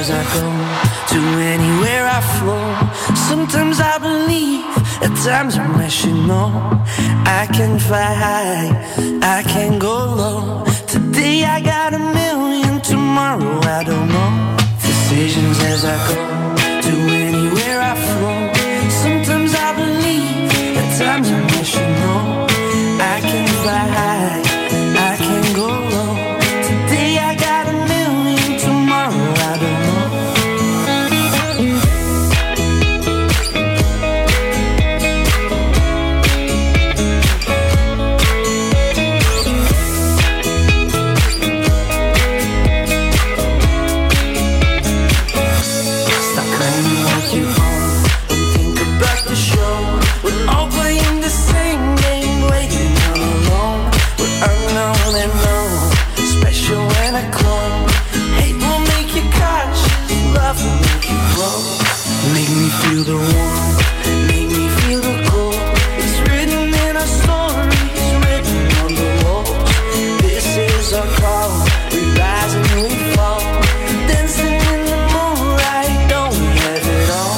as I go, to anywhere I flow. Sometimes I believe, at times I'm less, you know. I can fly high, I can go low. Today I got a million, tomorrow I don't know. Decisions as I go, to anywhere I flow. Sometimes I believe, at times I'm less, you know. I can fly high, I can go low. Today I got a million, tomorrow I don't know. Stop claiming what you own and think about the show. We're all playing the same game, waiting all alone. We're unknown and known, special when I clone. Hate will make you cautious, love will make you grow. Make me feel the warmth, make me feel the cold. It's written in our stories, written on the walls. This is our call, we rise and we fall. Dancing in the moonlight, don't we have it all?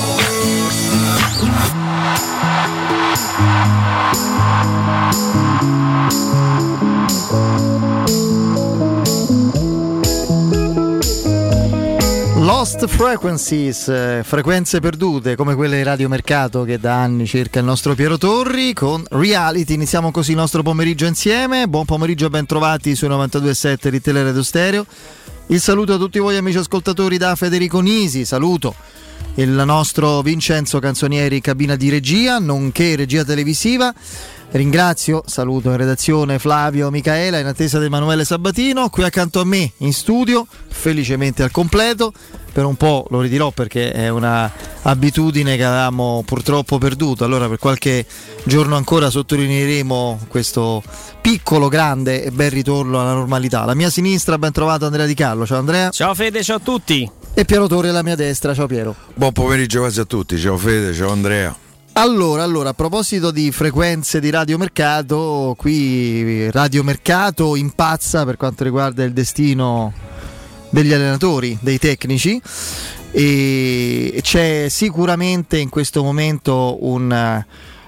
Lost Frequencies, frequenze perdute come quelle di Radio Mercato che da anni cerca il nostro Piero Torri con Reality. Iniziamo così il nostro pomeriggio insieme. Buon pomeriggio, ben trovati sui 92.7 di Teleradio Stereo. Il saluto a tutti voi amici ascoltatori da Federico Nisi, saluto il nostro Vincenzo Canzonieri in cabina di regia, nonché regia televisiva. Ringrazio, saluto in redazione Flavio Micaela in attesa di Emanuele Sabatino, qui accanto a me in studio, felicemente al completo. Per un po' lo ridirò perché è una abitudine che avevamo purtroppo perduto, allora per qualche giorno ancora sottolineeremo questo piccolo, grande e bel ritorno alla normalità. Alla mia sinistra ben trovato Andrea Di Carlo, ciao Andrea. Ciao Fede, ciao a tutti. E Piero Torri alla mia destra, ciao Piero. Buon pomeriggio quasi a tutti, ciao Fede, ciao Andrea. Allora, a proposito di frequenze di Radio Mercato, qui Radio Mercato impazza per quanto riguarda il destino degli allenatori, dei tecnici, e c'è sicuramente in questo momento una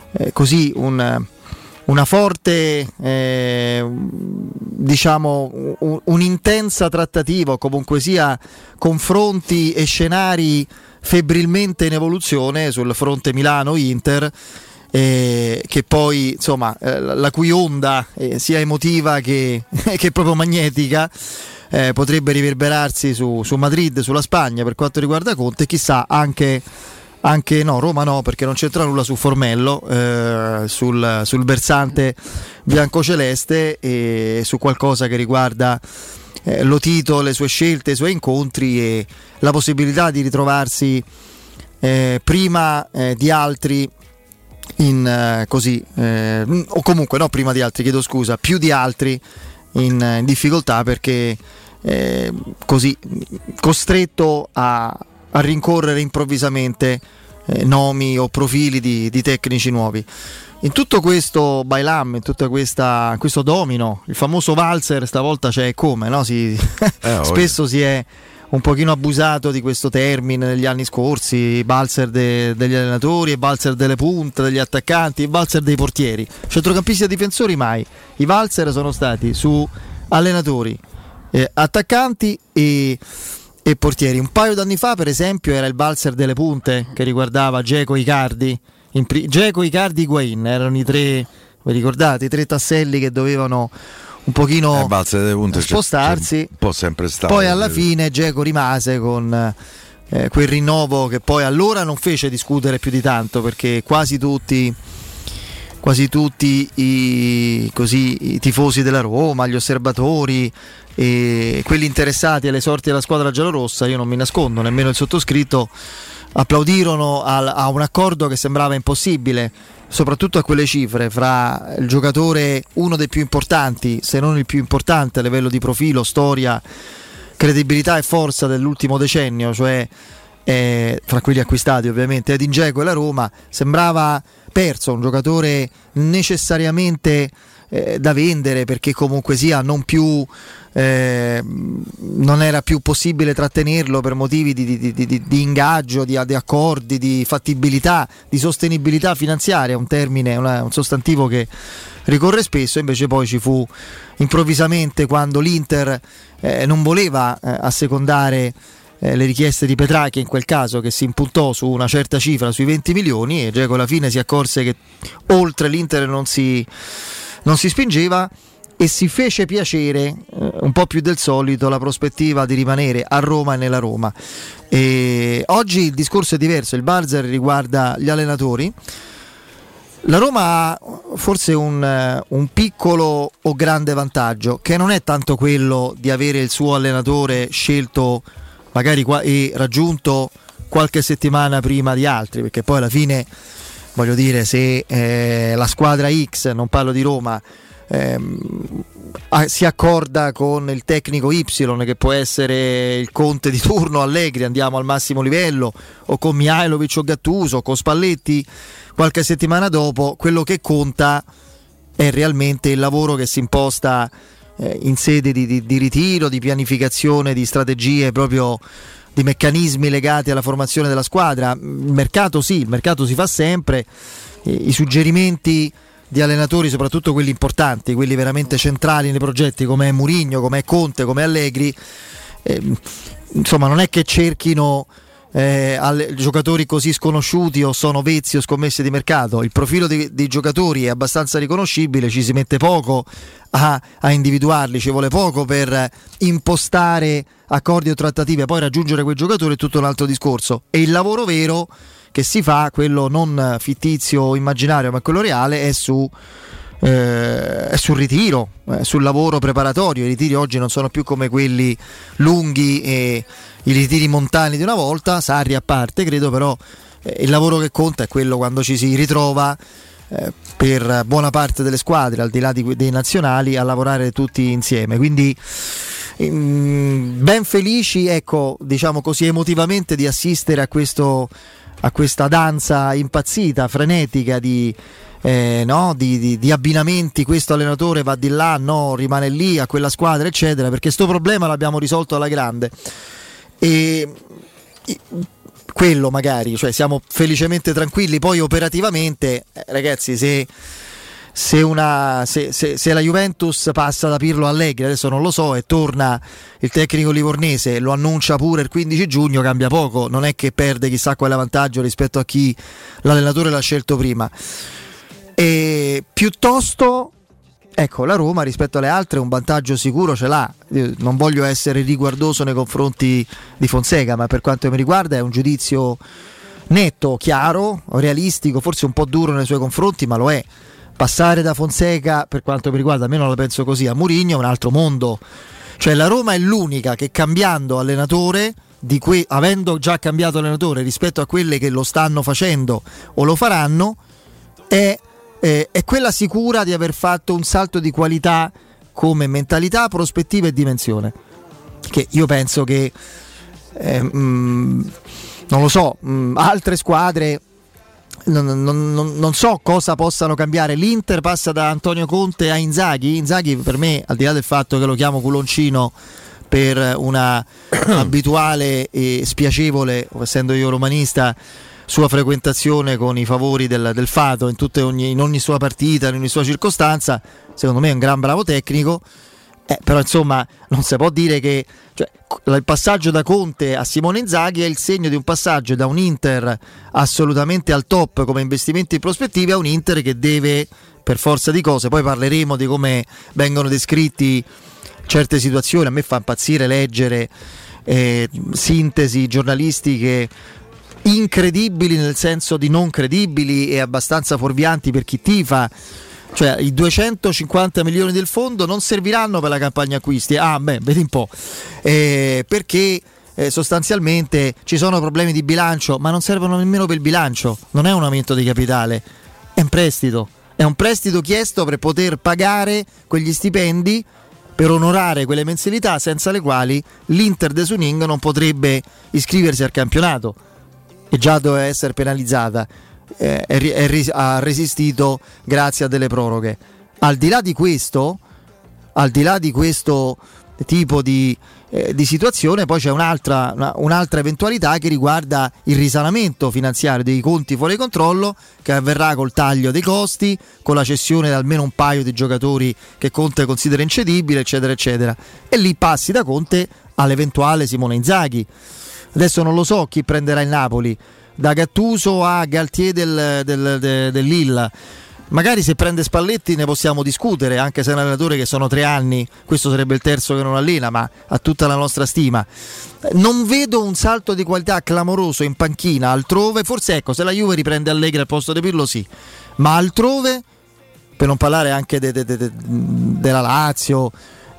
forte, un'intensa trattativa, o comunque sia confronti e scenari febbrilmente in evoluzione sul fronte Milano-Inter, che poi insomma la cui onda sia emotiva che proprio magnetica potrebbe riverberarsi su Madrid, sulla Spagna per quanto riguarda Conte, e chissà anche no, Roma no, perché non c'entra nulla su Formello, sul versante biancoceleste, e su qualcosa che riguarda lo Tito, le sue scelte, i suoi incontri e la possibilità di ritrovarsi prima di altri o comunque no, prima di altri, chiedo scusa, più di altri in difficoltà, perché così costretto a rincorrere improvvisamente nomi o profili di tecnici nuovi. In tutto questo bailam, in tutta questo domino, il famoso valzer stavolta c'è come, no? Spesso si è un pochino abusato di questo termine negli anni scorsi, valzer degli allenatori, valzer delle punte, degli attaccanti, valzer dei portieri. Centrocampisti e difensori mai. I valzer sono stati su allenatori, attaccanti e portieri. Un paio d'anni fa, per esempio, era il valzer delle punte che riguardava Dzeko, Icardi. Dzeko, Icardi, Higuain erano i tre, vi ricordate, i tre tasselli che dovevano un pochino spostarsi. Un po' sempre stato. Poi alla fine Dzeko rimase con quel rinnovo che poi allora non fece discutere più di tanto, perché quasi tutti i tifosi della Roma, gli osservatori e quelli interessati alle sorti della squadra giallorossa, io non mi nascondo, nemmeno il sottoscritto, applaudirono a un accordo che sembrava impossibile, soprattutto a quelle cifre, fra il giocatore, uno dei più importanti, se non il più importante a livello di profilo, storia, credibilità e forza dell'ultimo decennio, cioè fra quelli acquistati ovviamente, Edin Dzeko e la Roma. Sembrava perso, un giocatore necessariamente da vendere, perché comunque sia non era più possibile trattenerlo per motivi di ingaggio, di accordi, di fattibilità, di sostenibilità finanziaria, un termine, un sostantivo che ricorre spesso. Invece poi ci fu improvvisamente, quando l'Inter non voleva assecondare le richieste di Petracchi, in quel caso, che si impuntò su una certa cifra, sui 20 milioni, e Dzeko alla fine si accorse che oltre l'Inter non si spingeva, e si fece piacere un po' più del solito la prospettiva di rimanere a Roma e nella Roma. E oggi il discorso è diverso, il buzzer riguarda gli allenatori. La Roma ha forse un piccolo o grande vantaggio, che non è tanto quello di avere il suo allenatore scelto magari e raggiunto qualche settimana prima di altri, perché poi alla fine, voglio dire, se la squadra X, non parlo di Roma, si accorda con il tecnico Y, che può essere il Conte di turno, Allegri, andiamo al massimo livello, o con Mihajlovic o Gattuso, o con Spalletti qualche settimana dopo, quello che conta è realmente il lavoro che si imposta in sede di ritiro, di pianificazione, di strategie, proprio di meccanismi legati alla formazione della squadra. Il mercato si fa sempre, i suggerimenti di allenatori, soprattutto quelli importanti, quelli veramente centrali nei progetti, come è Mourinho, come è Conte, come è Allegri, insomma non è che cerchino giocatori così sconosciuti o sono vezzi o scommesse di mercato. Il profilo dei giocatori è abbastanza riconoscibile, ci si mette poco a individuarli, ci vuole poco per impostare accordi o trattative, poi raggiungere quei giocatori è tutto un altro discorso. E il lavoro vero che si fa, quello non fittizio o immaginario ma quello reale, è sul ritiro, sul lavoro preparatorio. I ritiri oggi non sono più come quelli lunghi e i ritiri montani di una volta, Sarri a parte, credo, però il lavoro che conta è quello quando ci si ritrova per buona parte delle squadre, al di là dei nazionali, a lavorare tutti insieme. Quindi ben felici, ecco, diciamo così, emotivamente di assistere a questa danza impazzita, frenetica di abbinamenti. Questo allenatore va di là, no, rimane lì a quella squadra, eccetera, perché sto problema l'abbiamo risolto alla grande. E quello magari, cioè siamo felicemente tranquilli. Poi operativamente, ragazzi, se la Juventus passa da Pirlo a Allegri, adesso non lo so, e torna il tecnico livornese, lo annuncia pure il 15 giugno, cambia poco, non è che perde chissà quale vantaggio rispetto a chi l'allenatore l'ha scelto prima. E piuttosto, ecco, la Roma rispetto alle altre un vantaggio sicuro ce l'ha. Io non voglio essere riguardoso nei confronti di Fonseca, ma per quanto mi riguarda è un giudizio netto, chiaro, realistico, forse un po' duro nei suoi confronti, ma lo è. Passare da Fonseca, per quanto mi riguarda, almeno la penso così, a Mourinho è un altro mondo. Cioè la Roma è l'unica che, cambiando allenatore, avendo già cambiato allenatore rispetto a quelle che lo stanno facendo o lo faranno, è quella sicura di aver fatto un salto di qualità come mentalità, prospettiva e dimensione, che io penso che non lo so, altre squadre non so cosa possano cambiare. L'Inter passa da Antonio Conte a Inzaghi per me, al di là del fatto che lo chiamo culoncino per una abituale e spiacevole, essendo io romanista, sua frequentazione con i favori del Fato in ogni sua partita, in ogni sua circostanza, secondo me è un gran bravo tecnico, però insomma non si può dire che, cioè, il passaggio da Conte a Simone Inzaghi è il segno di un passaggio da un Inter assolutamente al top come investimenti in prospettiva a un Inter che deve, per forza di cose, poi parleremo di come vengono descritti certe situazioni. A me fa impazzire leggere sintesi giornalistiche incredibili, nel senso di non credibili e abbastanza fuorvianti per chi tifa. Cioè i 250 milioni del fondo non serviranno per la campagna acquisti. Vedi un po', perché sostanzialmente ci sono problemi di bilancio, ma non servono nemmeno per il bilancio, non è un aumento di capitale, è un prestito chiesto per poter pagare quegli stipendi, per onorare quelle mensilità senza le quali l'Inter de Suning non potrebbe iscriversi al campionato e già doveva essere penalizzata. Ha resistito grazie a delle proroghe. al di là di questo tipo di situazione, poi c'è un'altra eventualità che riguarda il risanamento finanziario dei conti fuori controllo, che avverrà col taglio dei costi, con la cessione di almeno un paio di giocatori che Conte considera incedibili, eccetera eccetera, e lì passi da Conte all'eventuale Simone Inzaghi. Adesso non lo so chi prenderà il Napoli, da Gattuso a Galtier del Lille. Magari se prende Spalletti ne possiamo discutere, anche se è un allenatore che sono 3 anni, questo sarebbe il terzo che non allena, ma ha tutta la nostra stima. Non vedo un salto di qualità clamoroso in panchina altrove, forse ecco, se la Juve riprende Allegri al posto di Pirlo sì, ma altrove, per non parlare anche della Lazio,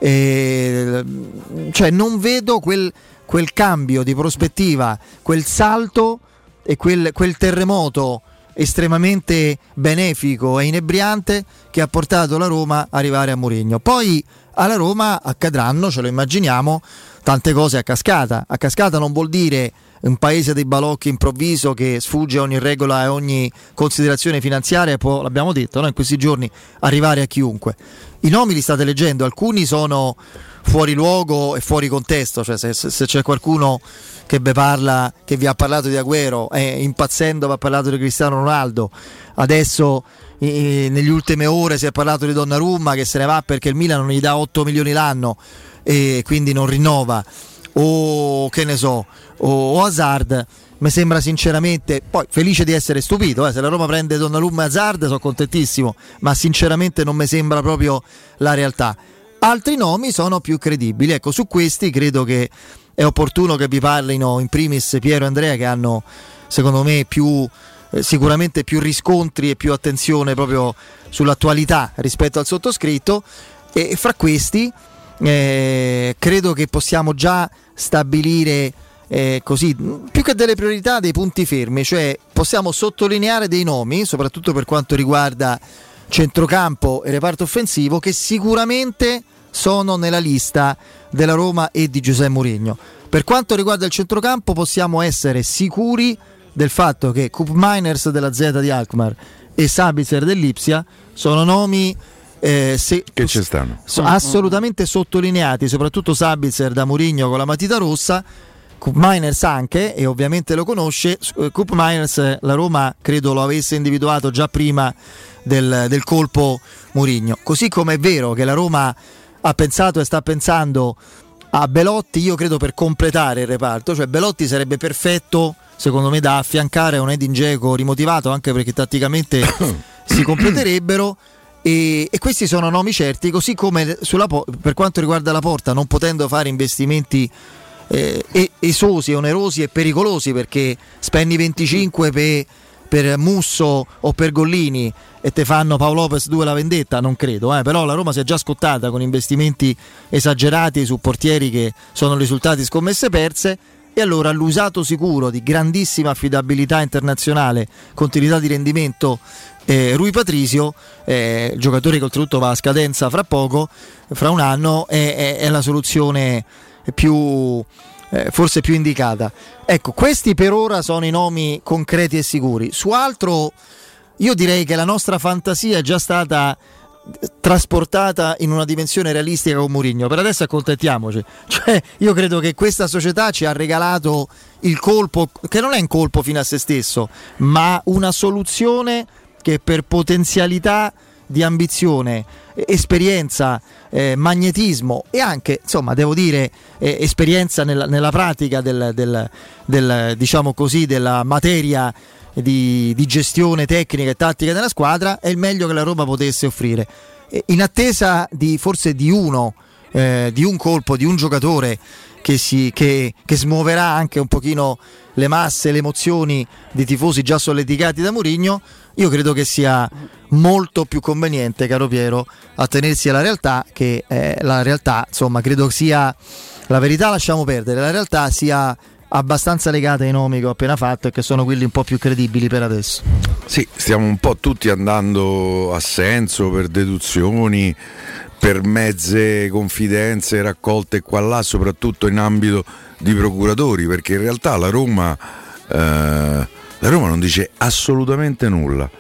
cioè non vedo quel cambio di prospettiva, quel salto e quel terremoto estremamente benefico e inebriante che ha portato la Roma a arrivare a Mourinho. Poi alla Roma accadranno, ce lo immaginiamo, tante cose a cascata. A cascata non vuol dire un paese dei balocchi improvviso che sfugge a ogni regola e ogni considerazione finanziaria e può, l'abbiamo detto, no, in questi giorni arrivare a chiunque. I nomi li state leggendo, alcuni sono fuori luogo e fuori contesto, cioè se c'è qualcuno che vi ha parlato di Agüero, impazzendo vi ha parlato di Cristiano Ronaldo, adesso negli ultime ore si è parlato di Donnarumma che se ne va perché il Milan non gli dà 8 milioni l'anno e quindi non rinnova, o che ne so, o Hazard. Mi sembra sinceramente, poi felice di essere stupito, se la Roma prende Donnarumma e Hazard sono contentissimo, ma sinceramente non mi sembra proprio la realtà. Altri nomi sono più credibili, ecco, su questi credo che è opportuno che vi parlino in primis Piero e Andrea, che hanno secondo me sicuramente più riscontri e più attenzione proprio sull'attualità rispetto al sottoscritto, e fra questi credo che possiamo già stabilire così, più che delle priorità, dei punti fermi, cioè possiamo sottolineare dei nomi, soprattutto per quanto riguarda centrocampo e reparto offensivo, che sicuramente sono nella lista della Roma e di Giuseppe Mourinho. Per quanto riguarda il centrocampo possiamo essere sicuri del fatto che Koop Meiners della Z di Alkmaar e Sabitzer dell'Ipsia sono nomi che ci stanno assolutamente sottolineati, soprattutto Sabitzer da Mourinho con la matita rossa, Koop Meiners anche, e ovviamente lo conosce. Koop Meiners la Roma credo lo avesse individuato già prima del colpo Mourinho, così come è vero che la Roma ha pensato e sta pensando a Belotti, io credo, per completare il reparto, cioè Belotti sarebbe perfetto secondo me da affiancare a un Edin Dzeko rimotivato, anche perché tatticamente si completerebbero, e questi sono nomi certi, così come per quanto riguarda la porta, non potendo fare investimenti esosi, onerosi e pericolosi, perché spendi 25 per Musso o per Gollini e te fanno Paolo Lopez 2 la vendetta, non credo, però la Roma si è già scottata con investimenti esagerati su portieri che sono risultati scommesse perse, e allora l'usato sicuro di grandissima affidabilità internazionale, continuità di rendimento, Rui Patricio, giocatore che oltretutto va a scadenza fra poco, fra un anno, è la soluzione più forse più indicata. Ecco, questi per ora sono i nomi concreti e sicuri. Su altro io direi che la nostra fantasia è già stata trasportata in una dimensione realistica con Mourinho. Per adesso accontentiamoci, cioè io credo che questa società ci ha regalato il colpo, che non è un colpo fino a se stesso, ma una soluzione che per potenzialità di ambizione, esperienza, magnetismo e anche, insomma, devo dire, esperienza nella pratica diciamo così, della materia di gestione tecnica e tattica della squadra, è il meglio che la Roma potesse offrire. In attesa forse di un colpo, di un giocatore che smuoverà anche un pochino le masse, le emozioni di tifosi già solleticati da Mourinho, io credo che sia molto più conveniente, caro Piero, attenersi alla realtà, che la realtà, insomma, credo sia la verità, lasciamo perdere, la realtà sia abbastanza legata ai nomi che ho appena fatto e che sono quelli un po' più credibili per adesso. Sì, stiamo un po' tutti andando a senso, per deduzioni, per mezze confidenze raccolte qua là, soprattutto in ambito di procuratori, perché in realtà la Roma non dice assolutamente nulla.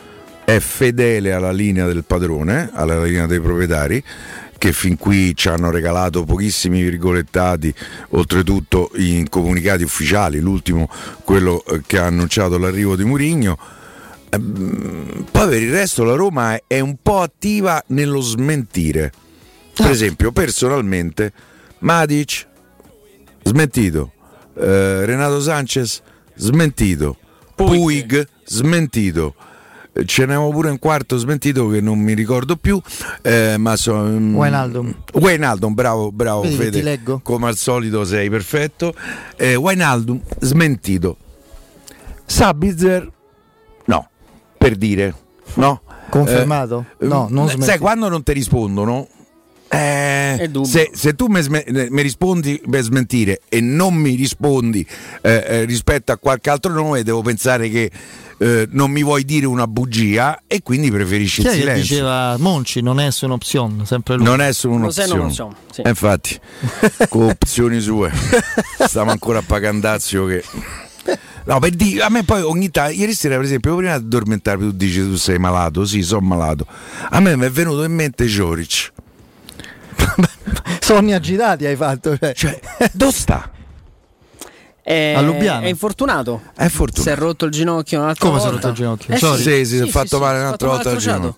è fedele alla linea del padrone, alla linea dei proprietari, che fin qui ci hanno regalato pochissimi virgolettati, oltretutto in comunicati ufficiali, l'ultimo quello che ha annunciato l'arrivo di Mourinho. Poi per il resto la Roma è un po' attiva nello smentire. Per esempio, personalmente Matic smentito, Renato Sanchez smentito, Puig smentito, ce n'avevo pure un quarto smentito che non mi ricordo più, ma Wijnaldum, bravo vedi, Fede, ti leggo. come al solito sei perfetto. Wijnaldum smentito, Sabitzer no, per dire, no, confermato? No, non smentito. sai quando non ti rispondono? Se tu mi rispondi per smentire e non mi rispondi rispetto a qualche altro nome, devo pensare che non mi vuoi dire una bugia e quindi preferisci il silenzio. Diceva Monci, non è un'opzione, sempre lui. Non è solo un'opzione, sì. Infatti con opzioni sue stiamo ancora a Pagandazio che no, per dire, a me poi ogni tanto, ieri sera per esempio prima di addormentarmi tu dici tu sei malato, sì sono malato, a me mi è venuto in mente Joric. Sogni agitati hai fatto, cioè dove sta? A Lubiana. È infortunato. È fortunato. Si è rotto il ginocchio un'altra Come volta. si è rotto il ginocchio? Sì, si è fatto male un'altra volta al ginocchio.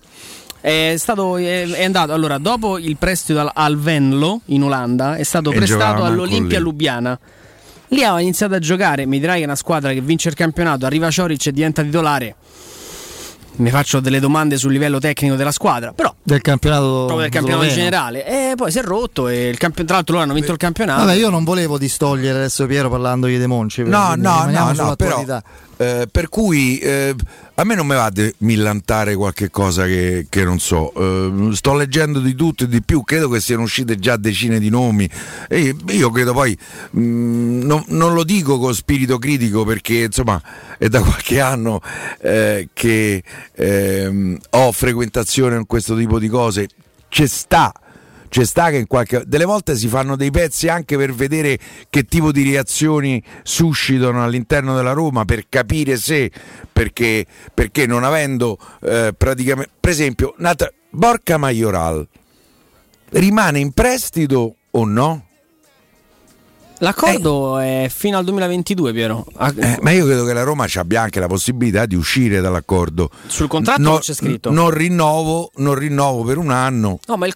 È andato allora dopo il prestito al Venlo in Olanda, è stato prestato all'Olimpia Lubiana. Lì aveva iniziato a giocare. Mi dirai che è una squadra che vince il campionato, arriva Joric e diventa titolare. Mi faccio delle domande sul livello tecnico della squadra, però del campionato, proprio del campionato in generale, e poi si è rotto e tra l'altro loro hanno vinto il campionato. Vabbè, io non volevo distogliere adesso Piero parlandogli dei Monci, no, però per cui a me non mi va di millantare qualche cosa che non so. Sto leggendo di tutto e di più, credo che siano uscite già decine di nomi e io credo poi non lo dico con spirito critico perché insomma è da qualche anno che ho frequentazione in questo tipo di cose. C'è sta che delle volte si fanno dei pezzi anche per vedere che tipo di reazioni suscitano all'interno della Roma, per capire se perché non avendo praticamente, per esempio Borja Mayoral rimane in prestito o no? L'accordo è fino al 2022, Piero. Ma io credo che la Roma ci abbia anche la possibilità di uscire dall'accordo. Sul contratto non c'è scritto. Non rinnovo per un anno. No, ma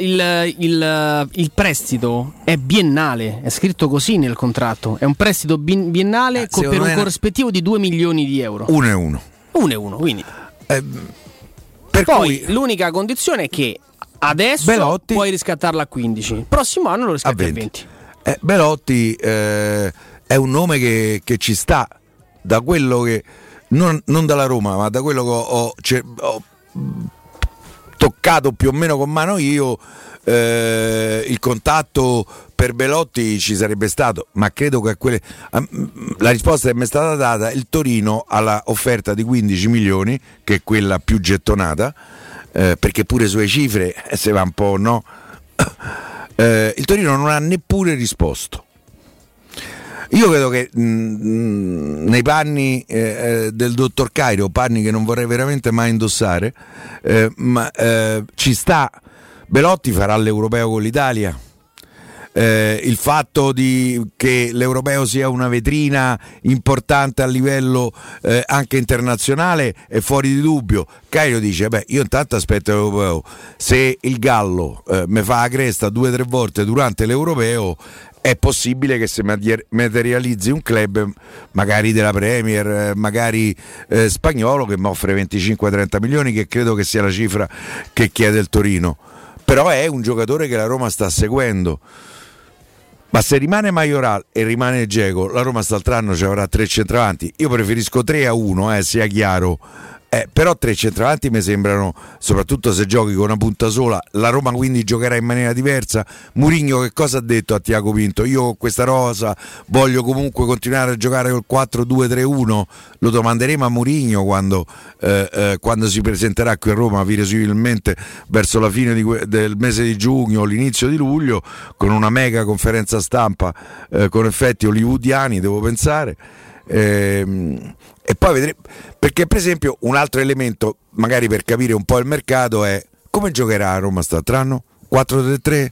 il prestito è biennale, è scritto così nel contratto. È un prestito biennale per un corrispettivo di 2 milioni di euro. 1 e 1. 1 e 1, quindi. Per poi cui l'unica condizione è che adesso Belotti puoi riscattarla a 15. Il prossimo anno lo riscatti a 20. Belotti è un nome che ci sta, da quello che non dalla Roma, ma da quello che ho toccato più o meno con mano io. Il contatto per Belotti ci sarebbe stato, ma credo che la risposta che mi è stata data, il Torino alla offerta di 15 milioni, che è quella più gettonata, perché pure sulle cifre se va un po', no? Il Torino non ha neppure risposto. Io credo che nei panni del dottor Cairo, panni che non vorrei veramente mai indossare, ma ci sta. Belotti farà l'europeo con l'Italia. Il fatto che l'europeo sia una vetrina importante a livello anche internazionale è fuori di dubbio. Cairo dice: beh, io intanto aspetto l'europeo, se il Gallo mi fa la cresta 2 o 3 volte durante l'europeo è possibile che si materializzi un club magari della Premier, magari spagnolo, che mi offre 25-30 milioni, che credo che sia la cifra che chiede il Torino. Però è un giocatore che la Roma sta seguendo. Ma se rimane Mayoral e rimane Dzeko, la Roma quest'altro anno ci avrà 3 centravanti. Io preferisco 3-1, sia chiaro. Però 3 centravanti mi sembrano, soprattutto se giochi con una punta sola. La Roma quindi giocherà in maniera diversa. Mourinho che cosa ha detto a Tiago Pinto? Io con questa rosa voglio comunque continuare a giocare col 4-2-3-1. Lo domanderemo a Mourinho quando si presenterà qui a Roma, presumibilmente verso la fine del mese di giugno o l'inizio di luglio, con una mega conferenza stampa con effetti hollywoodiani, devo pensare. E poi vedremo, perché per esempio un altro elemento magari per capire un po' il mercato è come giocherà a Roma quest'anno? 4-3-3,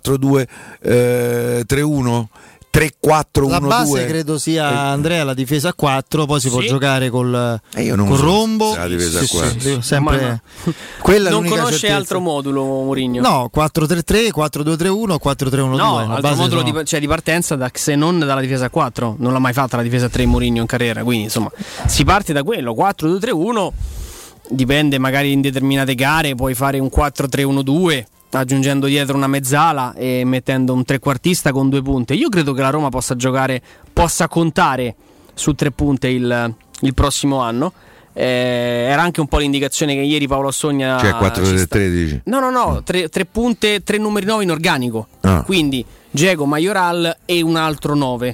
4-2-3-1, 3-4-1-2. La base credo sia Andrea la difesa a 4, poi si può giocare col rombo. La difesa a 4. Sempre quella non conosce certezza. altro modulo Mourinho? No, 4-3-3, 4-2-3-1, 4-3-1-2. No, altro modulo di partenza se non dalla difesa a 4. Non l'ha mai fatta la difesa a 3 Mourinho in carriera, quindi insomma si parte da quello, 4-2-3-1. Dipende, magari in determinate gare puoi fare un 4-3-1-2 aggiungendo dietro una mezzala e mettendo un trequartista con 2 punte. Io credo che la Roma possa contare su 3 punte il prossimo anno. Era anche un po' l'indicazione che ieri Paolo Assogna, cioè 4-3-13. No, 3 punte, 3 numeri 9 in organico. Quindi Dzeko, Majoral e un altro 9.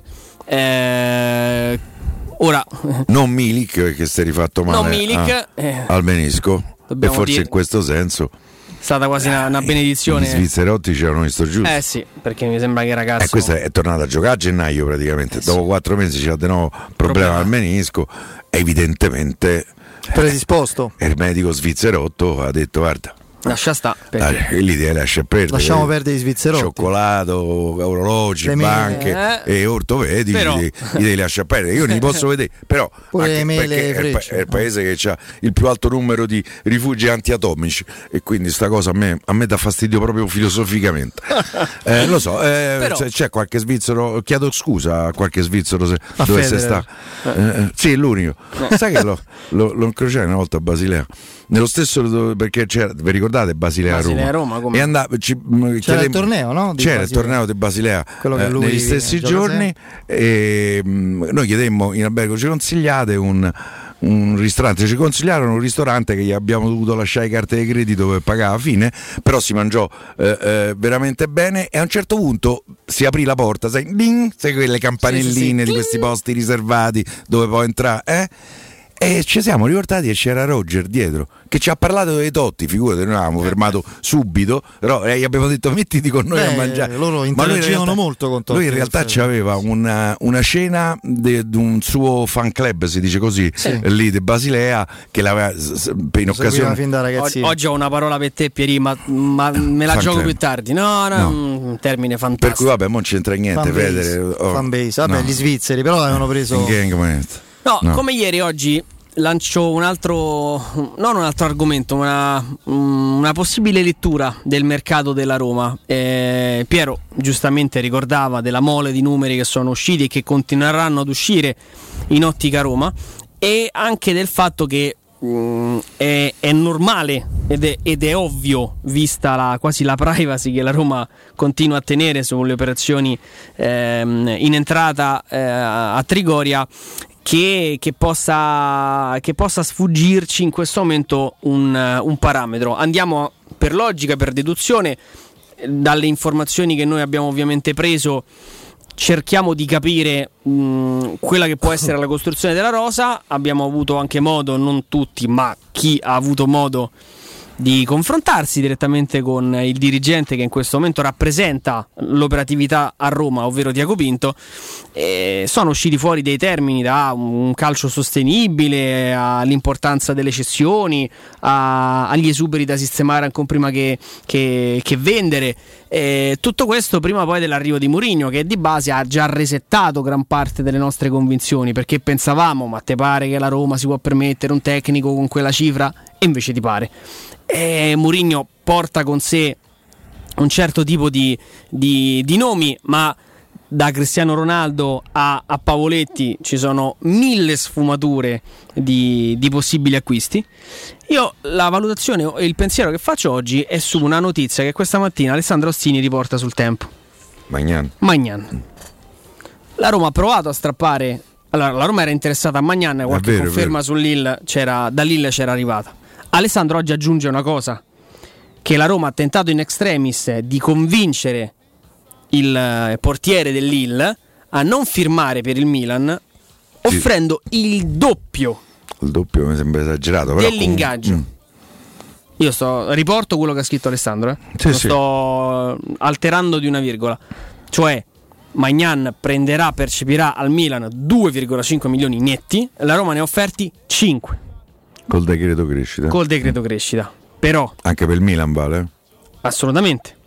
Ora non Milik, perché si è rifatto male al menisco, e forse in questo senso è stata quasi una benedizione. Gli svizzerotti ci hanno visto giusto. Sì, perché mi sembra che il ragazzo questa è tornato a giocare a gennaio praticamente. Dopo 4 mesi c'era di nuovo problema al menisco, evidentemente predisposto. Il medico svizzerotto ha detto guarda, lascia sta, l'idea lascia perdere. Lasciamo perdere i svizzerotti. Cioccolato, orologi, banche e ortopedici li devi lasciare perdere. Io non li posso vedere, però perché è il paese che ha il più alto numero di rifugi antiatomici e quindi sta cosa a me dà fastidio proprio filosoficamente. Lo so, c'è qualche svizzero, chiedo scusa a qualche svizzero se dovesse stare. Sì, è l'unico. No. Sai che lo incrociai una volta a Basilea. Nello stesso, perché c'era, vi ricordate Basilea Roma? Come? E c'era il torneo, no? C'era il torneo di Basilea negli stessi giorni e noi chiedemmo in albergo, ci consigliate un ristorante, ci consigliarono un ristorante che gli abbiamo dovuto lasciare carte di credito per pagare alla fine, però si mangiò veramente bene e a un certo punto si aprì la porta, sai quelle campanelline di questi posti riservati dove può entrare, e ci siamo ricordati e c'era Roger dietro che ci ha parlato dei Totti, figurati, noi avevamo fermato subito, però gli abbiamo detto mettiti con noi a mangiare. Loro interagivano molto con Totti. Lui in realtà c'aveva una cena di un suo fan club, si dice così, lì di Basilea, che l'aveva in occasione. Oggi ho una parola per te, Pieri, ma me la gioco più tardi. No. Un termine fantastico. Per cui vabbè, non c'entra niente. Fanbase, vabbè, gli svizzeri però avevano preso come ieri, oggi lancio non un altro argomento, ma una possibile lettura del mercato della Roma. Piero giustamente ricordava della mole di numeri che sono usciti e che continueranno ad uscire in ottica Roma, e anche del fatto che è normale ed è ovvio, vista quasi la privacy che la Roma continua a tenere sulle operazioni in entrata a Trigoria, che possa sfuggirci in questo momento un parametro. Andiamo per logica, per deduzione, dalle informazioni che noi abbiamo ovviamente preso. Cerchiamo di capire quella che può essere la costruzione della rosa. Abbiamo avuto anche modo, non tutti, ma chi ha avuto modo di confrontarsi direttamente con il dirigente che in questo momento rappresenta l'operatività a Roma, ovvero Tiago Pinto. Sono usciti fuori dei termini, da un calcio sostenibile all'importanza delle cessioni, agli esuberi da sistemare ancora prima che vendere. Tutto questo prima poi dell'arrivo di Mourinho, che di base ha già resettato gran parte delle nostre convinzioni, perché pensavamo, ma te pare che la Roma si può permettere un tecnico con quella cifra? E invece ti pare. Mourinho porta con sé un certo tipo di nomi, ma da Cristiano Ronaldo a Pavoletti ci sono 1000 sfumature di possibili acquisti. Io la valutazione e il pensiero che faccio oggi è su una notizia che questa mattina Alessandro Ostini riporta sul Tempo. Magnan. La Roma ha provato a strappare. Allora, la Roma era interessata a Magnan, qualche conferma su Lille da Lille c'era arrivata. Alessandro oggi aggiunge una cosa, che la Roma ha tentato in extremis di convincere il portiere del Lille a non firmare per il Milan, offrendo il doppio. Il doppio mi sembra esagerato, però dell'ingaggio. Io riporto quello che ha scritto Alessandro, sto alterando di una virgola. Cioè Maignan percepirà al Milan 2,5 milioni netti, la Roma ne ha offerti 5 col decreto crescita. Però anche per il Milan vale? Assolutamente.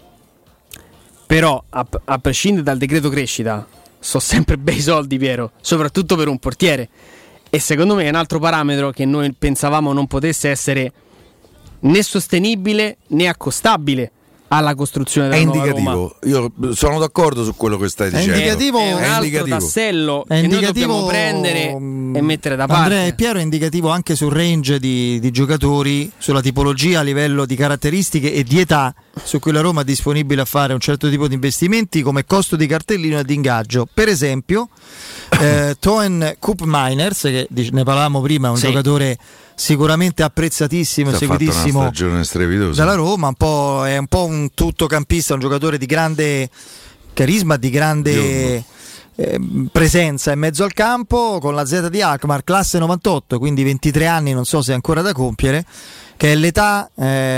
Però a prescindere dal decreto crescita sono sempre bei soldi, Piero, soprattutto per un portiere, e secondo me è un altro parametro che noi pensavamo non potesse essere né sostenibile né accostabile alla costruzione della nuova Roma. Io sono d'accordo su quello che stai dicendo. È un altro tassello che noi dobbiamo prendere e mettere da parte. Andrea e Piero è indicativo anche sul range di giocatori, sulla tipologia a livello di caratteristiche e di età su cui la Roma è disponibile a fare un certo tipo di investimenti come costo di cartellino e di ingaggio. Per esempio Tohen Koopmeiners, che ne parlavamo prima, è un giocatore sicuramente apprezzatissimo e seguitissimo dalla Roma, è un po' un tuttocampista, un giocatore di grande carisma, di grande presenza in mezzo al campo, con la Z di Alkmaar, classe 98, quindi 23 anni, non so se è ancora da compiere, che è l'età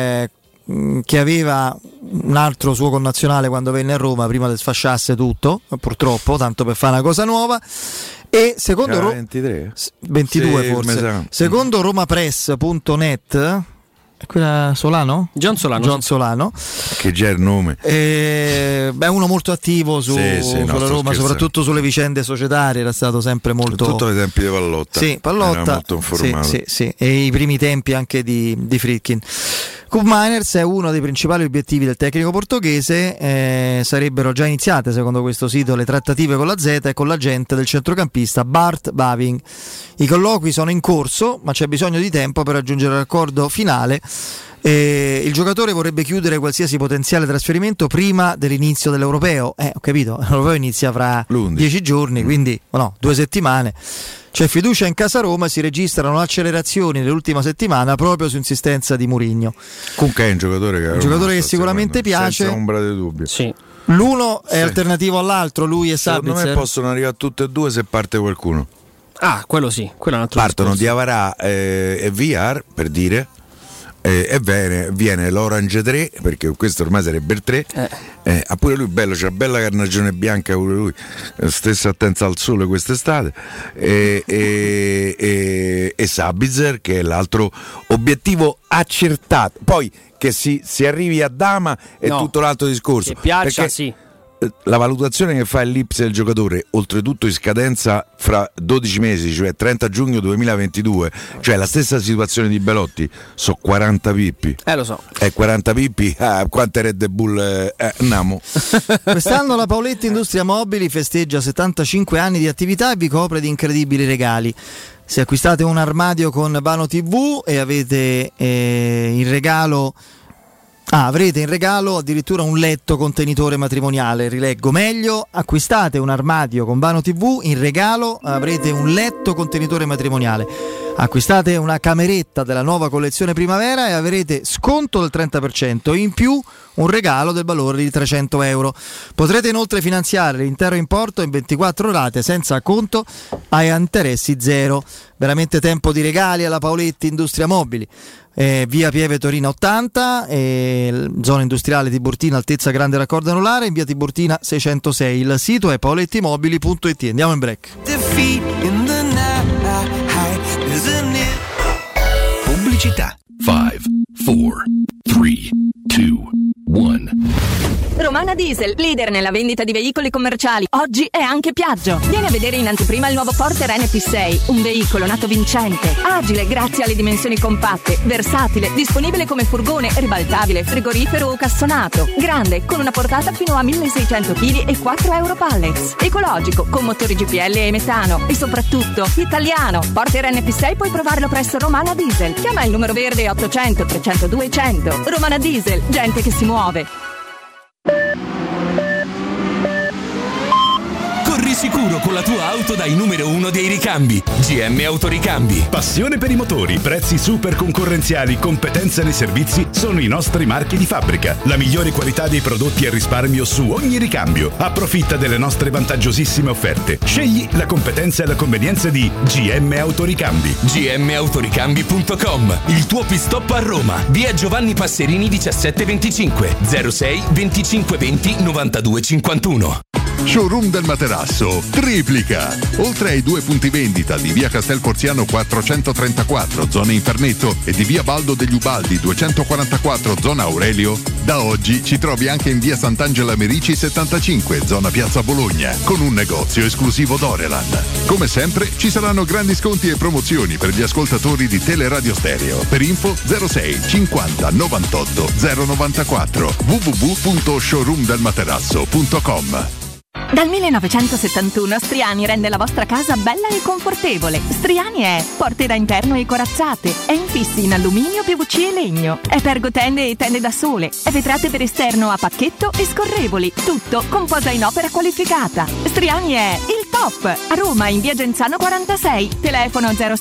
che aveva un altro suo connazionale quando venne a Roma, prima che sfasciasse tutto, purtroppo, tanto per fare una cosa nuova. E secondo 22 sì, forse, secondo romapress.net, è quella Solano? John Solano. Che già è il nome. È uno molto attivo sulla Roma, soprattutto sulle vicende societarie, era stato sempre molto. Tutto ai tempi di Pallotta. Sì, Pallotta. Era molto informato. Sì. E i primi tempi anche di Friedkin. Koopmeiners è uno dei principali obiettivi del tecnico portoghese, sarebbero già iniziate secondo questo sito le trattative con la Z e con l'agente del centrocampista Bart Baving. I colloqui sono in corso, ma c'è bisogno di tempo per raggiungere l'accordo finale. Il giocatore vorrebbe chiudere qualsiasi potenziale trasferimento prima dell'inizio dell'Europeo. Ho capito, l'Europeo inizia fra 10 giorni, quindi 2 settimane. C'è fiducia in casa Roma, si registrano accelerazioni nell'ultima settimana proprio su insistenza di Mourinho. Comunque è un giocatore che sicuramente piace, senza ombra di dubbio. Sì. L'uno è alternativo all'altro, lui e Sabitzer. Secondo me possono arrivare tutte e due se parte qualcuno. Quello sì, quello è un altro Partono discorso. Diawara e VR, per dire, e viene l'Orange 3, perché questo ormai sarebbe il 3. Pure lui bello, c'ha bella carnagione bianca pure lui, stessa attenza al sole quest'estate, e Sabitzer, che è l'altro obiettivo accertato. Poi che si arrivi a Dama è tutto l'altro discorso, che piaccia, perché sì. La valutazione che fa l'Ipse del giocatore, oltretutto in scadenza fra 12 mesi, cioè 30 giugno 2022, cioè la stessa situazione di Belotti, so 40 pippi. Lo so. 40 pippi, quante Red Bull andiamo. Quest'anno la Paoletti Industria Mobili festeggia 75 anni di attività e vi copre di incredibili regali. Se acquistate un armadio con Vano TV e avete in regalo avrete in regalo addirittura un letto contenitore matrimoniale. Rileggo meglio: acquistate un armadio con Vano TV, in regalo avrete un letto contenitore matrimoniale. Acquistate una cameretta della nuova collezione primavera e avrete sconto del 30%, in più un regalo del valore di 300 euro. Potrete inoltre finanziare l'intero importo in 24 rate senza acconto a interessi zero. Veramente tempo di regali alla Paoletti Industria Mobili. Via Pieve Torina 80, zona industriale Tiburtina, altezza Grande Raccordo Anulare, in via Tiburtina 606. Il sito è paolettimobili.it. Andiamo in break. Pubblicità. 5, 4, 3, 2, 1. Romana Diesel, leader nella vendita di veicoli commerciali. Oggi è anche Piaggio. Vieni a vedere in anteprima il nuovo Porter NP6, un veicolo nato vincente, agile grazie alle dimensioni compatte, versatile, disponibile come furgone, ribaltabile, frigorifero o cassonato, grande, con una portata fino a 1600 kg e 4 euro pallets, ecologico, con motori GPL e metano e soprattutto italiano. Porter NP6 puoi provarlo presso Romana Diesel. Chiama il numero verde 800 302 100. Romana Diesel, gente che si muove. Corri sicuro con la tua auto dai numero 1 dei ricambi. GM Autoricambi. Passione per i motori, prezzi super concorrenziali, competenza nei servizi sono i nostri marchi di fabbrica. La migliore qualità dei prodotti e risparmio su ogni ricambio. Approfitta delle nostre vantaggiosissime offerte. Scegli la competenza e la convenienza di GM Autoricambi. gmautoricambi.com. Il tuo pit stop a Roma. Via Giovanni Passerini 1725 06 25 20 92 51. Showroom del Materasso triplica. Oltre ai 2 punti vendita di via Castel Porziano 434, zona Infernetto, e di via Baldo degli Ubaldi 244, zona Aurelio, da oggi ci trovi anche in via Sant'Angela Merici 75, zona Piazza Bologna, con un negozio esclusivo Dorelan. Come sempre ci saranno grandi sconti e promozioni per gli ascoltatori di Teleradio Stereo. Per info 06 50 98 094 www.showroomdelmaterasso.com. Dal 1971 Striani rende la vostra casa bella e confortevole. Striani è porte da interno e corazzate, è infissi in alluminio, PVC e legno, è pergotende e tende da sole, è vetrate per esterno a pacchetto e scorrevoli, tutto con posa in opera qualificata. Striani è il top! A Roma in via Genzano 46, telefono 06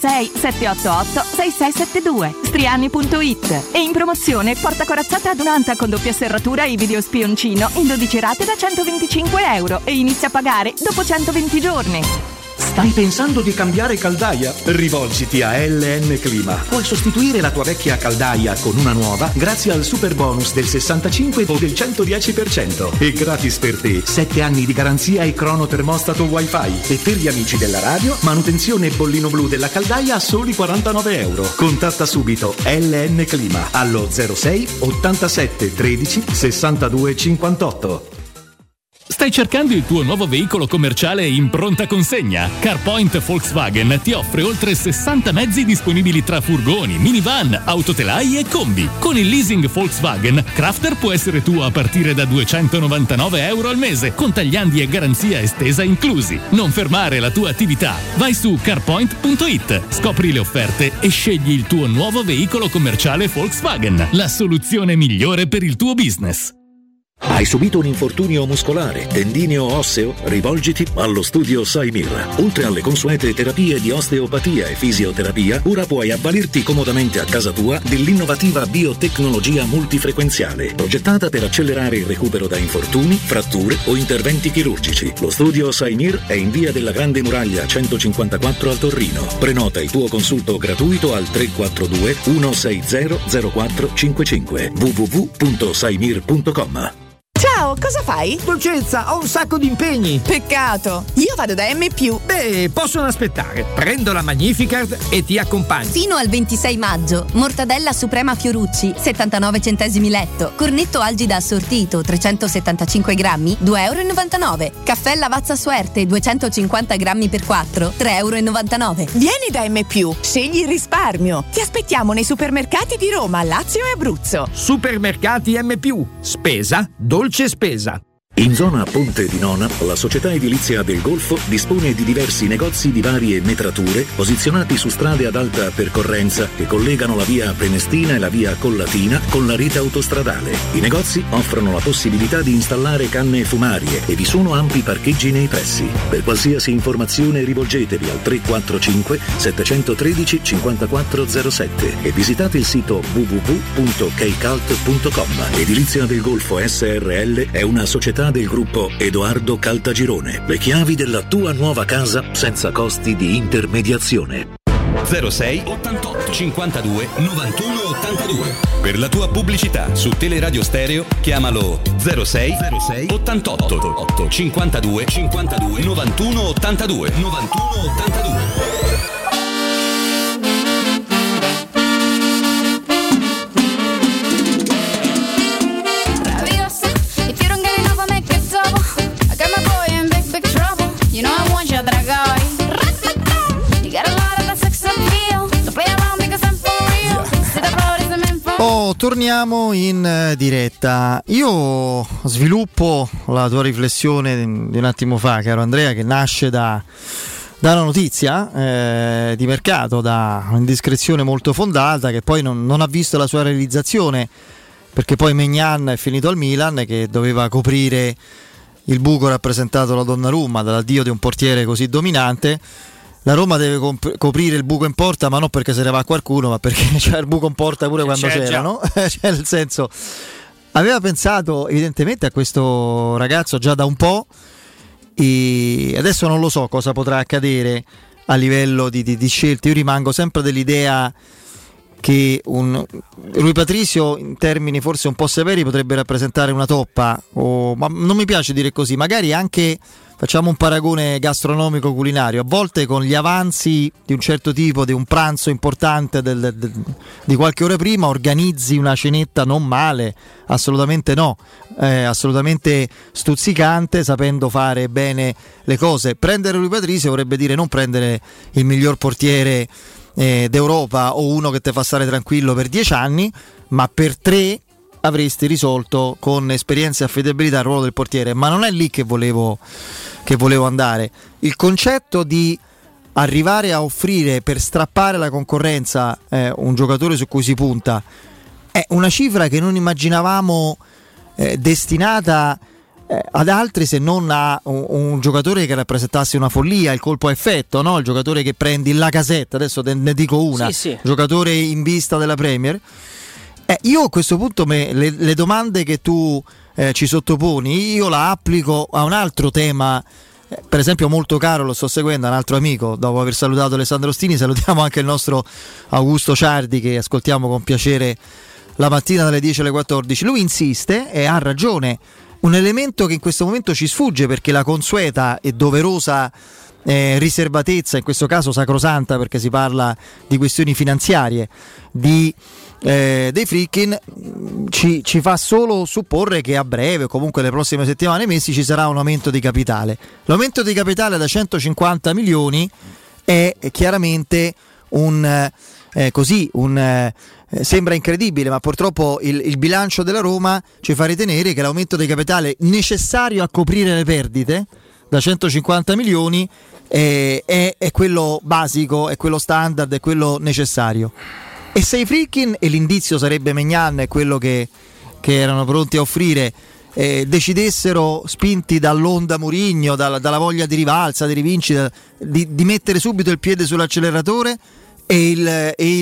788 6672, striani.it. E in promozione porta corazzata adunata con doppia serratura e video spioncino in 12 rate da €125 e inizia a pagare dopo 120 giorni. Stai pensando di cambiare caldaia? Rivolgiti a LN Clima. Puoi sostituire la tua vecchia caldaia con una nuova grazie al super bonus del 65 o del 110%. E gratis per te 7 anni di garanzia e cronotermostato wifi. E per gli amici della radio, manutenzione e bollino blu della caldaia a soli €49. Contatta subito LN Clima allo 06 87 13 62 58. Stai cercando il tuo nuovo veicolo commerciale in pronta consegna? CarPoint Volkswagen ti offre oltre 60 mezzi disponibili tra furgoni, minivan, autotelai e combi. Con il leasing Volkswagen, Crafter può essere tuo a partire da €299 al mese, con tagliandi e garanzia estesa inclusi. Non fermare la tua attività. Vai su carpoint.it, scopri le offerte e scegli il tuo nuovo veicolo commerciale Volkswagen, la soluzione migliore per il tuo business. Hai subito un infortunio muscolare, tendineo o osseo? Rivolgiti allo studio Saimir. Oltre alle consuete terapie di osteopatia e fisioterapia, ora puoi avvalerti comodamente a casa tua dell'innovativa biotecnologia multifrequenziale, progettata per accelerare il recupero da infortuni, fratture o interventi chirurgici. Lo studio Saimir è in via della Grande Muraglia 154 al Torino. Prenota il tuo consulto gratuito al 342 160 0455 www.saimir.com. Ciao, cosa fai? Dolcezza, ho un sacco di impegni. Peccato, io vado da M+. Beh, possono aspettare. Prendo la Magnificard e ti accompagno. Fino al 26 maggio, mortadella suprema Fiorucci, 79 centesimi letto. Cornetto algida assortito, 375 grammi, €2,99. Caffè Lavazza Suerte, 250 grammi per 4, €3,99. Vieni da M+, scegli il risparmio. Ti aspettiamo nei supermercati di Roma, Lazio e Abruzzo. Supermercati M+. Spesa, dolce spesa. In zona Ponte di Nona, la società edilizia del Golfo dispone di diversi negozi di varie metrature posizionati su strade ad alta percorrenza che collegano la via Prenestina e la via Collatina con la rete autostradale. I negozi offrono la possibilità di installare canne fumarie e vi sono ampi parcheggi nei pressi. Per qualsiasi informazione rivolgetevi al 345 713 5407 e visitate il sito www.keicalt.com. Edilizia del Golfo SRL è una società del gruppo Edoardo Caltagirone. Le chiavi della tua nuova casa senza costi di intermediazione. 06 88 52 91 82. Per la tua pubblicità su Teleradio Stereo chiamalo 06 88 52 91 82 91 82. Torniamo in diretta. Io sviluppo la tua riflessione di un attimo fa, caro Andrea, che nasce da una notizia di mercato, da un'indiscrezione molto fondata che poi non ha visto la sua realizzazione, perché poi Maignan è finito al Milan, che doveva coprire il buco rappresentato da Donnarumma, dall'addio di un portiere così dominante. La Roma deve coprire il buco in porta, ma non perché se ne va qualcuno, ma perché c'è il buco in porta pure quando c'era, no? Cioè, nel senso, aveva pensato evidentemente a questo ragazzo già da un po', e adesso non lo so cosa potrà accadere a livello di scelte. Io rimango sempre dell'idea che Rui Patricio, in termini forse un po' severi, potrebbe rappresentare una toppa, ma non mi piace dire così, magari anche facciamo un paragone gastronomico culinario, a volte con gli avanzi di un certo tipo, di un pranzo importante di qualche ora prima, organizzi una cenetta non male, assolutamente no, assolutamente stuzzicante, sapendo fare bene le cose. Prendere Rui Patricio vorrebbe dire non prendere il miglior portiere d'Europa o uno che te fa stare tranquillo per 10 anni, ma per 3 avresti risolto con esperienza e affidabilità il ruolo del portiere. Ma non è lì che volevo andare. Il concetto di arrivare a offrire per strappare la concorrenza un giocatore su cui si punta è una cifra che non immaginavamo destinata ad altri, se non a un giocatore che rappresentasse una follia, il colpo a effetto, no? Il giocatore che prendi la casetta, adesso ne dico una, sì. Giocatore in vista della Premier. Io a questo punto le domande che tu ci sottoponi, io la applico a un altro tema, per esempio molto caro, lo sto seguendo, un altro amico, dopo aver salutato Alessandro Ostini salutiamo anche il nostro Augusto Ciardi, che ascoltiamo con piacere la mattina dalle 10 alle 14. Lui insiste e ha ragione, un elemento che in questo momento ci sfugge, perché la consueta e doverosa riservatezza, in questo caso sacrosanta perché si parla di questioni finanziarie dei Friedkin, ci fa solo supporre che a breve, o comunque le prossime settimane e mesi, ci sarà un aumento di capitale. L'aumento di capitale da 150 milioni è chiaramente sembra incredibile, ma purtroppo il bilancio della Roma ci fa ritenere che l'aumento di capitale necessario a coprire le perdite da 150 milioni è quello basico, è quello standard, è quello necessario. E se i Friedkin, e l'indizio sarebbe Maignan, è quello che erano pronti a offrire, decidessero, spinti dall'onda Mourinho, dalla voglia di rivalsa, di rivincita, di mettere subito il piede sull'acceleratore e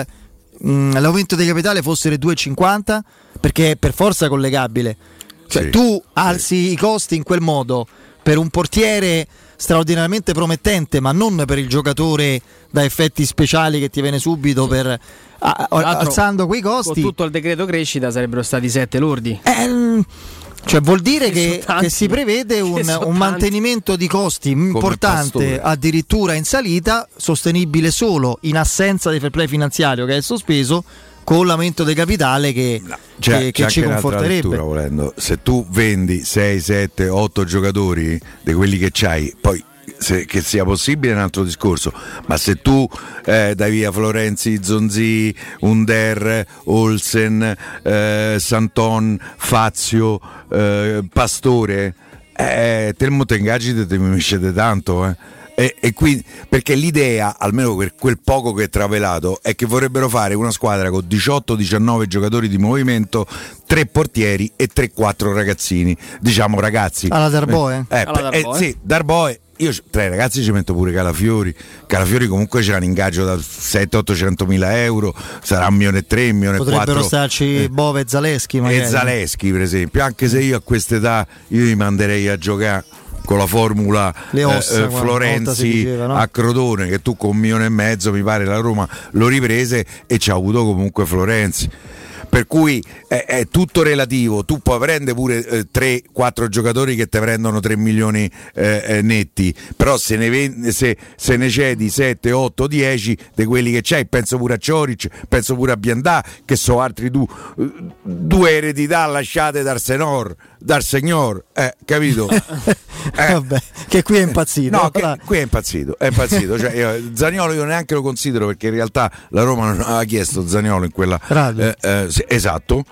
l'aumento di capitale fosse 2,50, perché è per forza collegabile, cioè tu alzi i costi in quel modo per un portiere straordinariamente promettente, ma non per il giocatore da effetti speciali che ti viene subito per alzando quei costi. Con tutto il decreto crescita sarebbero stati 7 lordi. Cioè vuol dire che si prevede un mantenimento di costi importante, addirittura in salita, sostenibile solo in assenza di fair play finanziario che è sospeso, con l'aumento del capitale che ci conforterebbe. Volendo. Se tu vendi 6, 7, 8 giocatori di quelli che c'hai, poi che sia possibile è un altro discorso, ma se tu dai via Florenzi, Zonzi, Under, Olsen, Santon, Fazio, Pastore, te il Montengaggi te mi scende tanto, E quindi, perché l'idea, almeno per quel poco che è travelato, è che vorrebbero fare una squadra con 18-19 giocatori di movimento, 3 portieri e 3-4 ragazzini, diciamo ragazzi alla Darboe. Sì, Darboe. Io tra i ragazzi ci metto pure Calafiori comunque c'era un ingaggio da 700-800 mila euro, sarà 1,3 milioni, 1,4 milioni. Potrebbero starci Bove e Zaleschi magari. E Zaleschi per esempio, anche se io a quest'età io li manderei a giocare con la formula Florenzi diceva, no? A Crotone, che tu con 1,5 milioni mi pare la Roma lo riprese e ci ha avuto comunque Florenzi. Per cui è tutto relativo, tu puoi prendere pure 3-4 giocatori che ti prendono 3 milioni netti, però se ne cedi 7, 8, 10 di quelli che c'hai, penso pure a Cioric, penso pure a Biandà, che sono altri due eredità lasciate dal Signor, capito? Vabbè, che qui è impazzito. No, qui è impazzito. Cioè, Zaniolo io neanche lo considero, perché in realtà la Roma non aveva chiesto Zaniolo in quella esatto.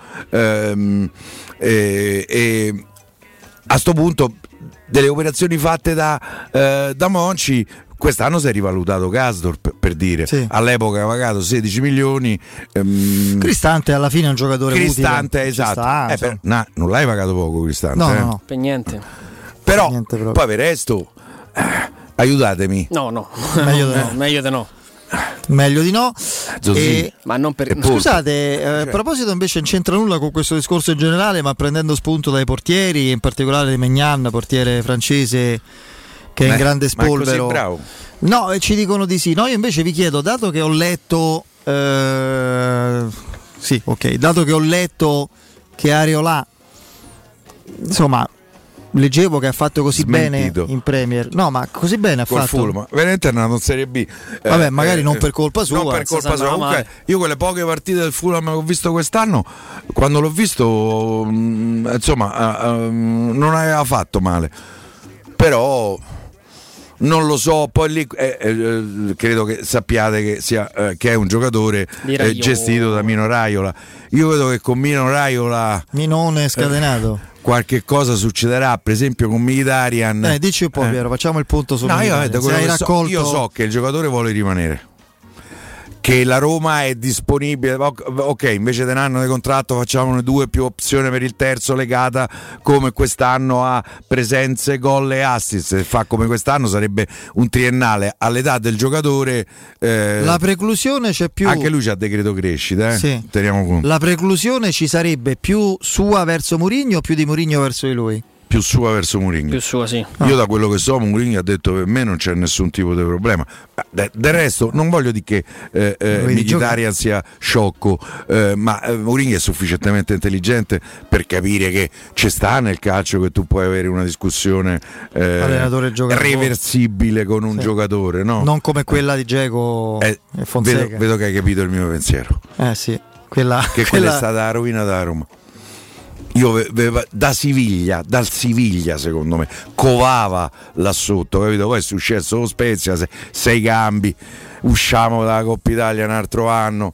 E a sto punto delle operazioni fatte da Monci, quest'anno si è rivalutato Karsdorp, per dire, all'epoca aveva pagato 16 milioni. Cristante alla fine è un giocatore Cristante, esatto. Non l'hai pagato poco Cristante? No. Per niente. Però poi per il resto aiutatemi. No. Meglio di no. Ma non per... Scusate, a proposito invece non c'entra nulla con questo discorso in generale, ma prendendo spunto dai portieri, in particolare di Maignan, portiere francese che è in grande spolvero. Ma è così bravo? No, ci dicono di sì. No, io invece vi chiedo, dato che ho letto sì, ok, dato che ho letto che Areola, insomma, leggevo che ha fatto così Smentito. bene in Premier. No, ma così bene ha col fatto. Fulham. Veramente è andato in Serie B. Vabbè, magari non per colpa sua. Non per colpa sua. Comunque, io quelle poche partite del Fulham che ho visto quest'anno, quando l'ho visto, insomma, non aveva fatto male. Però non lo so, poi lì credo che sappiate che è un giocatore gestito da Mino Raiola. Io credo che con Mino Raiola, Minone scatenato, qualche cosa succederà, per esempio con Mkhitaryan. Dici un po', Piero, facciamo il punto su Mkhitaryan. Io so che il giocatore vuole rimanere, che la Roma è disponibile. Ok, invece di un anno di contratto facciamo 2 più opzione per il terzo legata come quest'anno a presenze, gol e assist. Se fa come quest'anno sarebbe un triennale. All'età del giocatore la preclusione c'è più. Anche lui c'ha decreto crescita, sì. Teniamo conto. La preclusione ci sarebbe più sua verso Mourinho o più di Mourinho verso di lui? Più sua verso Mourinho. Più sua, sì. Io da quello che so, Mourinho ha detto per me non c'è nessun tipo di problema. Del resto non voglio dire che Mkhitaryan sia sciocco, ma Mourinho è sufficientemente intelligente per capire che ci sta nel calcio che tu puoi avere una discussione reversibile con un giocatore, no? Non come quella di Dzeko e Fonseca. Vedo che hai capito il mio pensiero. Sì, quella è stata la rovina da Roma. Io dal Siviglia secondo me covava là sotto, capito? Poi è successo lo Spezia, 6 cambi, usciamo dalla Coppa Italia un altro anno,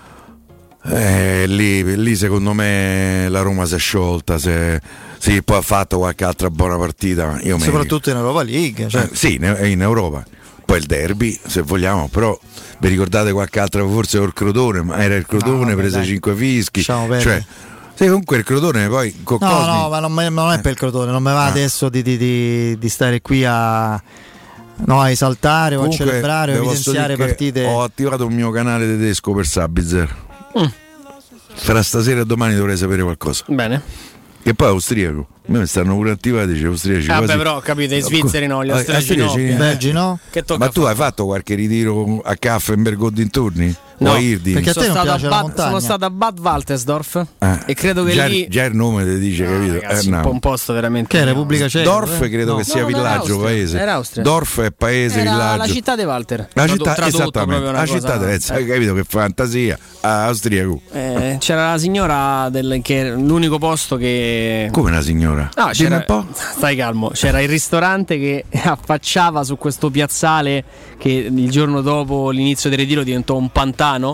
lì secondo me la Roma si è sciolta, sì, poi ha fatto qualche altra buona partita, soprattutto in Europa League, cioè. Sì, in Europa, poi il derby se vogliamo, però vi ricordate qualche altra, forse col Crotone, ma era il Crotone, prese 5 fischi, cioè. Sì, comunque il Crotone poi no, ma non è per il Crotone, non mi va adesso di stare qui a esaltare o a celebrare o evidenziare partite. Ho attivato un mio canale tedesco per Sabitzer. Tra stasera e domani dovrei sapere qualcosa. Bene. Che poi è austriaco. A me stanno pure attivati, dice austriaci. Vabbè, però capite, i svizzeri no, gli austriaci no. Belgi no? Ma tu hai fatto qualche ritiro a Kaffenberg o dintorni? No, perché a te non piace la montagna. Sono stato a Bad Waltersdorf e credo che lì già il nome ti dice, capito? Ragazzi, un posto veramente. Che è Repubblica Ceca? Dorf credo che sia villaggio, paese. Era Austria. Dorf è paese, era villaggio. La città di Walter. La città, esattamente. La città hai capito che fantasia austriaco. C'era la signora che è l'unico posto che. Come una signora? No, c'era un po'. Stai calmo. C'era il ristorante che affacciava su questo piazzale che il giorno dopo l'inizio del ritiro diventò un pantano.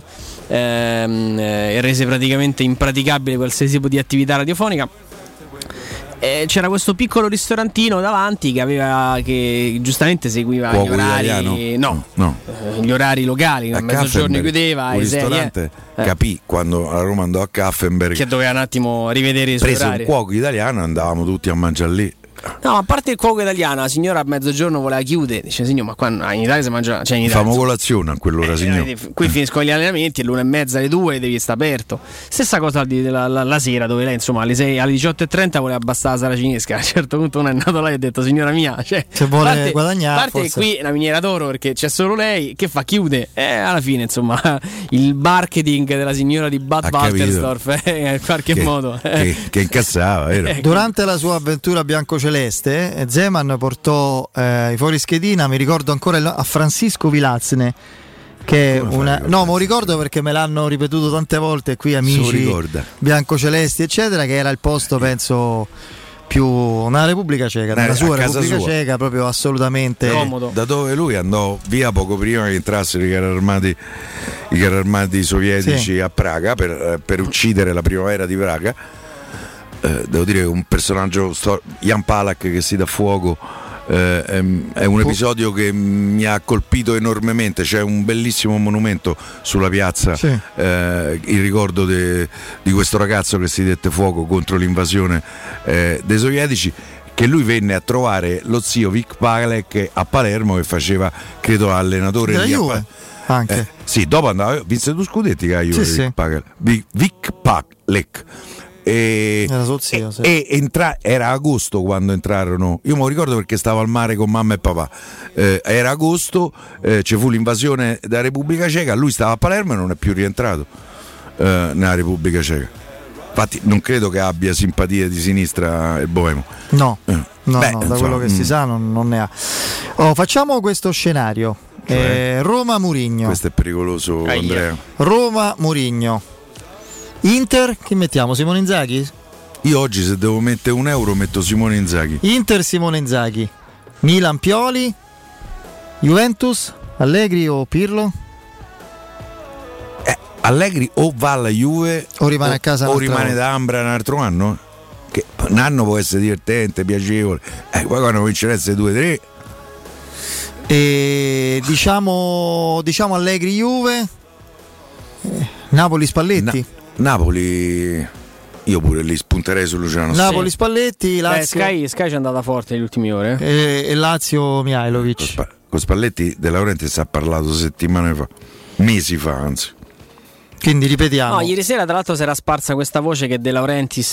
E rese praticamente impraticabile qualsiasi tipo di attività radiofonica. C'era questo piccolo ristorantino davanti che giustamente seguiva gli orari gli orari locali, a mezzogiorno chiudeva un ristorante capì quando a Roma andò a Kaffenberg che doveva un attimo rivedere i suoi orari. Un cuoco italiano, andavamo tutti a mangiare lì. No, a parte il cuoco italiano, la signora a mezzogiorno voleva chiudere. Dice: signor, ma qua in Italia si mangia. Cioè in Italia, famo colazione a quell'ora, signor. Qui finiscono gli allenamenti, è l'1:30, alle 2 devi stare aperto. Stessa cosa la sera, dove lei, insomma, alle 18:30 voleva abbassare la saracinesca. A un certo punto uno è andato là e ha detto: signora mia, cioè, se vuole guadagnare. A parte qui è una miniera d'oro perché c'è solo lei. Che fa? Chiude. Alla fine, insomma, il marketing della signora di Bad Waltersdorf in qualche modo. Che incassava, vero? Durante la sua avventura biancoceleste, Zeman portò i fuorischedina, mi ricordo ancora, a Francisco Vilazne, che è una. No, me lo ricordo perché me l'hanno ripetuto tante volte qui amici biancocelesti eccetera, che era il posto penso più nella Repubblica Ceca, nella sua Repubblica Ceca, proprio assolutamente comodo. Da dove lui andò via poco prima che entrassero i carri armati sovietici a Praga per uccidere la primavera di Praga. Devo dire che un personaggio Jan Palach che si dà fuoco è un episodio che mi ha colpito enormemente. C'è un bellissimo monumento sulla piazza in ricordo di questo ragazzo che si dette fuoco contro l'invasione dei sovietici, che lui venne a trovare lo zio Vic Palek a Palermo, che faceva credo allenatore della Juve anche. Sì, dopo andava, vinse 2 scudetti che ha Juve. Vic Palek. era agosto quando entrarono. Io me lo ricordo perché stavo al mare con mamma e papà. Era agosto, ci fu l'invasione della Repubblica Ceca, lui stava a Palermo e non è più rientrato nella Repubblica Ceca. Infatti non credo che abbia simpatie di sinistra il Boemo. No, da quello che si sa non ne ha. Facciamo questo scenario. Roma-Murigno. Questo è pericoloso, Andrea. Roma-Murigno. Inter, chi mettiamo? Simone Inzaghi? Io oggi se devo mettere €1 metto Simone Inzaghi. Inter Simone Inzaghi. Milan Pioli. Juventus Allegri o Pirlo? Allegri o va alla Juve o rimane a casa o rimane da Ambra un altro anno? Che un anno può essere divertente, piacevole. Poi quando vinceresse 2-3. E diciamo Allegri Juve. Napoli Spalletti. Napoli, io pure lì spunterei su Luciano. Napoli Spalletti, Lazio. Sky ci è andata forte negli ultimi ore. E Lazio Mihajlovic. Con Spalletti De Laurentiis si è parlato settimane fa, mesi fa anzi. Quindi ripetiamo. No, ieri sera tra l'altro si era sparsa questa voce che De Laurentiis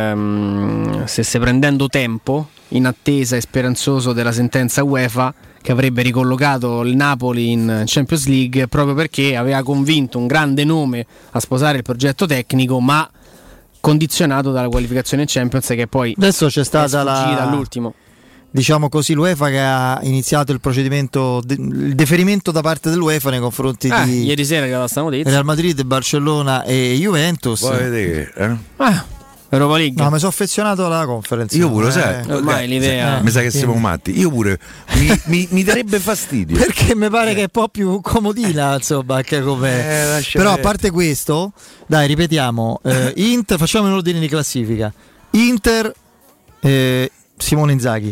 stesse prendendo tempo in attesa e speranzoso della sentenza UEFA che avrebbe ricollocato il Napoli in Champions League, proprio perché aveva convinto un grande nome a sposare il progetto tecnico, ma condizionato dalla qualificazione in Champions, che poi adesso c'è stata all'ultimo. Diciamo così, l'UEFA che ha iniziato il procedimento, il deferimento da parte dell'UEFA nei confronti di ieri sera che la notizia. Real Madrid, Barcellona e Juventus. Vuoi vedere? Europa League. No, mi sono affezionato alla conference. Io pure, sai, ormai l'idea. Mi sa che siamo matti. Io pure mi darebbe fastidio. Perché mi pare che è un po' più comodina, insomma, anche come. Però a parte questo, dai, ripetiamo. Inter, facciamo in ordine di classifica. Inter, Simone Inzaghi,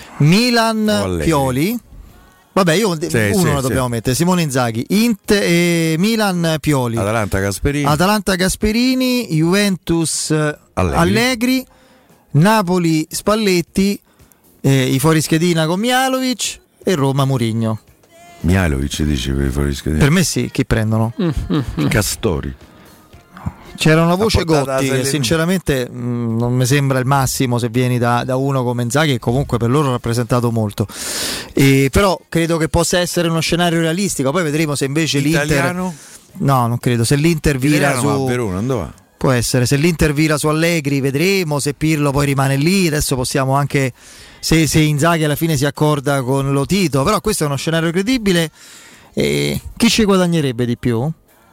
Milan Pioli. Vabbè, io uno lo dobbiamo mettere. Simone Inzaghi, Milan Pioli, Atalanta Gasperini, Juventus Allegri, Napoli Spalletti, i fuorischedina con Mihajlovic e Roma Mourinho. Mihajlovic dice per i fuorischedina? Per me sì, chi prendono? Castori. C'era una voce Gotti che sinceramente non mi sembra il massimo se vieni da uno come Inzaghi, che comunque per loro ha rappresentato molto, però credo che possa essere uno scenario realistico. Poi vedremo se invece Italiano? l'Inter non credo, se l'Inter vira su a Verona, dove va? Può essere, se l'Inter vira su Allegri vedremo, se Pirlo poi rimane lì. Adesso possiamo anche se Inzaghi alla fine si accorda con Lotito, però questo è uno scenario credibile. Chi ci guadagnerebbe di più?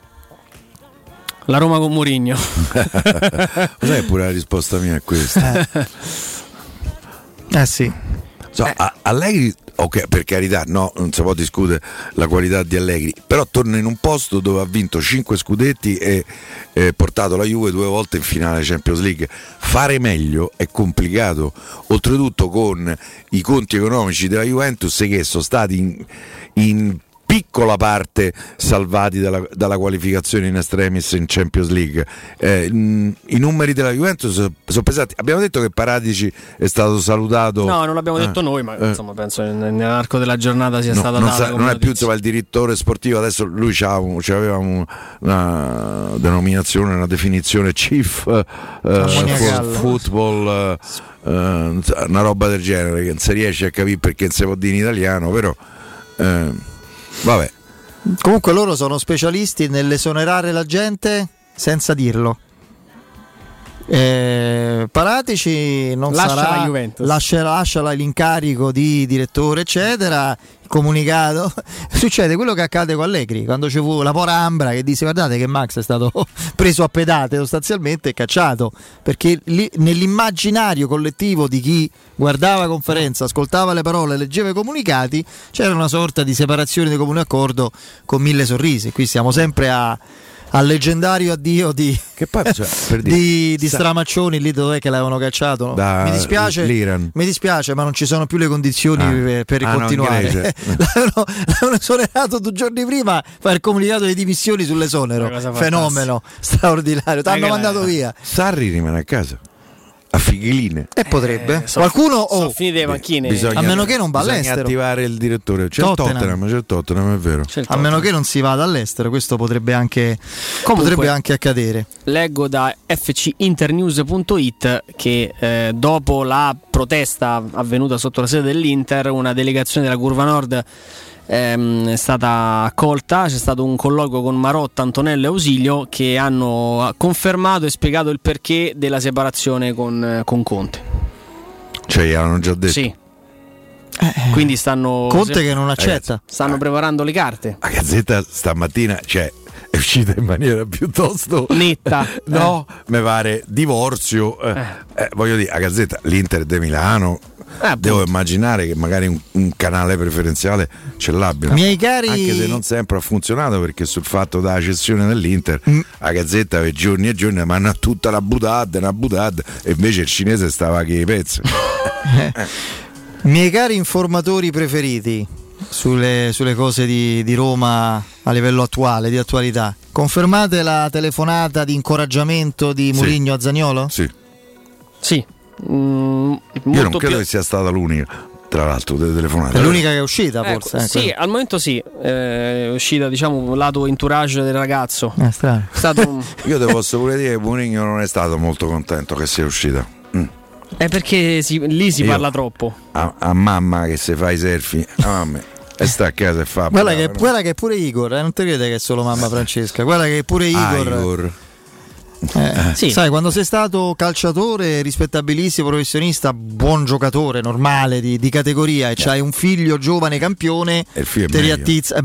La Roma con Mourinho. Cos'è pure la risposta mia a questa? Sì. Allegri, ok, per carità, no, non si può discutere la qualità di Allegri, però torna in un posto dove ha vinto 5 scudetti e portato la Juve 2 volte in finale Champions League. Fare meglio è complicato, oltretutto con i conti economici della Juventus che sono stati in piccola parte salvati dalla qualificazione in extremis in Champions League. I numeri della Juventus sono pesanti. Abbiamo detto che Paratici è stato salutato. No, non l'abbiamo detto noi, ma insomma penso nell'arco della giornata sia stata data. Non è più il direttore sportivo, adesso lui aveva una denominazione, una definizione chief football, una roba del genere che non si riesce a capire perché non si può dire in italiano, però vabbè. Comunque loro sono specialisti nell'esonerare la gente senza dirlo. Paratici non sarà, la Juventus. lascia l'incarico di direttore eccetera, comunicato. Succede quello che accade con Allegri quando ci fu la pora Ambra che disse guardate che Max è stato preso a pedate sostanzialmente e cacciato, perché lì, nell'immaginario collettivo di chi guardava conferenza, ascoltava le parole, leggeva i comunicati, c'era una sorta di separazione di comune accordo con 1000 sorrisi. Qui siamo sempre al leggendario addio di Stramaccioni, lì dov'è che l'avevano cacciato? Mi dispiace, ma non ci sono più le condizioni per continuare. L'avevano esonerato 2 giorni prima, fa il comunicato di dimissioni sull'esonero. Fenomeno straordinario, ti hanno mandato via. Sarri rimane a casa. a Fighiline. E potrebbe. Qualcuno sono finite le panchine. A meno che non va all'estero. Attivare il direttore. C'è il Tottenham, è vero. A meno che non si vada all'estero, questo potrebbe anche accadere. Leggo da fcinternews.it che dopo la protesta avvenuta sotto la sede dell'Inter, una delegazione della Curva Nord è stata accolta. C'è stato un colloquio con Marotta, Antonello e Ausilio, che hanno confermato e spiegato il perché della separazione con Conte. Cioè, hanno già detto. Sì. Quindi stanno Conte che non accetta. Ragazzi, stanno preparando le carte. La Gazzetta stamattina, cioè, è uscita in maniera piuttosto netta. No, mi pare divorzio. Voglio dire, la Gazzetta, l'Inter de Milano. Devo immaginare che magari un canale preferenziale ce l'abbiano. Miei cari... Anche se non sempre ha funzionato, perché sul fatto della cessione dell'Inter la Gazzetta per giorni e giorni ma hanno tutta una butad, e invece il cinese stava che i pezzi. Miei cari informatori preferiti sulle cose di Roma a livello attuale, di attualità, confermate la telefonata di incoraggiamento di Mourinho a Zaniolo? Sì. Io non credo che sia stata l'unica, tra l'altro, delle telefonate. È l'unica che è uscita, forse. Sì, al momento sì, è uscita, diciamo, lato entourage del ragazzo. Strano. Io te posso pure dire che Mourinho non è stato molto contento che sia uscita. È perché lì si parla troppo. A mamma che se fa i selfie, a mamma e sta a casa e fa. Guarda che è pure Igor, non ti crede che è solo mamma Francesca. Guarda che è pure Igor. Sì. Sai, quando sei stato calciatore rispettabilissimo, professionista, buon giocatore, normale, di categoria, e c'hai un figlio giovane campione, ti riattizza.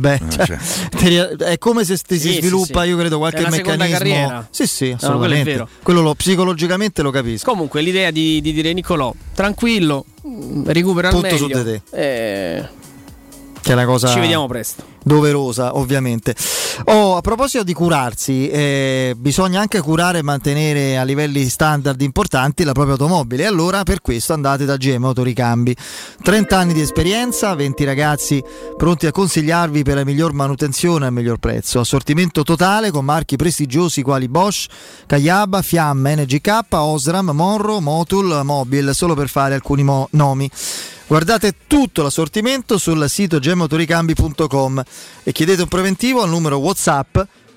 È come se si sviluppa, io credo, qualche meccanismo. Carriera. Sì, assolutamente. No, quello psicologicamente lo capisco. Comunque l'idea di dire Niccolò, tranquillo, recupera al meglio. Punto su di te. Che è una cosa, ci vediamo presto, doverosa, ovviamente. A proposito di curarsi, bisogna anche curare e mantenere a livelli standard importanti la propria automobile, e allora per questo andate da GM Autoricambi. 30 anni di esperienza, 20 ragazzi pronti a consigliarvi per la miglior manutenzione al miglior prezzo. Assortimento totale con marchi prestigiosi quali Bosch, Kayaba, Fiamma, NGK, Osram, Monro, Motul, Mobil, solo per fare alcuni nomi. Guardate tutto l'assortimento sul sito gemautoricambi.com e chiedete un preventivo al numero WhatsApp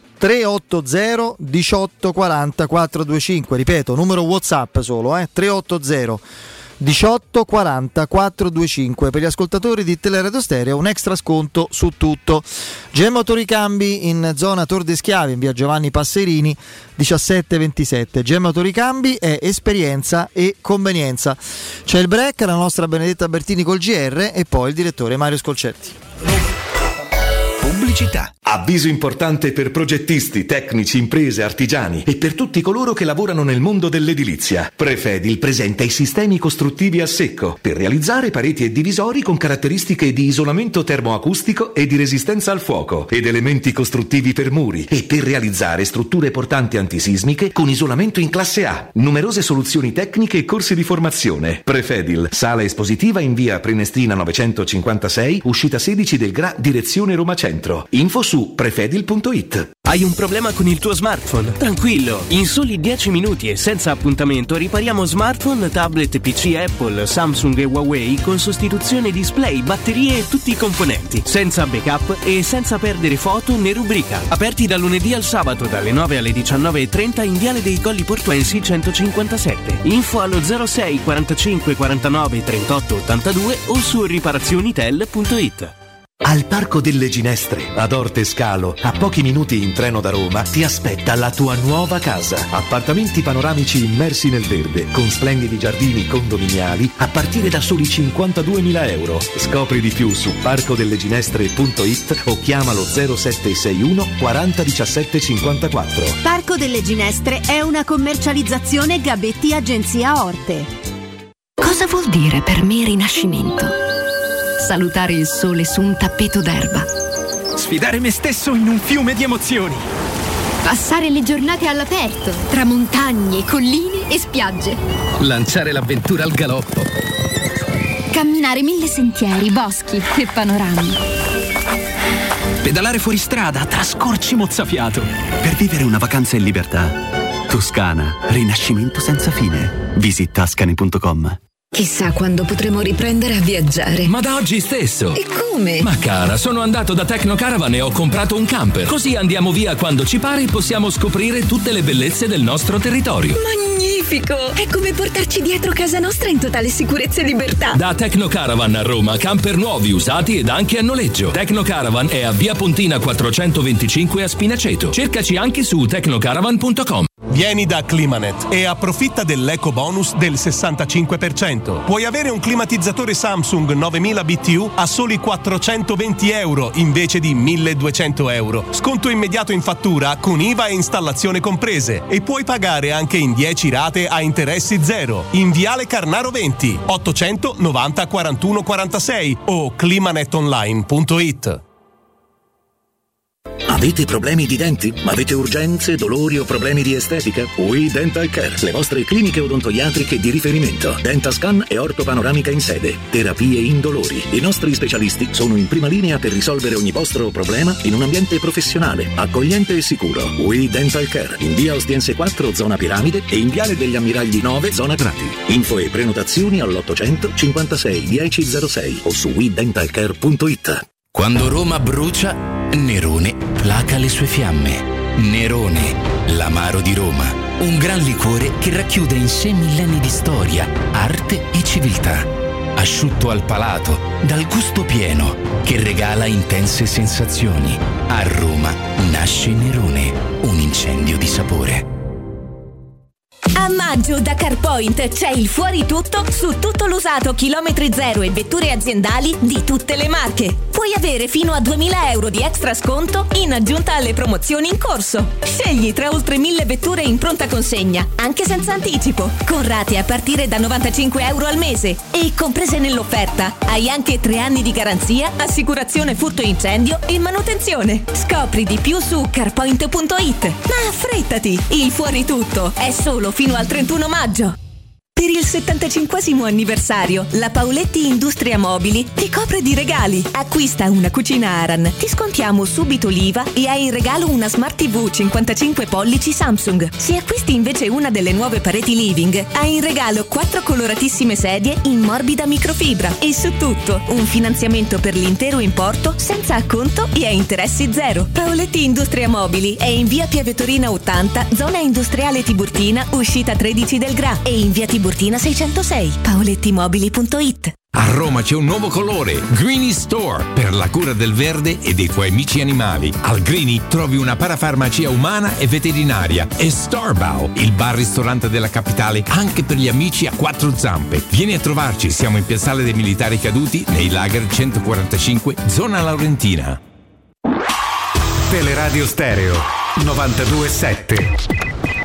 380 18 40 425. Ripeto, numero WhatsApp solo, 380 18 40 425. Per gli ascoltatori di Teleradio Stereo un extra sconto su tutto. GM Autoricambi in zona Tor de Schiavi, in via Giovanni Passerini 1727. GM Autoricambi è esperienza e convenienza. C'è il break, la nostra Benedetta Bertini col GR e poi il direttore Mario Scolcetti. Pubblicità. Avviso importante per progettisti, tecnici, imprese, artigiani e per tutti coloro che lavorano nel mondo dell'edilizia. Prefedil presenta i sistemi costruttivi a secco per realizzare pareti e divisori con caratteristiche di isolamento termoacustico e di resistenza al fuoco, ed elementi costruttivi per muri, e per realizzare strutture portanti antisismiche con isolamento in classe A. Numerose soluzioni tecniche e corsi di formazione. Prefedil, sala espositiva in via Prenestina 956, uscita 16 del GRA, direzione Roma Centro. Info su prefedil.it. Hai un problema con il tuo smartphone? Tranquillo, in soli 10 minuti e senza appuntamento ripariamo smartphone, tablet, PC Apple, Samsung e Huawei con sostituzione display, batterie e tutti i componenti, senza backup e senza perdere foto né rubrica. Aperti dal lunedì al sabato dalle 9 alle 19:30 in Viale dei Colli Portuensi 157. Info allo 06 45 49 38 82 o su riparazionitel.it. Al Parco delle Ginestre, ad Orte Scalo, a pochi minuti in treno da Roma, ti aspetta la tua nuova casa. Appartamenti panoramici immersi nel verde, con splendidi giardini condominiali, a partire da soli 52.000 euro. Scopri di più su parcodelleginestre.it o chiamalo 0761 40 17 54. Parco delle Ginestre è una commercializzazione Gabetti Agenzia Orte. Cosa vuol dire per me rinascimento? Salutare il sole su un tappeto d'erba. Sfidare me stesso in un fiume di emozioni. Passare le giornate all'aperto, tra montagne, colline e spiagge. Lanciare l'avventura al galoppo. Camminare 1000 sentieri, boschi e panorami. Pedalare fuori strada tra scorci mozzafiato. Per vivere una vacanza in libertà, Toscana, rinascimento senza fine. Visita Tuscany.com. Chissà quando potremo riprendere a viaggiare. Ma da oggi stesso. E come? Ma cara, sono andato da Tecnocaravan e ho comprato un camper. Così andiamo via quando ci pare e possiamo scoprire tutte le bellezze del nostro territorio. Magnifico! È come portarci dietro casa nostra in totale sicurezza e libertà. Da Tecnocaravan a Roma, camper nuovi, usati ed anche a noleggio. Tecnocaravan è a Via Pontina 425 a Spinaceto. Cercaci anche su tecnocaravan.com. Vieni da Climanet e approfitta dell'eco bonus del 65%. Puoi avere un climatizzatore Samsung 9000 BTU a soli 420 euro invece di 1200 euro. Sconto immediato in fattura con IVA e installazione comprese. E puoi pagare anche in 10 rate a interessi zero. In Viale Carnaro 20 890 41 46 o climanetonline.it. Avete problemi di denti? Avete urgenze, dolori o problemi di estetica? We Dental Care, le vostre cliniche odontoiatriche di riferimento. Dentascan e ortopanoramica in sede. Terapie indolori. I nostri specialisti sono in prima linea per risolvere ogni vostro problema in un ambiente professionale, accogliente e sicuro. We Dental Care, in via Ostiense 4, zona Piramide, e in viale degli Ammiragli 9, zona Prati. Info e prenotazioni all'800 56 1006 o su wedentalcare.it. Quando Roma brucia, Nerone placa le sue fiamme. Nerone, l'amaro di Roma. Un gran liquore che racchiude in sé millenni di storia, arte e civiltà. Asciutto al palato, dal gusto pieno, che regala intense sensazioni. A Roma nasce Nerone, un incendio di sapore. A maggio da CarPoint c'è il fuori tutto su tutto l'usato chilometri zero e vetture aziendali di tutte le marche. Puoi avere fino a 2000 euro di extra sconto in aggiunta alle promozioni in corso. Scegli tra oltre 1000 vetture in pronta consegna, anche senza anticipo, con rate a partire da 95 euro al mese. E comprese nell'offerta hai anche 3 anni di garanzia, assicurazione furto incendio e manutenzione. Scopri di più su carpoint.it. Ma affrettati, il fuori tutto è solo fino al 31 maggio. Per il 75° anniversario, la Paoletti Industria Mobili ti copre di regali. Acquista una cucina Aran, ti scontiamo subito l'IVA e hai in regalo una Smart TV 55 pollici Samsung. Se acquisti invece una delle nuove pareti living, hai in regalo 4 coloratissime sedie in morbida microfibra. E su tutto, un finanziamento per l'intero importo senza acconto e a interessi zero. Paoletti Industria Mobili è in via Piavetorina 80, zona industriale Tiburtina, uscita 13 del Gra, e in via Tiburtina 606, paolettimobili.it. A Roma c'è un nuovo colore, Greeny Store, per la cura del verde e dei tuoi amici animali. Al Greeny trovi una parafarmacia umana e veterinaria e Starbow, il bar-ristorante della capitale anche per gli amici a 4 zampe. Vieni a trovarci, siamo in Piazzale dei Militari Caduti, nei Lager 145, zona Laurentina. Teleradio Stereo 92.7.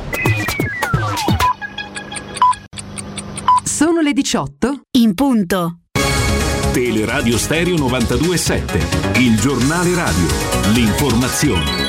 Sono le 18 in punto. Teleradio Stereo 92.7, il giornale radio, l'informazione.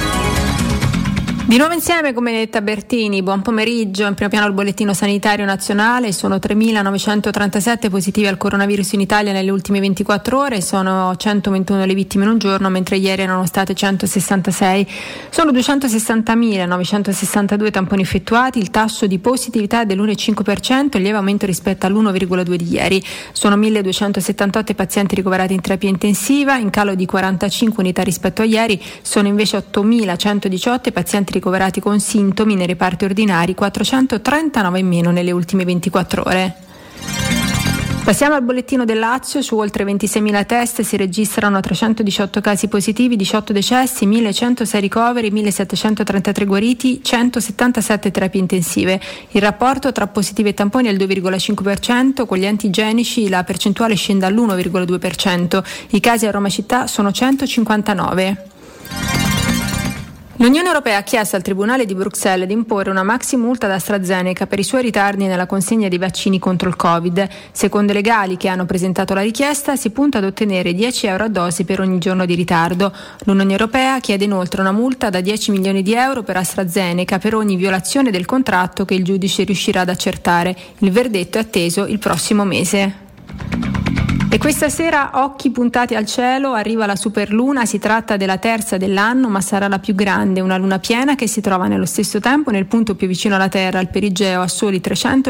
Di nuovo insieme come Netta Bertini, buon pomeriggio. In primo piano il bollettino sanitario nazionale, sono 3.937 positivi al coronavirus in Italia nelle ultime 24 ore, sono 121 le vittime in un giorno, mentre ieri erano state 166. Sono 260.962 tamponi effettuati, il tasso di positività è dell'1,5%, lieve aumento rispetto all'1,2% di ieri. Sono 1.278 pazienti ricoverati in terapia intensiva, in calo di 45 unità rispetto a ieri, sono invece 8.118 pazienti ricoverati con sintomi nei reparti ordinari, 439 in meno nelle ultime 24 ore. Passiamo al bollettino del Lazio. Su oltre 26.000 test si registrano 318 casi positivi, 18 decessi, 1.106 ricoveri, 1.733 guariti, 177 terapie intensive. Il rapporto tra positivi e tamponi è il 2,5%, con gli antigenici la percentuale scende all'1,2%. I casi a Roma città sono 159. L'Unione Europea ha chiesto al Tribunale di Bruxelles di imporre una maxi multa ad AstraZeneca per i suoi ritardi nella consegna dei vaccini contro il Covid. Secondo i legali che hanno presentato la richiesta, si punta ad ottenere 10 euro a dose per ogni giorno di ritardo. L'Unione Europea chiede inoltre una multa da 10 milioni di euro per AstraZeneca per ogni violazione del contratto che il giudice riuscirà ad accertare. Il verdetto è atteso il prossimo mese. E questa sera occhi puntati al cielo, arriva la superluna, si tratta della terza dell'anno ma sarà la più grande, una luna piena che si trova nello stesso tempo nel punto più vicino alla Terra, il perigeo, a soli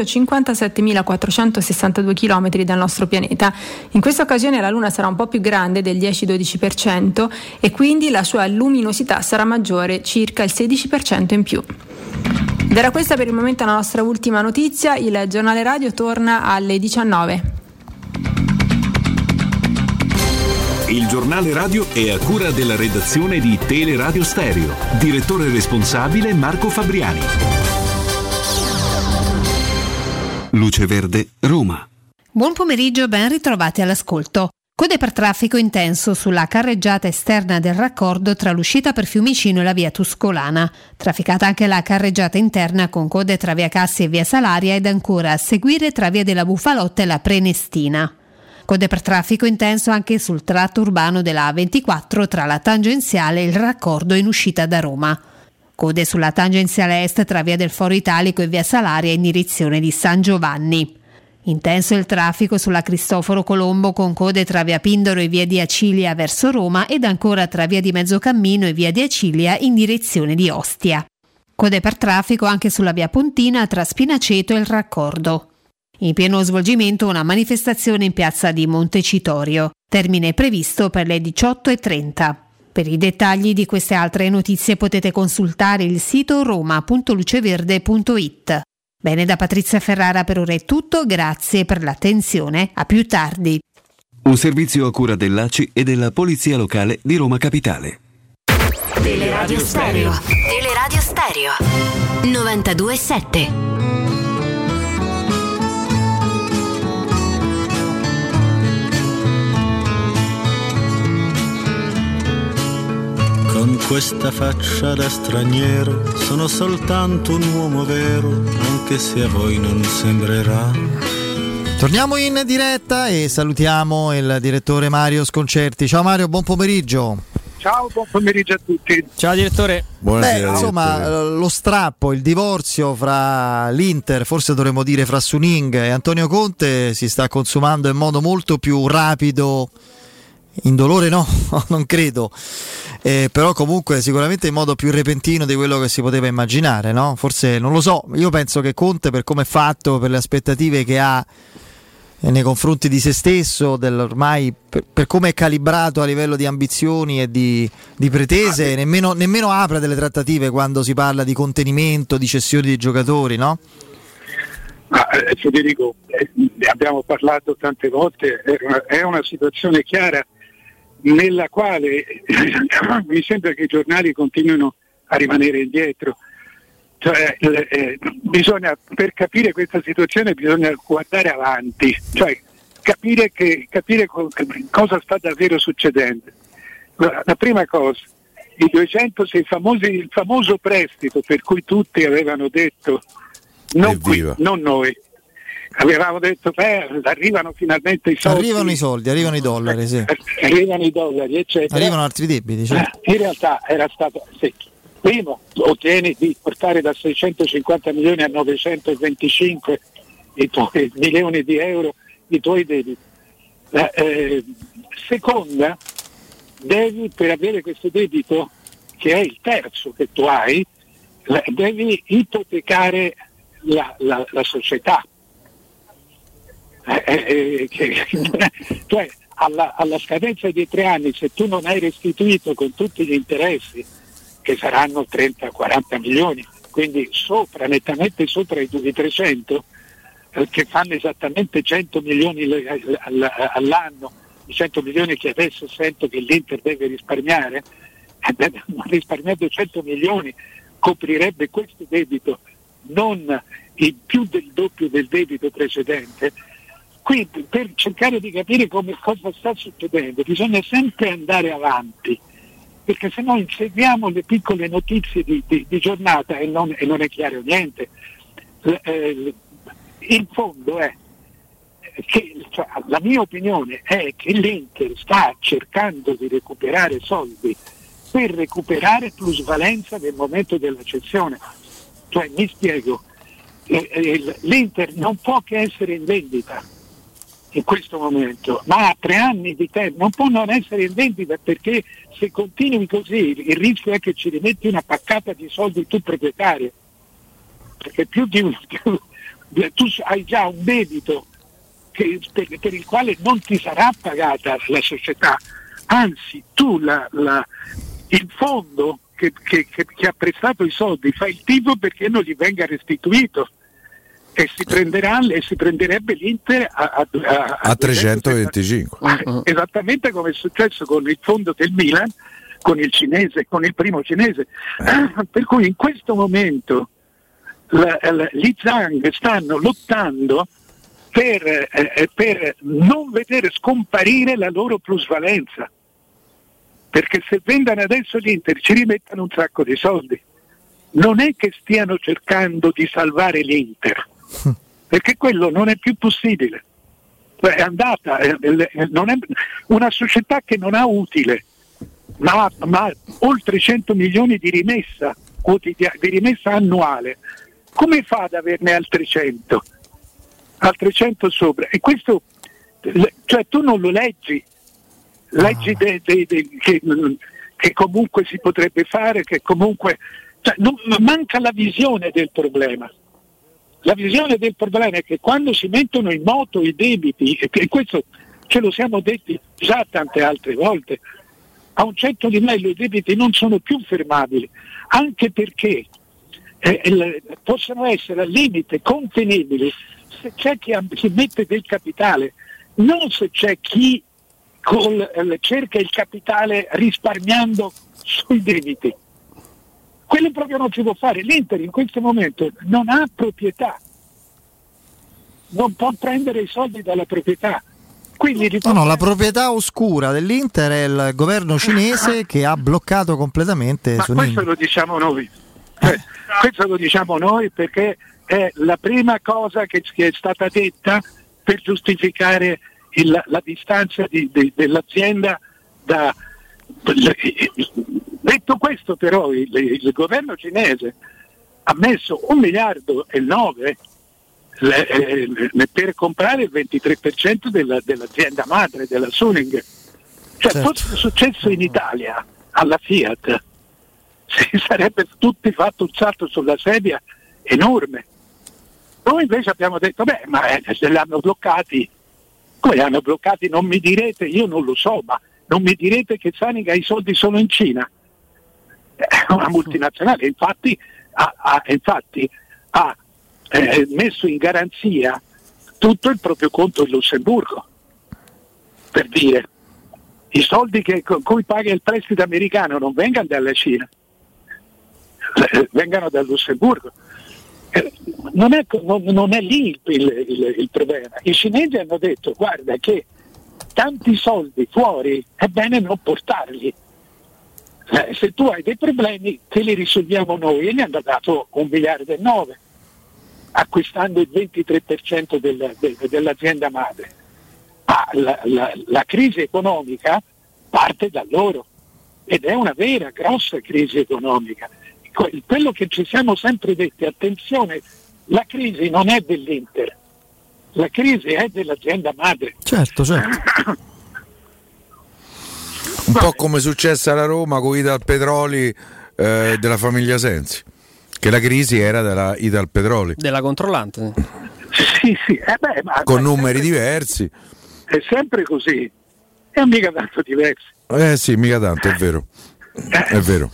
357.462 km dal nostro pianeta. In questa occasione la luna sarà un po' più grande del 10-12% e quindi la sua luminosità sarà maggiore, circa il 16% in più. Ed era questa per il momento la nostra ultima notizia, il giornale radio torna alle 19. Il giornale radio è a cura della redazione di Teleradio Stereo. Direttore responsabile Marco Fabriani. Luce Verde, Roma. Buon pomeriggio, ben ritrovati all'ascolto. Code per traffico intenso sulla carreggiata esterna del raccordo tra l'uscita per Fiumicino e la via Tuscolana. Trafficata anche la carreggiata interna con code tra via Cassi e via Salaria ed ancora a seguire tra via della Bufalotta e la Prenestina. Code per traffico intenso anche sul tratto urbano della A24 tra la tangenziale e il raccordo in uscita da Roma. Code sulla tangenziale est tra via del Foro Italico e via Salaria in direzione di San Giovanni. Intenso il traffico sulla Cristoforo Colombo con code tra via Pindoro e via di Acilia verso Roma ed ancora tra via di Mezzocammino e via di Acilia in direzione di Ostia. Code per traffico anche sulla via Pontina tra Spinaceto e il raccordo. In pieno svolgimento una manifestazione in piazza di Montecitorio. Termine previsto per le 18:30. Per i dettagli di queste altre notizie potete consultare il sito roma.luceverde.it. Bene, da Patrizia Ferrara per ora è tutto, grazie per l'attenzione, a più tardi. Un servizio a cura dell'ACI e della Polizia Locale di Roma Capitale. Teleradio Stereo. Teleradio Stereo. 92.7. Con questa faccia da straniero sono soltanto un uomo vero, anche se a voi non sembrerà. Torniamo in diretta e salutiamo il direttore Mario Sconcerti. Ciao Mario, buon pomeriggio. Ciao, buon pomeriggio a tutti. Ciao direttore. Buonasera. Insomma, lo strappo, il divorzio fra l'Inter, forse dovremmo dire fra Suning e Antonio Conte, si sta consumando in modo molto più rapido. Indolore no, non credo, però comunque sicuramente in modo più repentino di quello che si poteva immaginare, no? Forse, non lo so, io penso che Conte, per come è fatto, per le aspettative che ha nei confronti di se stesso, ormai per come è calibrato a livello di ambizioni e di pretese, nemmeno apre delle trattative quando si parla di contenimento, di cessioni di giocatori, no? Federico, abbiamo parlato tante volte, è una situazione chiara nella quale mi sembra che i giornali continuino a rimanere indietro. Cioè, per capire questa situazione bisogna guardare avanti, cioè capire cosa sta davvero succedendo. La prima cosa, il famoso prestito per cui tutti avevano detto non noi. Avevamo detto arrivano finalmente i soldi. Arrivano i dollari, sì. Arrivano i dollari, eccetera. Arrivano altri debiti, certo. In realtà era stato primo ottieni di portare da 650 milioni a 925 i tuoi milioni di euro i tuoi debiti. Seconda, devi, per avere questo debito, che è il terzo che tu hai, devi ipotecare la società. Cioè alla scadenza di 3 anni, se tu non hai restituito con tutti gli interessi, che saranno 30-40 milioni, quindi nettamente sopra i 300, che fanno esattamente 100 milioni all'anno, i 100 milioni che adesso sento che l'Inter deve risparmiare, risparmiando 100 milioni coprirebbe questo debito, non il più del doppio del debito precedente. Quindi, per cercare di capire cosa sta succedendo, bisogna sempre andare avanti, perché se no inseguiamo le piccole notizie di giornata e non è chiaro niente. In fondo la mia opinione è che l'Inter sta cercando di recuperare soldi per recuperare plusvalenza nel momento della cessione. Cioè, mi spiego, l'Inter non può che essere in vendita. in questo momento, ma ha 3 anni di tempo, non può non essere in vendita, perché se continui così il rischio è che ci rimetti una paccata di soldi tu proprietario, perché tu hai già un debito per il quale non ti sarà pagata la società, anzi tu il fondo che ha prestato i soldi fa il tifo perché non gli venga restituito, e si prenderebbe l'Inter a 325. Esattamente come è successo con il fondo del Milan, con il primo cinese. Per cui in questo momento gli Zhang stanno lottando per non vedere scomparire la loro plusvalenza, perché se vendono adesso l'Inter ci rimettono un sacco di soldi. Non è che stiano cercando di salvare l'Inter, perché quello non è più possibile, è andata, non è una società che non ha utile, ma oltre 100 milioni di rimessa annuale. Come fa ad averne altri 100 sopra? E questo, cioè tu non lo leggi che comunque si potrebbe fare, che comunque, cioè, manca la visione del problema. La visione del problema è che quando si mettono in moto i debiti, e questo ce lo siamo detti già tante altre volte, a un certo livello i debiti non sono più fermabili, anche perché possono essere al limite contenibili se c'è chi mette del capitale, non se c'è chi cerca il capitale risparmiando sui debiti. Quello proprio non si può fare. L'Inter in questo momento non ha proprietà, non può prendere i soldi dalla proprietà. Quindi la proprietà oscura dell'Inter è il governo cinese che ha bloccato completamente. Ma questo lo diciamo noi. Questo lo diciamo noi perché è la prima cosa che è stata detta per giustificare la distanza dell'azienda da. Detto questo, però, il governo cinese ha messo 1,9 miliardi per comprare il 23% dell'azienda madre, della Suning. Cioè, certo. Fosse successo in Italia alla Fiat, si sarebbe tutti fatto un salto sulla sedia enorme. Noi invece abbiamo detto, ma se li hanno bloccati, come li hanno bloccati? Non mi direte, io non lo so, ma non mi direte che Saning ha i soldi solo in Cina. È una multinazionale, infatti ha messo in garanzia tutto il proprio conto in Lussemburgo, per dire, i soldi con cui paga il prestito americano non vengano dalla Cina, vengano dal Lussemburgo. Non è lì il problema. I cinesi hanno detto, guarda che tanti soldi fuori è bene non portarli, se tu hai dei problemi te li risolviamo noi, e gli hanno dato 1,9 miliardi, acquistando il 23% dell'azienda madre. Ma la crisi economica parte da loro, ed è una vera grossa crisi economica. Quello che ci siamo sempre detti, attenzione, la crisi non è dell'Inter, la crisi è dell'azienda madre. Certo. Un po' come è successo alla Roma con Italpetroli della famiglia Sensi, che la crisi era della Italpetroli, della controllante. Sì, con numeri diversi. È sempre così, è mica tanto diversi. Sì, mica tanto, è vero. È vero.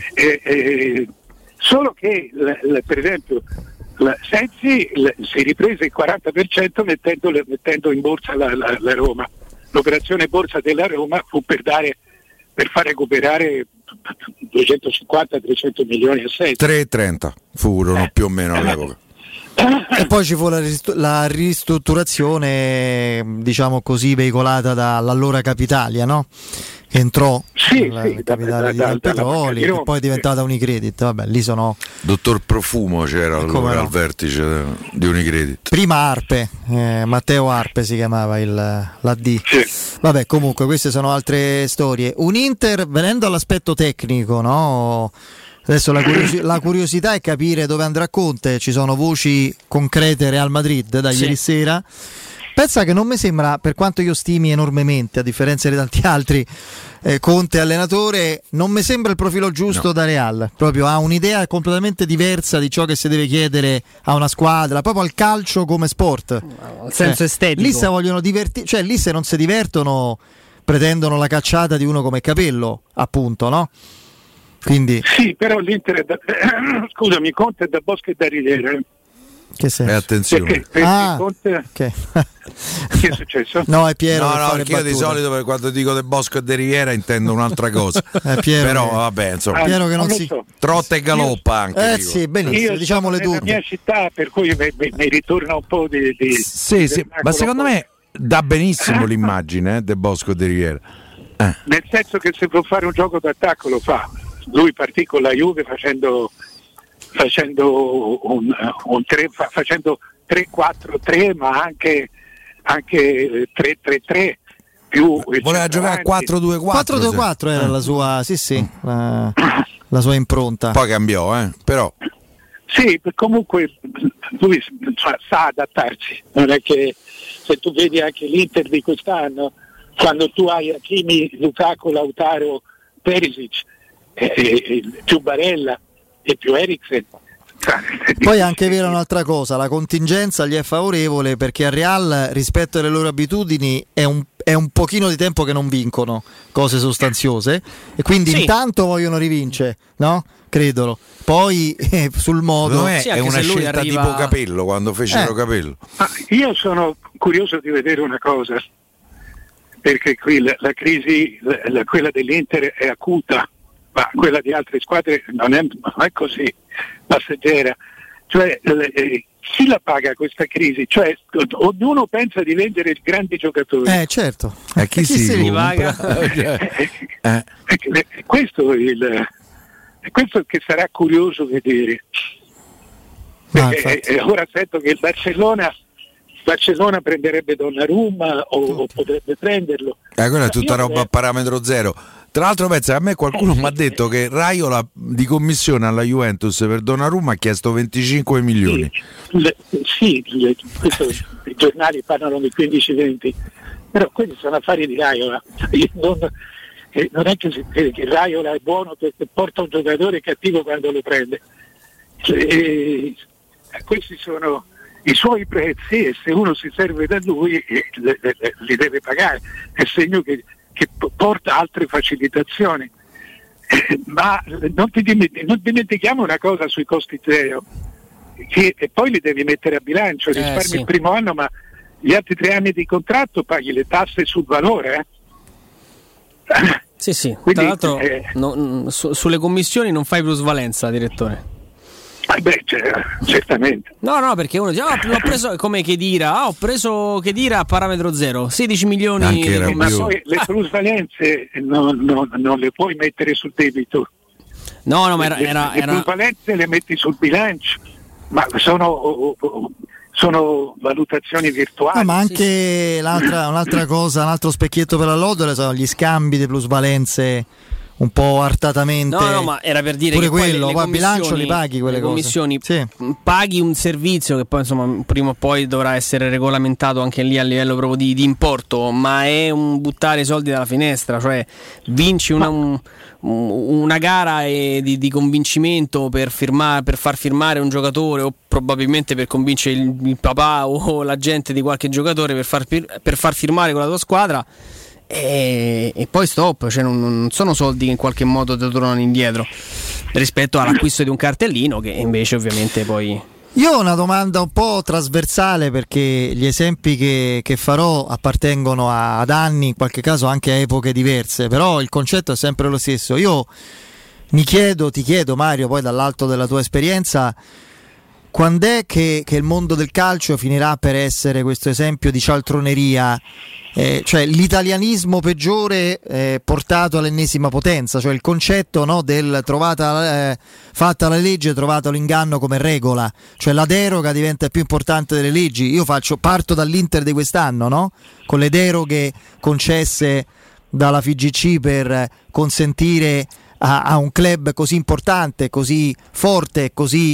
Solo che per esempio Sensi si riprese il 40% mettendo in borsa la Roma. L'operazione borsa della Roma fu per far recuperare 250-300 milioni a 6. 3,30 furono più o meno all'epoca. E poi ci fu la ristrutturazione, diciamo così, veicolata dall'allora Capitalia, no? Che entrò nella capitale di Italpetroli, che poi è diventata Unicredit. Vabbè, lì sono. Dottor Profumo c'era allora al vertice di Unicredit. Prima Arpe, Matteo Arpe si chiamava l'AD. Sì. Vabbè, comunque queste sono altre storie. Un Inter, venendo all'aspetto tecnico, no? Adesso la curiosità è capire dove andrà Conte. Ci sono voci concrete Real Madrid da ieri sera. Pensa che non mi sembra, per quanto io stimi enormemente, a differenza di tanti altri, Conte allenatore, non mi sembra il profilo giusto da Real. Proprio ha un'idea completamente diversa di ciò che si deve chiedere a una squadra, proprio al calcio come sport. Nel senso estetico. Lì se vogliono divertire, cioè lì se non si divertono pretendono la cacciata di uno come Capello, appunto, no? Quindi sì, però l'Inter scusami, Conte è da Bosco e da Riviera. Che senso? Attenzione. Conte... okay. Che è successo? No, è Piero. No, perché io di solito per quando dico De Bosco e De Riviera intendo un'altra cosa. Piero però vabbè, insomma, Piero che non si trotta e galoppa anche. Sì, benissimo, io diciamole tutte. Nella mia città, per cui mi ritorna un po' di sì, ma secondo me dà benissimo l'immagine De Bosco e De Riviera. Nel senso che se può fare un gioco d'attacco lo fa. Lui partì con la Juve facendo un 3-4-3, ma anche 3-3-3 più voleva giocare a 4-2-4. 4-2-4 era la sua, la sua impronta. Poi cambiò, però. Sì, comunque lui sa adattarsi. Non è che se tu vedi anche l'Inter di quest'anno, quando tu hai Hakimi, Lukaku, Lautaro, Perisic, più Barella e più Eriksen. Poi è anche vero un'altra cosa, la contingenza gli è favorevole perché a Real rispetto alle loro abitudini è un pochino di tempo che non vincono cose sostanziose e quindi intanto vogliono rivincere, no? Credono. Poi sul modo è una scelta tipo Capello quando fecero Capello. Io sono curioso di vedere una cosa, perché qui la crisi, quella dell'Inter è acuta, ma quella di altre squadre non è così passeggera. Cioè chi la paga questa crisi? Cioè ognuno pensa di vendere grandi giocatori. Certo. Chi se li paga? Questo che sarà curioso vedere. Perché ora sento che il Barcellona prenderebbe Donnarumma o potrebbe prenderlo. Quella è tutta roba a parametro zero. Tra l'altro pensa, a me qualcuno mi ha detto che Raiola di commissione alla Juventus per Donnarumma ha chiesto 25 milioni. Sì, i giornali parlano di 15-20, però quelli sono affari di Raiola. Non è che Raiola è buono perché porta un giocatore cattivo quando lo prende. Questi sono i suoi prezzi e se uno si serve da lui li deve pagare. È segno che porta altre facilitazioni, ma non dimentichiamo una cosa sui costi zero, e poi li devi mettere a bilancio, risparmi il primo anno, ma gli altri 3 anni di contratto paghi le tasse sul valore. Sì. Quindi, tra l'altro sulle commissioni non fai plusvalenza, direttore. Certamente. No, perché uno dice l'ho preso come Khedira, ho preso Khedira a parametro zero, 16 milioni. Ma poi le plusvalenze non le puoi mettere sul debito. No, ma le plusvalenze le metti sul bilancio, ma sono valutazioni virtuali. Ma anche un'altra cosa, un altro specchietto per la Lodole sono gli scambi di plusvalenze un po' artatamente. No, ma era per dire pure che quello, a bilancio li paghi quelle cose. Commissioni, paghi un servizio che poi insomma prima o poi dovrà essere regolamentato anche lì a livello proprio di importo, ma è un buttare i soldi dalla finestra, cioè vinci una gara di convincimento per far firmare un giocatore o probabilmente per convincere il papà o la gente di qualche giocatore per far firmare con la tua squadra. E poi stop, cioè non sono soldi che in qualche modo ti tornano indietro rispetto all'acquisto di un cartellino che invece ovviamente poi. Io ho una domanda un po' trasversale perché gli esempi che farò appartengono ad anni, in qualche caso anche a epoche diverse, però il concetto è sempre lo stesso. Io ti chiedo Mario, poi dall'alto della tua esperienza, quando è che il mondo del calcio finirà per essere questo esempio di cialtroneria, cioè l'italianismo peggiore portato all'ennesima potenza, cioè il concetto, no, del fatta la legge, trovato l'inganno come regola, cioè la deroga diventa più importante delle leggi. Io parto dall'Inter di quest'anno, no? Con le deroghe concesse dalla FIGC per consentire a un club così importante, così forte, così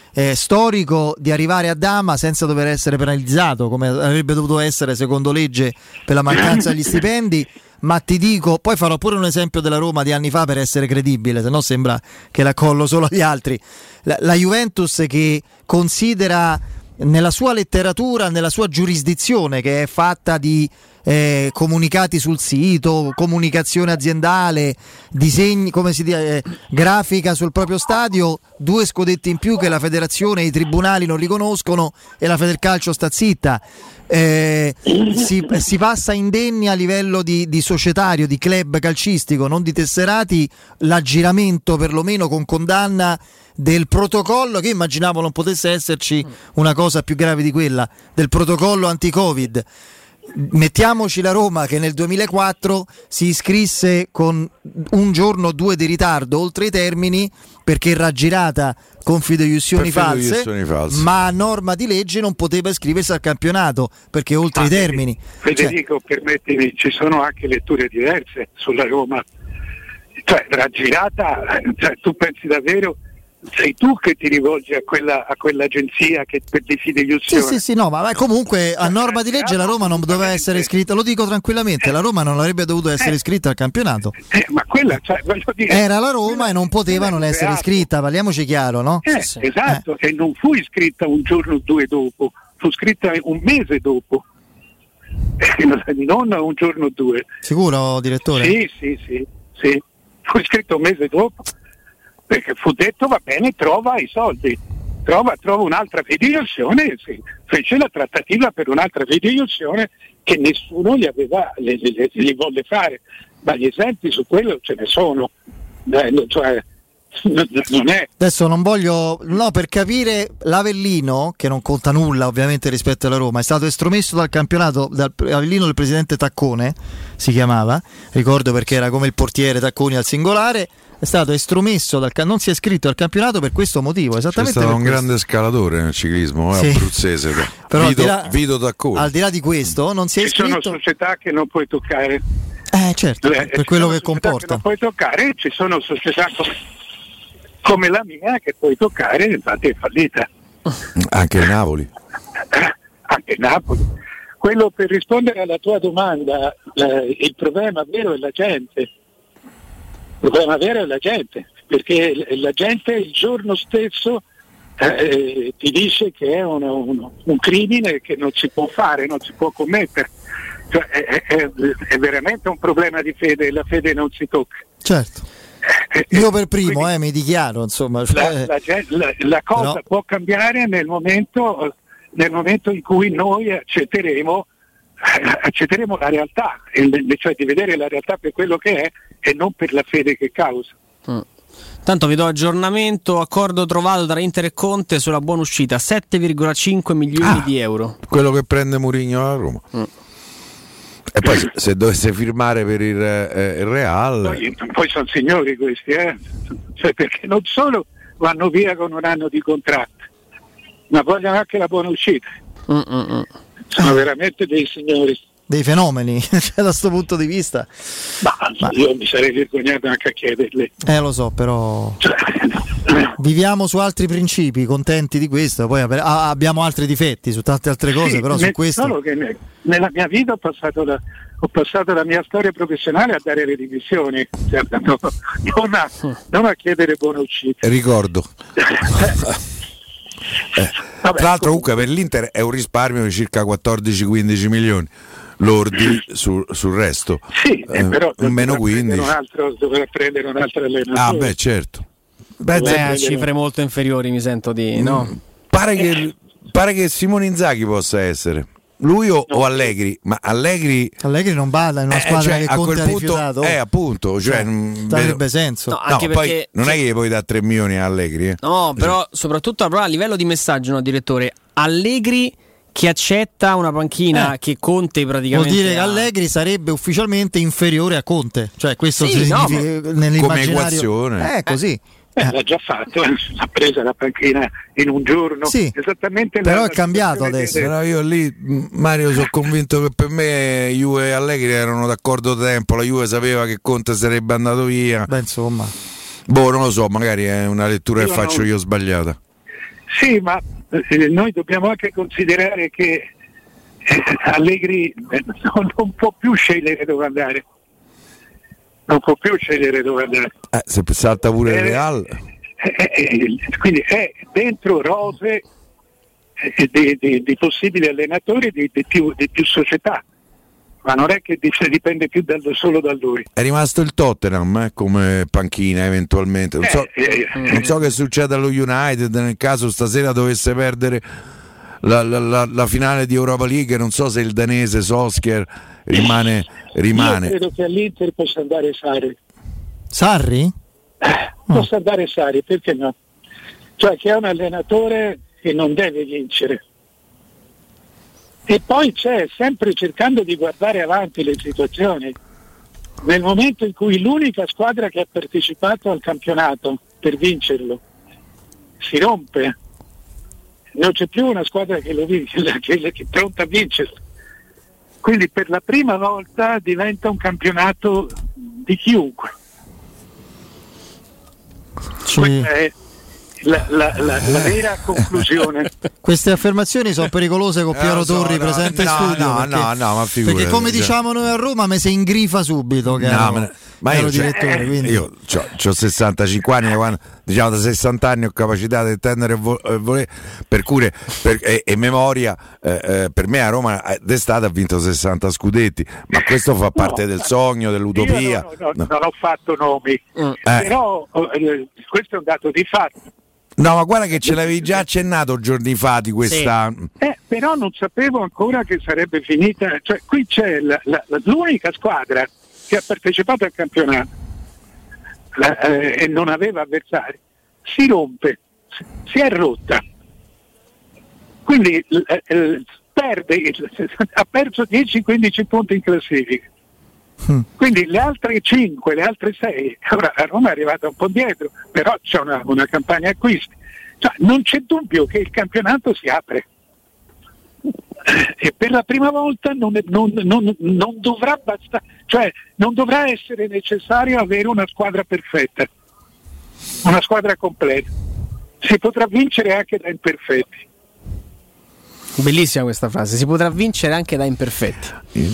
storico di arrivare a Dama senza dover essere penalizzato come avrebbe dovuto essere secondo legge per la mancanza degli stipendi. Ma ti dico, poi farò pure un esempio della Roma di anni fa per essere credibile, se no sembra che la collo solo agli altri. La Juventus, che considera nella sua letteratura, nella sua giurisdizione, che è fatta di comunicati sul sito, comunicazione aziendale, disegni, come si dice, grafica sul proprio stadio, 2 scudetti in più che la federazione e i tribunali non riconoscono e la Federcalcio sta zitta. Si passa indenni a livello di societario, di club calcistico, non di tesserati, l'aggiramento perlomeno con condanna del protocollo, che immaginavo non potesse esserci una cosa più grave di quella, del protocollo anti-Covid. Mettiamoci la Roma che nel 2004 si iscrisse con un giorno o 2 di ritardo oltre i termini perché raggirata con fideiussioni false, ma a norma di legge non poteva iscriversi al campionato perché oltre i termini. Federico, permettimi, ci sono anche letture diverse sulla Roma, cioè raggirata, cioè, tu pensi davvero? Sei tu che ti rivolgi a quell'agenzia che per di fideiussione? Sì, no, ma comunque a norma di legge la Roma non doveva essere iscritta, lo dico tranquillamente, la Roma non avrebbe dovuto essere iscritta al campionato. Ma quella, cioè, voglio dire, era la Roma e non poteva non essere iscritta, parliamoci chiaro, no? Esatto, e non fu iscritta un giorno o 2 dopo, fu iscritta un mese dopo, non un giorno o 2. Sicuro, direttore? Sì, fu iscritto un mese dopo. Perché fu detto va bene, trova i soldi, trova un'altra fideiussione, fece la trattativa per un'altra fideiussione che nessuno gli volle fare, ma gli esempi su quello ce ne sono, cioè, non è. Adesso non voglio, no, per capire, l'Avellino, che non conta nulla ovviamente rispetto alla Roma, è stato estromesso dal campionato, Avellino del presidente Taccone si chiamava, ricordo perché era come il portiere Tacconi al singolare, è stato estromesso non si è iscritto al campionato per questo motivo, esattamente. C'è stato per un questo. grande scalatore nel ciclismo, sì. Abruzzese, però Vito Tacconi. Al di là di questo non si è iscritto. Ci sono società che non puoi toccare, certo, per quello che comporta, che non puoi toccare, ci sono società come la mia che puoi toccare, infatti è fallita. Anche Napoli. Anche Napoli. Quello, per rispondere alla tua domanda, il problema vero è la gente. Il problema vero è la gente, perché la gente il giorno stesso ti dice che è un crimine che non si può fare, non si può commettere. Cioè, è veramente un problema di fede, e la fede non si tocca. Certo. Io per primo mi dichiaro, insomma. La cosa però può cambiare nel momento in cui noi accetteremo la realtà, cioè di vedere la realtà per quello che è e non per la fede che causa. Tanto vi do aggiornamento, accordo trovato tra Inter e Conte sulla buona uscita, 7,5 milioni di euro. Quello che prende Mourinho alla Roma. E poi se dovesse firmare per il Real, poi sono signori questi, cioè, perché non solo vanno via con un anno di contratto, ma vogliono anche la buona uscita. Sono veramente dei signori, dei fenomeni, cioè, da questo punto di vista. Ma io mi sarei vergognato anche a chiederle. Lo so, però viviamo su altri principi, contenti di questo. Poi abbiamo altri difetti su tante altre cose, però su questo. Solo che nella mia vita ho passato la mia storia professionale a dare le dimissioni, cioè, non a chiedere buona uscita. Ricordo. Tra l'altro comunque per l'Inter è un risparmio di circa 14-15 milioni lordi sul resto. Sì, però un meno 15 dovrà prendere un altro allenatore. Certo. A cifre molto inferiori mi sento di no. Pare che Simone Inzaghi possa essere lui o Allegri, ma Allegri non bada in una squadra che Conte ha rifiutato. Appunto, cioè, avrebbe senso. Anche poi perché non è che gli puoi dare 3 milioni a Allegri. No, però soprattutto a livello di messaggio, no, direttore, Allegri che accetta una panchina che Conte praticamente vuol dire che Allegri sarebbe ufficialmente inferiore a Conte, cioè questo significa nell'immaginario come equazione. Così. L'ha già fatto, ha preso la panchina in un giorno, esattamente. Però è cambiato adesso. Però io lì, Mario, sono convinto che per me Juve e Allegri erano d'accordo da tempo. La Juve sapeva che Conte sarebbe andato via. Insomma, non lo so, magari è una lettura che faccio io sbagliata. Sì, ma noi dobbiamo anche considerare che Allegri non può più scegliere dove andare. Se salta pure il Real. Quindi è dentro rose di possibili allenatori di più società, ma non è che dipende più solo da lui. È rimasto il Tottenham come panchina eventualmente, non so che succede allo United nel caso stasera dovesse perdere la finale di Europa League. Non so se il danese Solskjaer rimane. Io credo che all'Inter possa andare Sarri? Possa andare Sarri, perché no? Cioè che è un allenatore che non deve vincere, e poi c'è sempre cercando di guardare avanti le situazioni. Nel momento in cui l'unica squadra che ha partecipato al campionato per vincerlo si rompe, non c'è più una squadra che lo vince, che è pronta a vincerlo, quindi per la prima volta diventa un campionato di chiunque. Questa è la vera conclusione. Queste affermazioni sono pericolose con Piero Torri presente in studio. Ma figurati, perché come diciamo noi a Roma mi si ingrifa subito che ero direttore, quindi. Io ho 65 anni, quando, diciamo da 60 anni ho capacità di intendere e volere, per cui e memoria, per me a Roma d'estate ha vinto 60 scudetti, ma questo fa parte del sogno, dell'utopia. Non ho fatto nomi, però questo è un dato di fatto. No, ma guarda che ce l'avevi già accennato giorni fa di questa. Sì. Però non sapevo ancora che sarebbe finita. Cioè, qui c'è l'unica squadra che ha partecipato al campionato e non aveva avversari. Si rompe, si è rotta. Quindi ha perso 10-15 punti in classifica. Quindi le altre 5, le altre 6, ora a Roma è arrivata un po' dietro, però c'è una campagna acquisti, cioè, non c'è dubbio che il campionato si apre e per la prima volta non dovrà bastare, cioè non dovrà essere necessario avere una squadra perfetta, una squadra completa, si potrà vincere anche da imperfetti. Bellissima questa frase, si potrà vincere anche da imperfetti.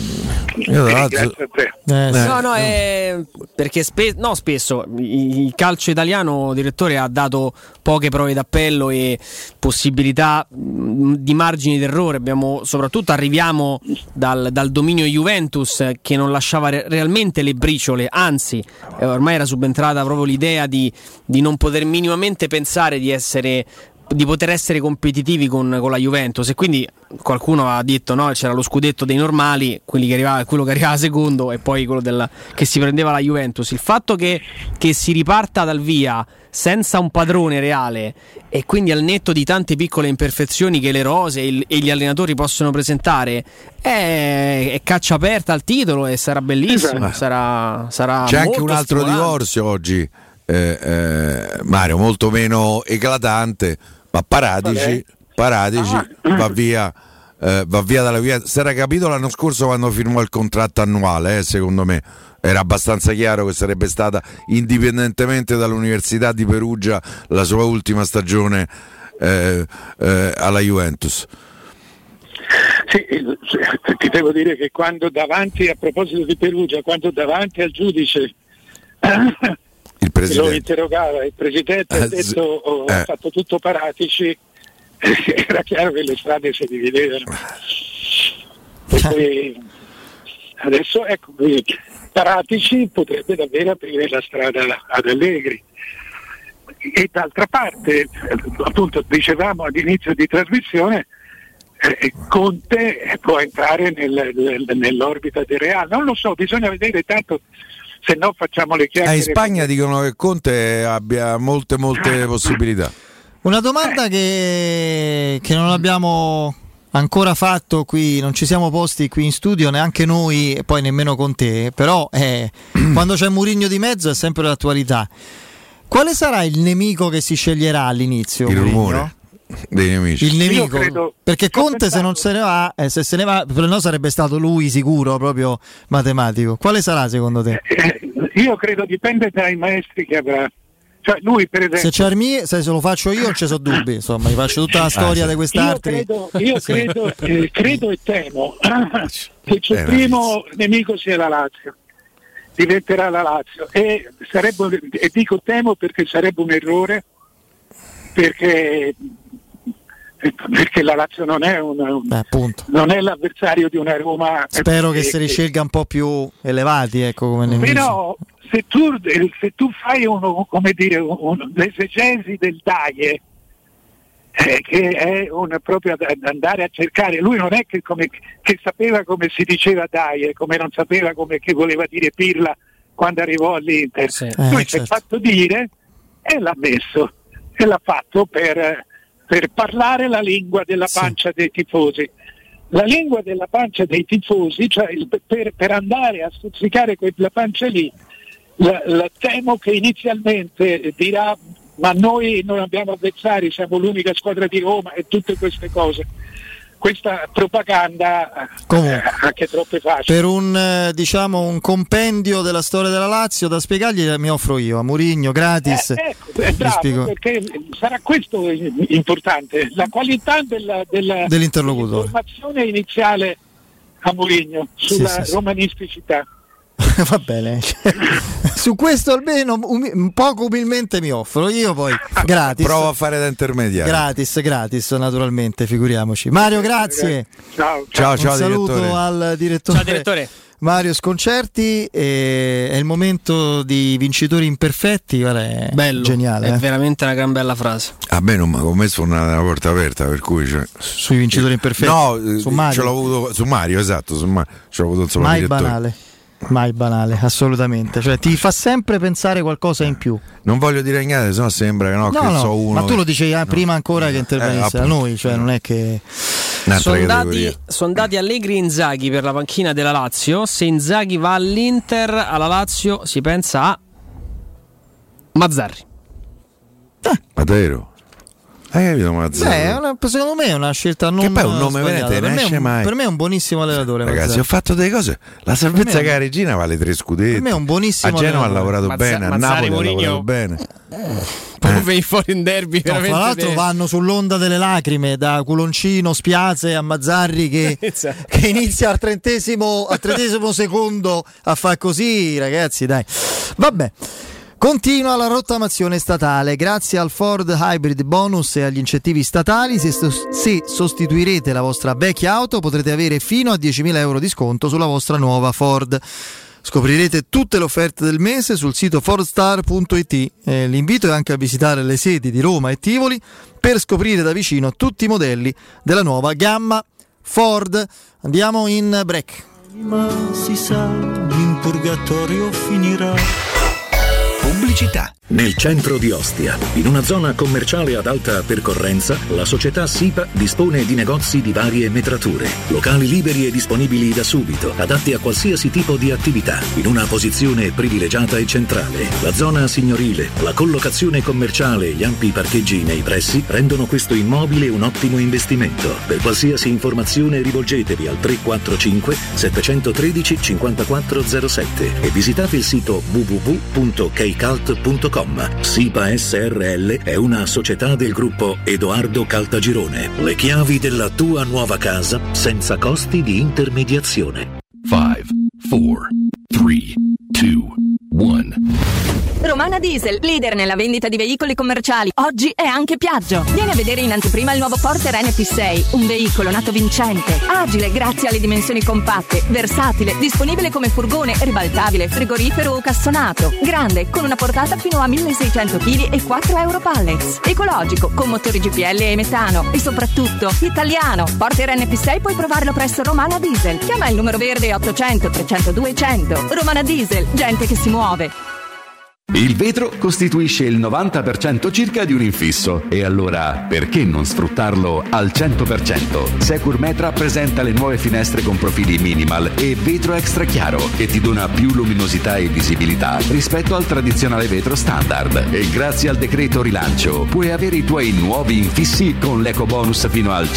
Perché spesso il calcio italiano, direttore, ha dato poche prove d'appello e possibilità di margini d'errore. Soprattutto arriviamo dal dominio Juventus che non lasciava realmente le briciole, anzi ormai era subentrata proprio l'idea di non poter minimamente pensare di poter essere competitivi con la Juventus, e quindi qualcuno ha detto no, c'era lo scudetto dei normali, quello che arrivava secondo e poi quello che si prendeva la Juventus. Il fatto che si riparta dal via senza un padrone reale e quindi al netto di tante piccole imperfezioni che le rose e gli allenatori possono presentare è caccia aperta al titolo e sarà bellissimo. Sarà c'è anche un altro divorzio oggi, Mario, molto meno eclatante, ma Paratici va via dalla via. Si era capito l'anno scorso quando firmò il contratto annuale, secondo me era abbastanza chiaro che sarebbe stata, indipendentemente dall'Università di Perugia, la sua ultima stagione alla Juventus. Sì, ti devo dire che quando davanti, a proposito di Perugia, quando davanti al giudice lo interrogava, il presidente ha detto ha fatto tutto Paratici, era chiaro che le strade si dividevano. E poi adesso ecco, Paratici potrebbe davvero aprire la strada ad Allegri. E d'altra parte, appunto dicevamo all'inizio di trasmissione, Conte può entrare nell'orbita del Real. Non lo so, bisogna vedere, tanto se no facciamo le chiacchiere. In Spagna dicono che Conte abbia molte possibilità. Una domanda che non abbiamo ancora fatto qui, non ci siamo posti qui in studio neanche noi e poi nemmeno con te, però quando c'è Mourinho di mezzo è sempre l'attualità. Quale sarà il nemico che si sceglierà all'inizio? Il rumore dei nemici. Il nemico, perché Conte se non se ne va, se se ne va, per noi sarebbe stato lui sicuro, proprio matematico. Quale sarà secondo te? Io credo dipende dai maestri che avrà. Cioè lui per esempio, se Charmier, se lo faccio io non ci sono dubbi, insomma, mi faccio tutta la storia di quest'altri. Io credo e temo che il primo nemico sia la Lazio, diventerà la Lazio, e dico temo perché sarebbe un errore, perché la Lazio non è non è l'avversario di una Roma. Spero che se li scelga un po' più elevati, ecco, come nemici. Però se tu fai l'esegesi del Daje, che è proprio ad andare a cercare, lui non è che sapeva come si diceva Daje, come non sapeva che voleva dire Pirla quando arrivò all'Inter. Sì. Lui si è fatto dire e l'ha messo, e l'ha fatto per parlare la lingua della pancia dei tifosi. La lingua della pancia dei tifosi, cioè per andare a stuzzicare quella pancia lì, temo che inizialmente dirà ma noi non abbiamo avversari, siamo l'unica squadra di Roma e tutte queste cose. Questa propaganda anche troppo facile. Per un compendio della storia della Lazio da spiegargli, mi offro io a Mourinho gratis. Bravo, perché sarà questo importante, la qualità dell'interlocutore, dell'informazione iniziale a Mourinho sulla romanisticità. Va bene, su questo almeno poco umilmente mi offro io, poi gratis. Provo a fare da intermediario. Gratis naturalmente, figuriamoci. Mario, grazie. Ciao. Un saluto direttore. al direttore. Ciao direttore. Mario Sconcerti, è il momento di vincitori imperfetti. Guarda, bello, geniale. È veramente una gran bella frase. A me non mi ho messo una porta aperta, per cui sui vincitori imperfetti. No, su Mario. Ce l'ho avuto su Mario, esatto, ce l'ho avuto insomma. Mai banale, assolutamente. Cioè ti fa sempre pensare qualcosa in più. Non voglio dire niente, sennò sembra che che so uno. Ma tu lo dicevi prima ancora che intervenisse da noi, cioè non è che. Sono dati allegri Inzaghi per la panchina della Lazio. Se Inzaghi va all'Inter, alla Lazio si pensa a Mazzarri. Matero. Hai capito Mazzarri? Secondo me è una scelta non che poi un nome venete ne esce mai. Per me è un buonissimo allenatore. Ragazzi, Mazzarri. ho fatto delle cose. La salvezza che a Regina vale 3 scudetti. Per me è un buonissimo a Genova ha allenatore. lavorato bene, a Napoli ha lavorato bene. Poi veni fuori in derby. Tra l'altro vanno sull'onda delle lacrime, da Culoncino, Spiaze a Mazzarri che inizia al 30° secondo a far così, ragazzi, dai. Vabbè. Continua la rottamazione statale. Grazie al Ford Hybrid Bonus e agli incentivi statali, se sostituirete la vostra vecchia auto potrete avere fino a 10.000 euro di sconto sulla vostra nuova Ford. Scoprirete tutte le offerte del mese sul sito fordstar.it. L'invito è anche a visitare le sedi di Roma e Tivoli per scoprire da vicino tutti i modelli della nuova gamma Ford. Andiamo in break. Ma si sa, in purgatorio finirà. Pubblicità. Nel centro di Ostia, in una zona commerciale ad alta percorrenza, la società SIPA dispone di negozi di varie metrature, locali liberi e disponibili da subito, adatti a qualsiasi tipo di attività, in una posizione privilegiata e centrale. La zona signorile, la collocazione commerciale e gli ampi parcheggi nei pressi rendono questo immobile un ottimo investimento. Per qualsiasi informazione rivolgetevi al 345 713 5407 e visitate il sito www.kcalt.com. SIPA SRL è una società del gruppo Edoardo Caltagirone. Le chiavi della tua nuova casa senza costi di intermediazione. 5, 4, 3, 2, 1. Romana Diesel, leader nella vendita di veicoli commerciali. Oggi è anche Piaggio. Vieni a vedere in anteprima il nuovo Porter NP6, un veicolo nato vincente, agile grazie alle dimensioni compatte, versatile, disponibile come furgone, ribaltabile, frigorifero o cassonato, grande, con una portata fino a 1600 kg e 4 euro pallets, ecologico, con motori GPL e metano e soprattutto italiano. Porter NP6 puoi provarlo presso Romana Diesel. Chiama il numero verde 800 302 100. Romana Diesel, gente che si muove. Il vetro costituisce il 90% circa di un infisso e allora perché non sfruttarlo al 100%? Securmetra presenta le nuove finestre con profili minimal e vetro extra chiaro che ti dona più luminosità e visibilità rispetto al tradizionale vetro standard, e grazie al decreto rilancio puoi avere i tuoi nuovi infissi con l'eco bonus fino al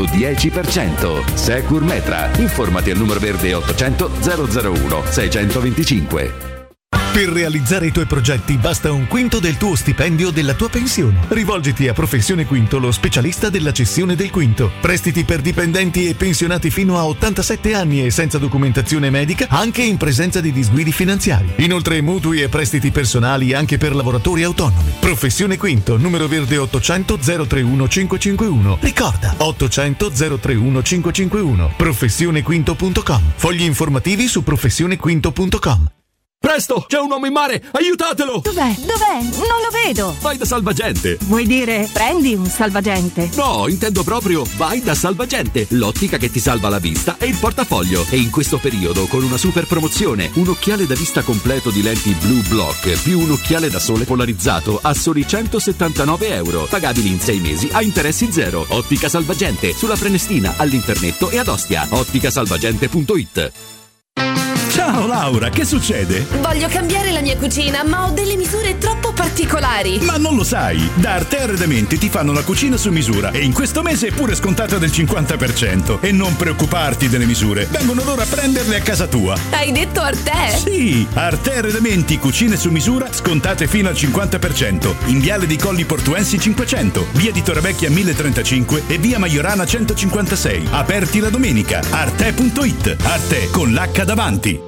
110%. Securmetra, informati al numero verde 800 001 625. Per realizzare i tuoi progetti basta un quinto del tuo stipendio della tua pensione. Rivolgiti a Professione Quinto, lo specialista della cessione del quinto. Prestiti per dipendenti e pensionati fino a 87 anni e senza documentazione medica, anche in presenza di disguidi finanziari. Inoltre mutui e prestiti personali anche per lavoratori autonomi. Professione Quinto, numero verde 800 031 551. Ricorda, 800 031 551. Professionequinto.com. Fogli informativi su professionequinto.com. Presto, c'è un uomo in mare, aiutatelo! Dov'è? Non lo vedo! Vai da Salvagente! Vuoi dire prendi un salvagente? No, intendo proprio vai da Salvagente, l'ottica che ti salva la vista e il portafoglio. E in questo periodo con una super promozione, un occhiale da vista completo di lenti Blue Block più un occhiale da sole polarizzato a soli €179, pagabili in 6 mesi a interessi zero. Ottica Salvagente, sulla Prenestina, all'Internetto e ad Ostia. otticasalvagente.it. Ciao Laura, che succede? Voglio cambiare la mia cucina, ma ho delle misure troppo particolari. Ma non lo sai, da Arte Arredamenti ti fanno la cucina su misura e in questo mese è pure scontata del 50%. E non preoccuparti delle misure, vengono loro a prenderle a casa tua. Hai detto Arte? Sì, Arte Arredamenti, cucine su misura, scontate fino al 50%. In Viale dei Colli Portuensi 500, via di Torrevecchia 1035 e via Maiorana 156. Aperti la domenica. Arte.it. Arte con l'H davanti.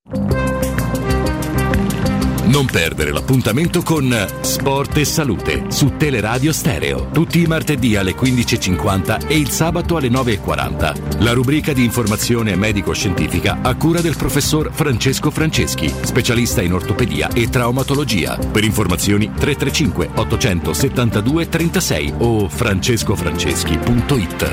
Non perdere l'appuntamento con Sport e Salute su Teleradio Stereo, tutti i martedì alle 15.50 e il sabato alle 9.40. La rubrica di informazione medico-scientifica a cura del professor Francesco Franceschi, specialista in ortopedia e traumatologia. Per informazioni 335 872 36 o francescofranceschi.it.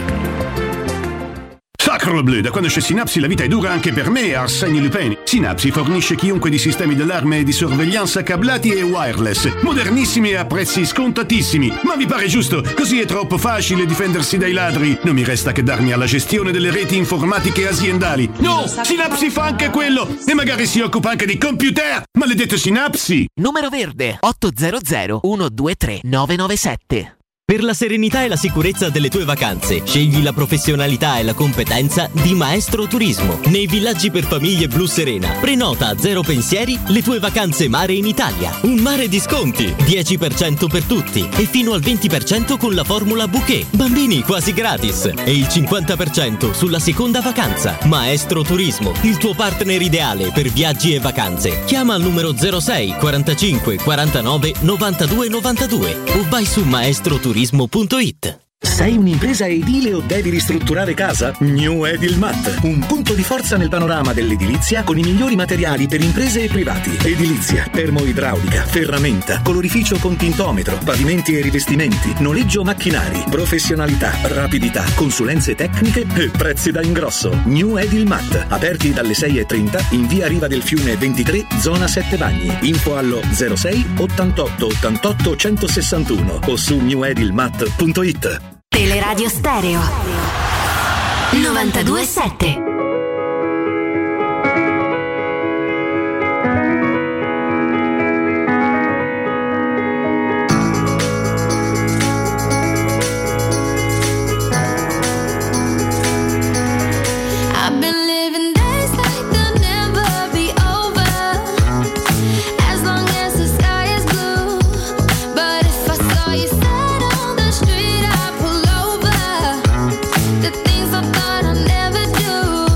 Sacre bleu, da quando c'è Synapsi la vita è dura anche per me, Arsène Lupin. Synapsi fornisce chiunque di sistemi d'allarme e di sorveglianza cablati e wireless, modernissimi e a prezzi scontatissimi. Ma vi pare giusto? Così è troppo facile difendersi dai ladri. Non mi resta che darmi alla gestione delle reti informatiche aziendali. No, Synapsi fa anche quello e magari si occupa anche di computer. Maledetto Synapsi! Numero verde 800 123 997. Per la serenità e la sicurezza delle tue vacanze, scegli la professionalità e la competenza di Maestro Turismo. Nei villaggi per famiglie Blu Serena, prenota a zero pensieri le tue vacanze mare in Italia. Un mare di sconti, 10% per tutti e fino al 20% con la formula bouquet. Bambini quasi gratis e il 50% sulla seconda vacanza. Maestro Turismo, il tuo partner ideale per viaggi e vacanze. Chiama al numero 06 45 49 92 92 o vai su maestroturismo.it. Sei un'impresa edile o devi ristrutturare casa? New Edilmat, un punto di forza nel panorama dell'edilizia con i migliori materiali per imprese e privati. Edilizia, termoidraulica, ferramenta, colorificio con tintometro, pavimenti e rivestimenti, noleggio macchinari, professionalità, rapidità, consulenze tecniche e prezzi da ingrosso. New Edilmat, aperti dalle 6:30 in via Riva del Fiume 23, zona 7 Bagni. Info allo 06 88 88 161 o su newedilmat.it. Teleradio Stereo 92.7. The things I thought I'd never do.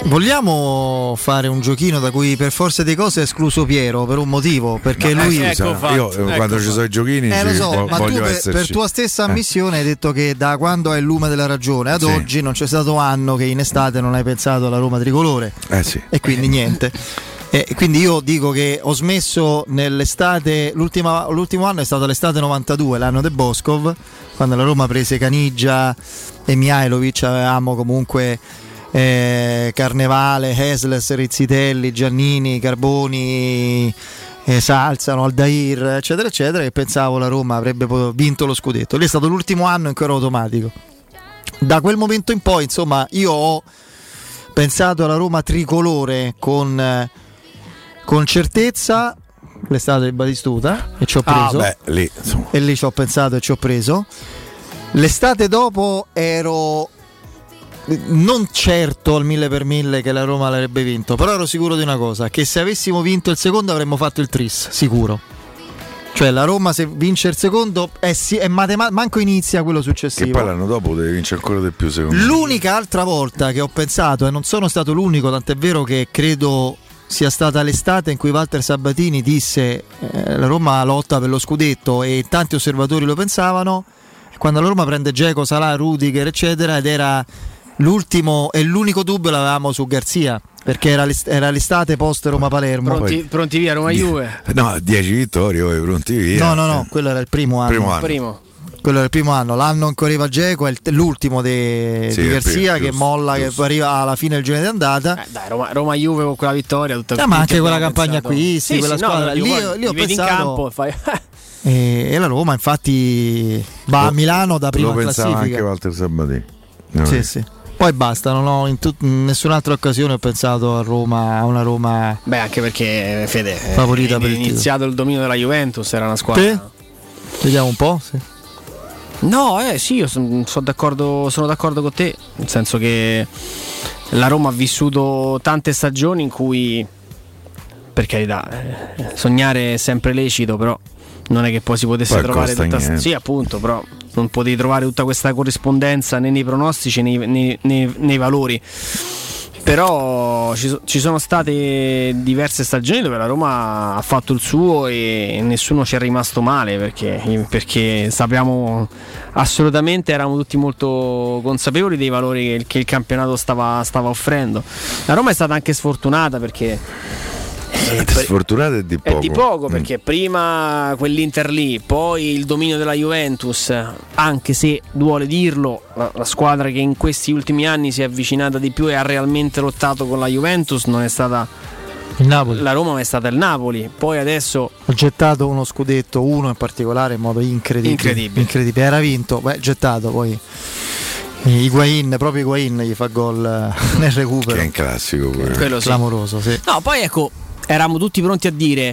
Vogliamo fare un giochino da cui per forza di cose è escluso Piero per un motivo, perché lui quando ci sono i giochini lo so, ma tu per tua stessa ammissione hai detto che da quando hai il lume della ragione ad oggi non c'è stato anno che in estate non hai pensato alla Roma tricolore, e quindi niente. Quindi io dico che ho smesso nell'estate, l'ultimo anno è stato l'estate 92, l'anno del Boskov, quando la Roma prese Caniggia e Mihajlovic, avevamo comunque Carnevale, Hesles, Rizzitelli, Giannini, Carboni, Salzano, Aldair, eccetera eccetera, e pensavo la Roma avrebbe vinto lo scudetto. Lì è stato l'ultimo anno in cui ero automatico. Da quel momento in poi, insomma, io ho pensato alla Roma tricolore con certezza l'estate di Batistuta e ci ho preso, e lì ci ho pensato e ci ho preso. L'estate dopo ero non certo al 1000 per 1000 che la Roma l'avrebbe vinto, però ero sicuro di una cosa, che se avessimo vinto il secondo avremmo fatto il tris, sicuro. Cioè la Roma se vince il secondo è manco inizia quello successivo. Che poi l'anno dopo deve vincere ancora di più, secondo me. L'unica altra volta che ho pensato, e non sono stato l'unico, tant'è vero che credo sia stata l'estate in cui Walter Sabatini disse la Roma lotta per lo scudetto, e tanti osservatori lo pensavano, quando la Roma prende Dzeko, Salah, Rudiger eccetera, ed era l'ultimo e l'unico dubbio l'avevamo su Garzia, perché era l'estate post Roma-Palermo. Pronti via Roma-Juve? No, 10 vittorie, pronti via. No, quello era il primo anno. Quello era il primo anno, l'anno in cui arriva Dzeko è l'ultimo di Garzia, che molla, giusto. Che arriva alla fine del girone di andata. Dai, Roma-Juve con quella vittoria tutta ma anche quella campagna acquisti, quella squadra lì ho pensato in campo e fai e la Roma infatti va a Milano da prima classifica. Lo pensava anche Walter Sabatini. Sì. Poi basta, non ho in nessun'altra occasione ho pensato a una Roma. Beh, anche perché Fede favorita per iniziato il dominio della Juventus, era una squadra. Sì? Vediamo un po', sì. No, sì, io sono d'accordo con te, nel senso che la Roma ha vissuto tante stagioni in cui, per carità, sognare è sempre lecito, però non è che poi si potesse poi trovare tutta sì, appunto, però non potevi trovare tutta questa corrispondenza né nei pronostici né nei valori. Però ci sono state diverse stagioni dove la Roma ha fatto il suo e nessuno ci è rimasto male, perché sappiamo assolutamente, eravamo tutti molto consapevoli dei valori che il campionato stava offrendo. La Roma è stata anche sfortunata perché sfortunata è di poco, perché prima quell'Inter lì, poi il dominio della Juventus, anche se duole dirlo, la squadra che in questi ultimi anni si è avvicinata di più e ha realmente lottato con la Juventus non è stata il Napoli. La Roma, ma è stata il Napoli. Poi adesso ha gettato uno scudetto, uno in particolare in modo incredibile. Era vinto, gettato poi proprio Higuain gli fa gol nel recupero, che è un classico quello clamoroso, sì. No, poi ecco, eravamo tutti pronti a dire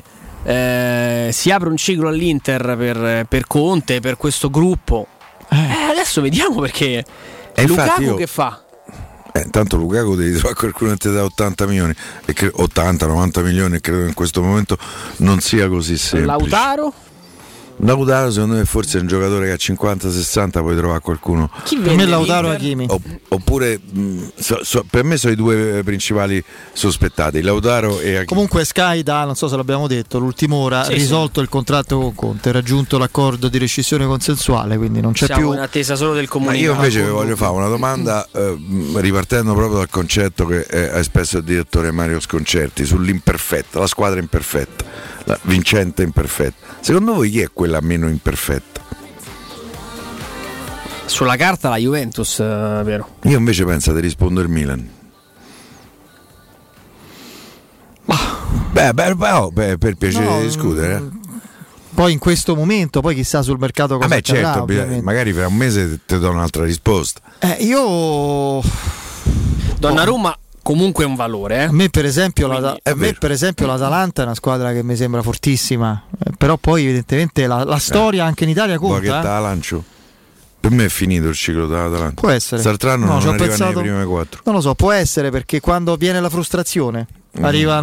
si apre un ciclo all'Inter per Conte, per questo gruppo. Adesso vediamo, perché Lukaku che fa? Tanto Lukaku devi trovare qualcuno che ti dà 80 milioni, e 80-90 milioni, e credo che in questo momento non sia così semplice. Lautaro secondo me forse è un giocatore che a 50-60 puoi trovare qualcuno. Per me Lautaro Hakimi. Oppure per me sono i due principali sospettati, Lautaro e Hakimi. Comunque Sky non so se l'abbiamo detto, l'ultima ora ha risolto il contratto con Conte, raggiunto l'accordo di rescissione consensuale, quindi non c'è più in attesa solo del comunicato. Ma io invece vi voglio fare una domanda ripartendo proprio dal concetto che ha espresso il direttore Mario Sconcerti sull'imperfetta, la squadra imperfetta, la vincente imperfetta. Secondo voi chi è quella meno imperfetta? Sulla carta la Juventus, vero? Io invece penso di rispondere il Milan. Per piacere di discutere. Poi in questo momento, poi chissà sul mercato cosa accadrà, certo, magari fra un mese ti do un'altra risposta. Io Donnarumma comunque è un valore. A me per esempio l'Atalanta è una squadra che mi sembra fortissima, però poi evidentemente la storia anche in Italia conta. Che te la lancio? Per me è finito il ciclo dell'Atalanta. Può essere. Sartrano non arriva nei primi 4. Non lo so, può essere, perché quando viene la frustrazione arriva, no?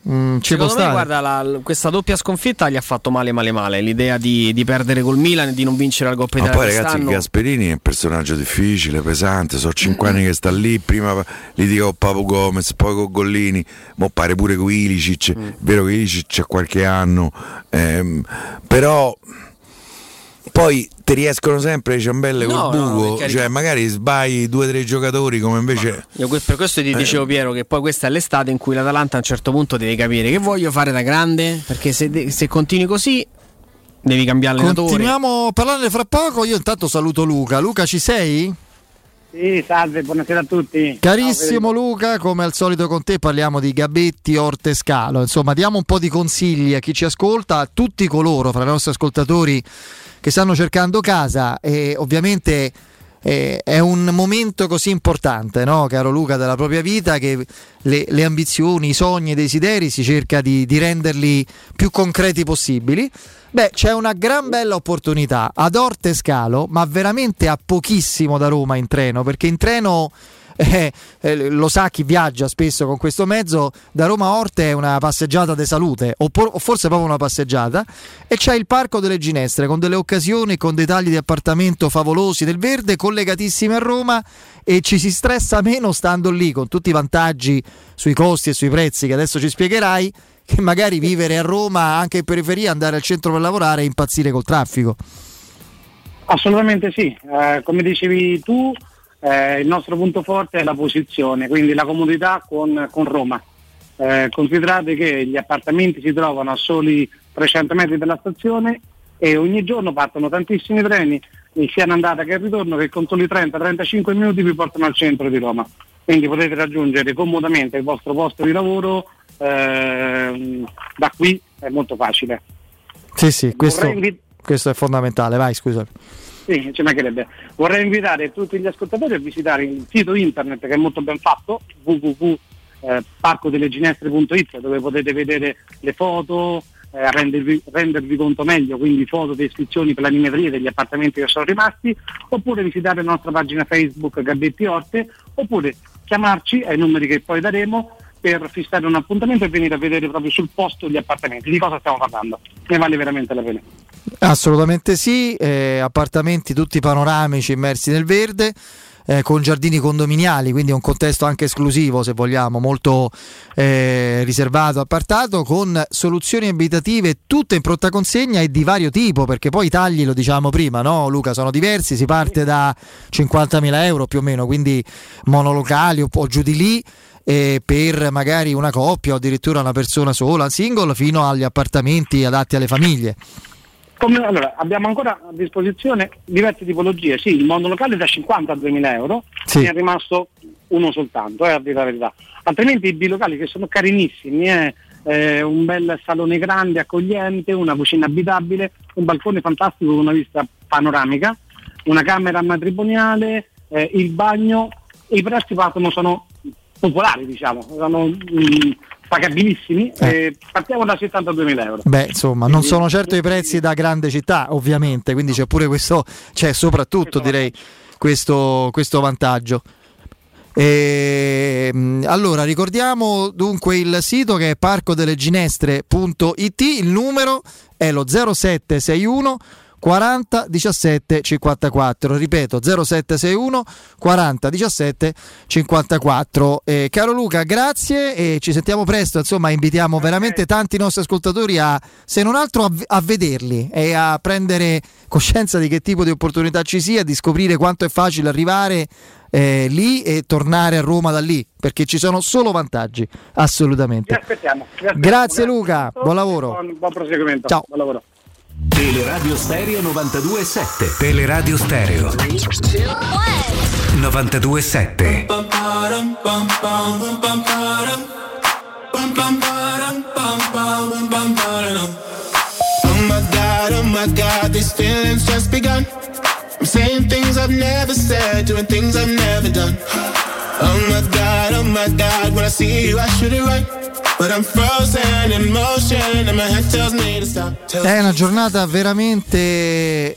Secondo me, guarda, questa doppia sconfitta gli ha fatto male. L'idea di perdere col Milan e di non vincere la Coppa Italia. Ma poi ragazzi, Gasperini è un personaggio difficile, pesante, sono 5 anni che sta lì, prima litiga con Papu Gomez, poi con Gollini, mo pare pure con Ilicic, è vero che Ilicic c'è qualche anno, però poi ti riescono sempre le ciambelle col buco, cioè magari sbagli 2 o 3 giocatori come invece. Io per questo ti dicevo, Piero, che poi questa è l'estate in cui l'Atalanta a un certo punto deve capire che voglio fare da grande, perché se continui così devi cambiare allenatore. Continuiamo a parlarne fra poco. Io intanto saluto Luca. Luca, ci sei? Sì, salve, buonasera a tutti. Carissimo Luca, come al solito con te parliamo di Gabetti, Orte, Scalo. Insomma, diamo un po' di consigli a chi ci ascolta, a tutti coloro fra i nostri ascoltatori che stanno cercando casa, e ovviamente è un momento così importante, no, caro Luca, della propria vita, che le ambizioni, i sogni, i desideri si cerca di renderli più concreti possibili. Beh, c'è una gran bella opportunità ad Orte Scalo, ma veramente a pochissimo da Roma in treno, perché in treno lo sa chi viaggia spesso con questo mezzo, da Roma a Orte è una passeggiata di salute, o forse proprio una passeggiata, e c'è il Parco delle Ginestre con delle occasioni, con dei tagli di appartamento favolosi del verde, collegatissimi a Roma, e ci si stressa meno stando lì, con tutti i vantaggi sui costi e sui prezzi che adesso ci spiegherai, che magari vivere a Roma anche in periferia, andare al centro per lavorare e impazzire col traffico. Assolutamente sì, come dicevi tu, il nostro punto forte è la posizione, quindi la comodità con Roma. Considerate che gli appartamenti si trovano a soli 300 metri dalla stazione e ogni giorno partono tantissimi treni, sia in andata che in ritorno, che con soli 30-35 minuti vi portano al centro di Roma. Quindi potete raggiungere comodamente il vostro posto di lavoro da qui, è molto facile. Sì, questo è fondamentale. Vai, scusa. Sì, ci mancherebbe. Vorrei invitare tutti gli ascoltatori a visitare il sito internet, che è molto ben fatto, www.parcodelleginestre.it, dove potete vedere le foto, rendervi conto meglio, quindi foto, descrizioni, planimetrie degli appartamenti che sono rimasti, oppure visitare la nostra pagina Facebook Gabetti Orte, oppure chiamarci ai numeri che poi daremo per fissare un appuntamento e venire a vedere proprio sul posto gli appartamenti. Di cosa stiamo parlando? Ne vale veramente la pena. Assolutamente sì, appartamenti tutti panoramici immersi nel verde, con giardini condominiali, quindi un contesto anche esclusivo, se vogliamo, molto riservato, appartato, con soluzioni abitative tutte in pronta consegna e di vario tipo, perché poi i tagli, lo diciamo prima, no Luca, sono diversi, si parte da 50.000 euro più o meno, quindi monolocali o giù di lì, per magari una coppia o addirittura una persona sola, single, fino agli appartamenti adatti alle famiglie. Allora, abbiamo ancora a disposizione diverse tipologie. Sì, il monolocale da 50 a 2.000 euro, sì. Ne è rimasto uno soltanto, a dire la verità. Altrimenti i bilocali, che sono carinissimi, un bel salone grande, accogliente, una cucina abitabile, un balcone fantastico con una vista panoramica, una camera matrimoniale, il bagno, e i prezzi sono popolari, diciamo, sono pagabilissimi, partiamo da 72.000 euro. Beh, insomma, non sono certo i prezzi da grande città, ovviamente, quindi c'è pure questo, c'è soprattutto direi questo vantaggio. Allora ricordiamo dunque il sito, che è parcodelleginestre.it, il numero è lo 0761 40 17 54, ripeto 0761 40 17 54. Caro Luca, grazie e ci sentiamo presto, insomma invitiamo veramente tanti nostri ascoltatori a, se non altro, a vederli e a prendere coscienza di che tipo di opportunità ci sia, di scoprire quanto è facile arrivare lì e tornare a Roma da lì, perché ci sono solo vantaggi, assolutamente. Vi aspettiamo. Grazie Luca, buon lavoro. Buon proseguimento. Ciao. Buon lavoro. Teleradio Stereo 92.7. Teleradio Stereo 92.7. Oh my God, these feelings just begun. I'm saying things I've never said, doing things I've never done. Oh my God, when I see you I shoot it right. È una giornata veramente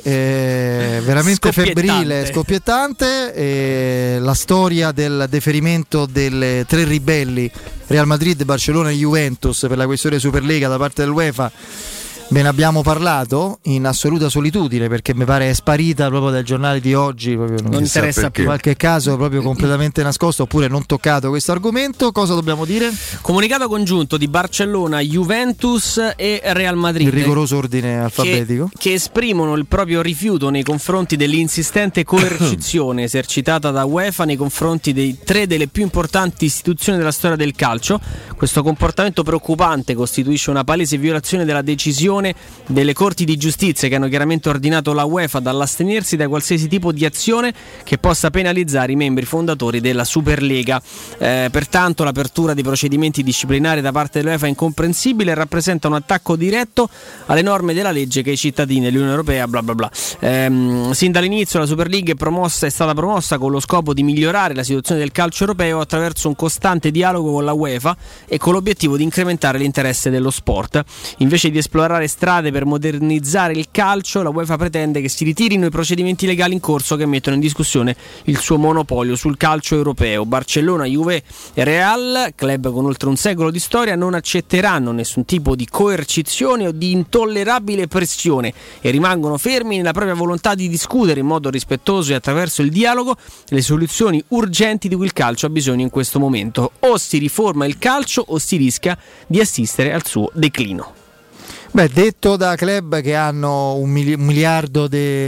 febbrile, scoppiettante. La storia del deferimento delle tre ribelli Real Madrid, Barcellona e Juventus per la questione Superlega da parte dell'UEFA. Ve ne abbiamo parlato in assoluta solitudine, perché mi pare è sparita proprio dai giornali di oggi, proprio non interessa più. In qualche caso è proprio completamente nascosto, oppure non toccato questo argomento. Cosa dobbiamo dire? Comunicato congiunto di Barcellona, Juventus e Real Madrid, in rigoroso ordine alfabetico, che esprimono il proprio rifiuto nei confronti dell'insistente coercizione esercitata da UEFA nei confronti dei tre delle più importanti istituzioni della storia del calcio. Questo comportamento preoccupante costituisce una palese violazione della decisione delle corti di giustizia, che hanno chiaramente ordinato la UEFA dall'astenersi da qualsiasi tipo di azione che possa penalizzare i membri fondatori della Superlega. Pertanto l'apertura dei procedimenti disciplinari da parte dell'UEFA è incomprensibile e rappresenta un attacco diretto alle norme della legge che i cittadini dell'Unione Europea bla bla bla. Sin dall'inizio la Superlega è stata promossa con lo scopo di migliorare la situazione del calcio europeo attraverso un costante dialogo con la UEFA e con l'obiettivo di incrementare l'interesse dello sport. Invece di esplorare strade per modernizzare il calcio, la UEFA pretende che si ritirino i procedimenti legali in corso che mettono in discussione il suo monopolio sul calcio europeo. Barcellona, Juve e Real, club con oltre un secolo di storia, non accetteranno nessun tipo di coercizione o di intollerabile pressione e rimangono fermi nella propria volontà di discutere in modo rispettoso e attraverso il dialogo le soluzioni urgenti di cui il calcio ha bisogno in questo momento. O si riforma il calcio o si rischia di assistere al suo declino. Beh, detto da club che hanno un miliardo è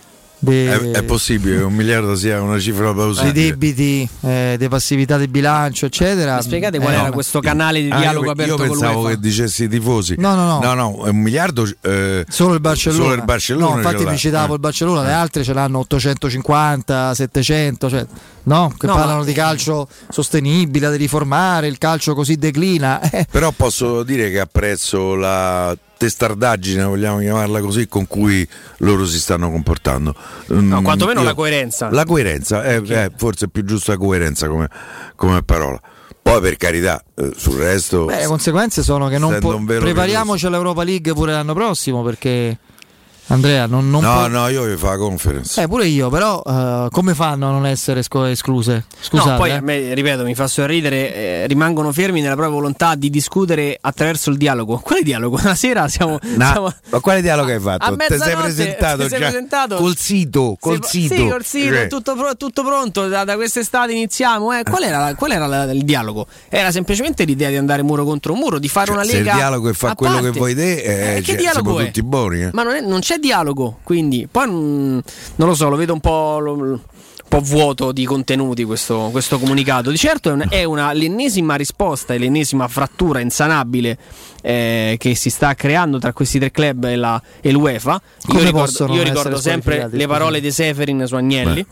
possibile che un miliardo sia una cifra plausibile. Di debiti, di passività di bilancio, eccetera. Mi spiegate qual era questo canale di dialogo aperto con l'UEFA? Io pensavo che dicessi i tifosi. No, è un miliardo. Solo il Barcellona. No, infatti mi citavo il Barcellona, le altre ce l'hanno 850, 700, cioè, parlano di calcio sostenibile, di riformare, il calcio così declina. Però posso dire che apprezzo la testardaggine, vogliamo chiamarla così, con cui loro si stanno comportando. No, quantomeno la coerenza. La coerenza, forse è più giusta coerenza come parola. Poi per carità, sul resto... le conseguenze sono che prepariamoci all'Europa League pure l'anno prossimo, perché... Andrea, no, io vi fa la conference. Pure io, però come fanno a non essere escluse? Scusate. No, poi a me, ripeto, mi fa sorridere, rimangono fermi nella propria volontà di discutere attraverso il dialogo. Quale dialogo? Una sera siamo ma quale dialogo hai fatto? Ti sei presentato già col sito? Sì, col sito, tutto pronto, da quest'estate iniziamo. Qual era il dialogo? Era semplicemente l'idea di andare muro contro muro, di fare una lega. Se il dialogo è fa quello che vuoi te, che dialogo siamo tutti buoni. Ma non c'è dialogo, quindi poi non lo so, lo vedo un po' vuoto di contenuti questo comunicato. Di certo è l'ennesima risposta e l'ennesima frattura insanabile che si sta creando tra questi tre club e l'UEFA. Io ricordo sempre le parole di Seferin su Agnelli.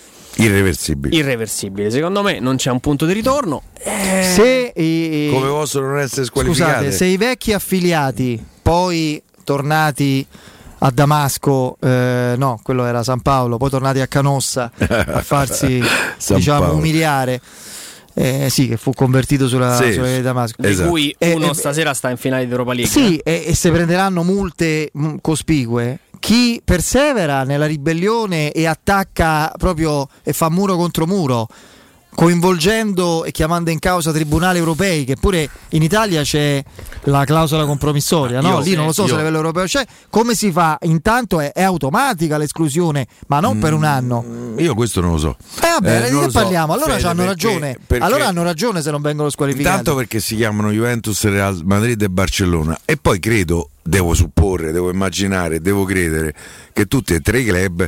Irreversibile, secondo me non c'è un punto di ritorno. Come possono non essere squalificate? Scusate, se i vecchi affiliati poi tornati a Damasco, quello era San Paolo, poi tornati a Canossa a farsi umiliare, che fu convertito sulla di Damasco, di cui uno stasera sta in finale di Europa League. Sì, e se prenderanno multe cospicue. Chi persevera nella ribellione e attacca proprio e fa muro contro muro, coinvolgendo e chiamando in causa tribunali europei, che pure in Italia c'è la clausola compromissoria, no? Lì non lo so se a livello europeo c'è. Come si fa? Intanto è automatica l'esclusione, ma non per un anno. Io questo non lo so. Vabbè, ne parliamo. Allora hanno ragione. Allora hanno ragione se non vengono squalificati. Intanto perché si chiamano Juventus, Real Madrid e Barcellona, e poi devo supporre, devo immaginare, devo credere che tutti e tre i club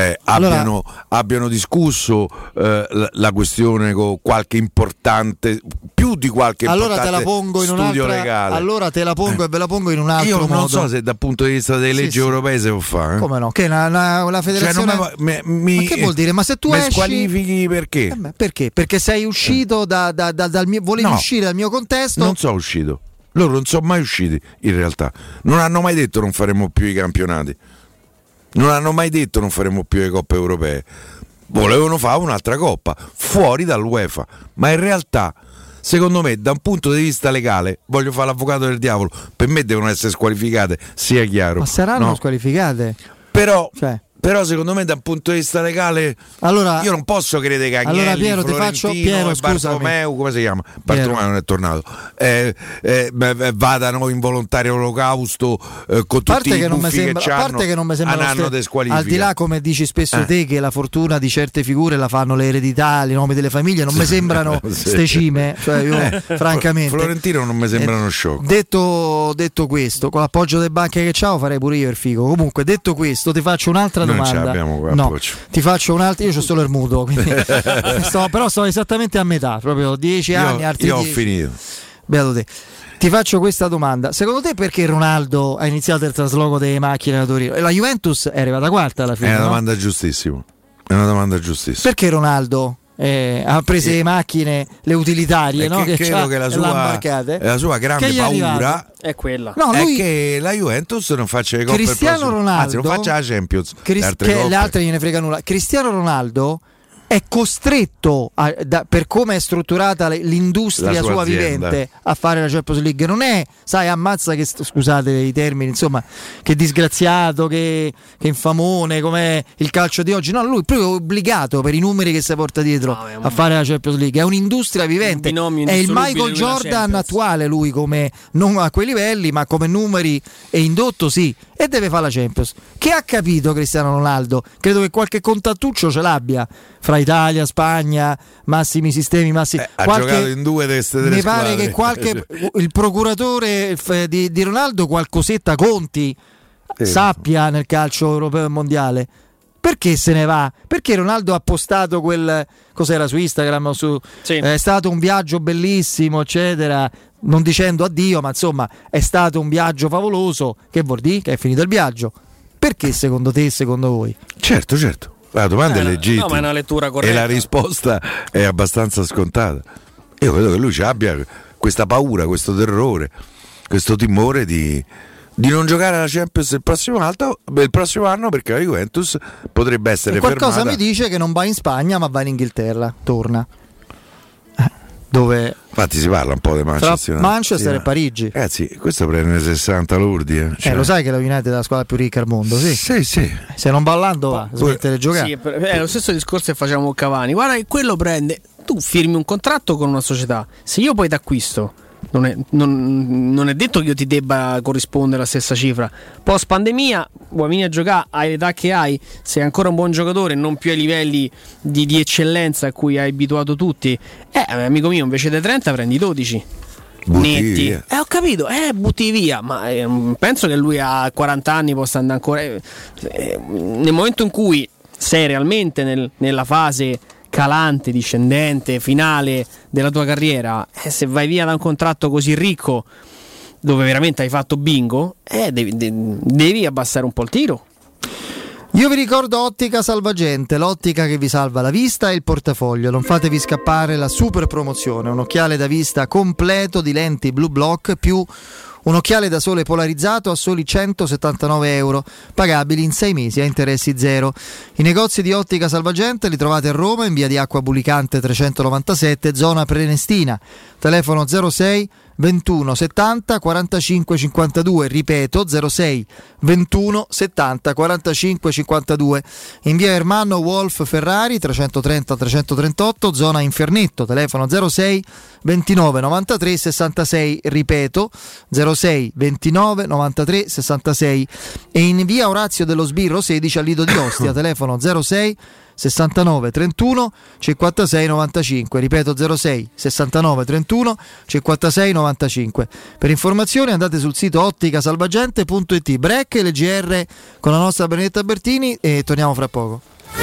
abbiano discusso la questione con qualche importante, più di qualche importante te la pongo in studio legale. Allora te la pongo e ve la pongo in un altro modo. Io non so se dal punto di vista delle leggi europee si può fare. Come no? Che la federazione... ma che vuol dire? Ma se tu esci... squalifichi perché? Perché? Perché sei uscito dal mio... Volevi uscire dal mio contesto? Non sono uscito. Loro non sono mai usciti, in realtà. Non hanno mai detto non faremo più i campionati. Non hanno mai detto non faremo più le coppe europee. Volevano fare un'altra coppa, fuori dall'UEFA. Ma in realtà, secondo me da un punto di vista legale, voglio fare l'avvocato del diavolo, per me devono essere squalificate, sia chiaro. Ma saranno squalificate? Però secondo me da un punto di vista legale, allora, io non posso credere che Agnelli, Piero, Florentino e Bartomeu, come si chiama? Bartomeu non è tornato, vadano in volontario olocausto con tutti i buffi che c'hanno. A parte che non mi sembra al di là, come dici spesso te, che la fortuna di certe figure la fanno le eredità, i nomi delle famiglie, non mi sembrano ste cime, cioè io francamente Florentino non mi sembrano sciocco. Detto questo, con l'appoggio delle banche che c'ho farei pure io il figo. Comunque, detto questo, ti faccio un'altra domanda. Ti faccio un'altra, io c'ho solo il mutuo, quindi però sto esattamente a metà, proprio 10 anni, altri io 10. Ho finito. Beato te. Ti faccio questa domanda: secondo te perché Ronaldo ha iniziato il trasloco delle macchine da Torino? E la Juventus è arrivata quarta alla fine? È una domanda giustissima. Perché Ronaldo ha preso le macchine, le utilitarie, no? Che credo che la sua grande paura è quella. No, è che la Juventus non faccia le coppe, Cristiano Ronaldo, anzi non faccia la Champions, le altre gliene frega nulla. Cristiano Ronaldo è costretto per come è strutturata l'industria sua vivente a fare la Champions League. Non è, sai, ammazza che, scusate i termini, insomma, che disgraziato, che infamone come il calcio di oggi. No, lui è proprio obbligato per i numeri che si porta dietro a fare la Champions League. È un'industria vivente, è il Michael Jordan attuale lui, come non a quei livelli ma come numeri e indotto sì, e deve fare la Champions. Che ha capito Cristiano Ronaldo? Credo che qualche contattuccio ce l'abbia fra Italia, Spagna, massimi sistemi, ha giocato in due teste delle squadre. Mi pare che il procuratore di Ronaldo qualcosetta conti sappia nel calcio europeo e mondiale. Perché se ne va? Perché Ronaldo ha postato quel cos'era su Instagram è stato un viaggio bellissimo, eccetera, non dicendo addio, ma insomma è stato un viaggio favoloso. Che vuol dire? Che è finito il viaggio. Perché secondo te e secondo voi? Certo. La domanda è legittima, no, ma è una lettura corretta. E la risposta è abbastanza scontata. Io credo che lui ci abbia questa paura, questo terrore, questo timore di non giocare alla Champions il prossimo anno, perché la Juventus potrebbe essere qualcosa fermata. Mi dice che non va in Spagna ma va in Inghilterra, torna. Dove infatti si parla un po' di Manchester, Manchester e Parigi. Ragazzi, questo prende 60 lordi. Lo sai che la United è la squadra più ricca al mondo? Sì. Se non ballando va, smette di giocare. È lo stesso discorso che facciamo con Cavani. Guarda che quello prende, tu firmi un contratto con una società, se io poi t'acquisto non è detto che io ti debba corrispondere la stessa cifra. Post pandemia vuoi venire a giocare, hai l'età che hai, sei ancora un buon giocatore, non più ai livelli di eccellenza a cui hai abituato tutti, amico mio, invece dei 30 prendi 12 netti. Ho capito, butti via, ma penso che lui a 40 anni possa andare ancora nel momento in cui sei realmente nella fase calante, discendente, finale della tua carriera, se vai via da un contratto così ricco dove veramente hai fatto bingo, devi abbassare un po' il tiro. Io vi ricordo Ottica Salvagente, l'ottica che vi salva la vista e il portafoglio. Non fatevi scappare la super promozione, un occhiale da vista completo di lenti Blue Block più un occhiale da sole polarizzato a soli €179, pagabili in 6 mesi a interessi zero. I negozi di Ottica Salvagente li trovate a Roma in via di Acqua Bulicante 397, zona Prenestina. Telefono 06 21 70 45 52, ripeto 06 21 70 45 52. In via Ermanno Wolf Ferrari 330 338, zona Infernetto. Telefono 06 29 93 66, ripeto 06 29 93 66. E in via Orazio dello Sbirro 16 al Lido di Ostia. Telefono 06 69 31 56 95, ripeto 06 69 31 56 95. Per informazioni andate sul sito otticasalvagente.it. Break e le GR con la nostra Benedetta Bertini e torniamo fra poco.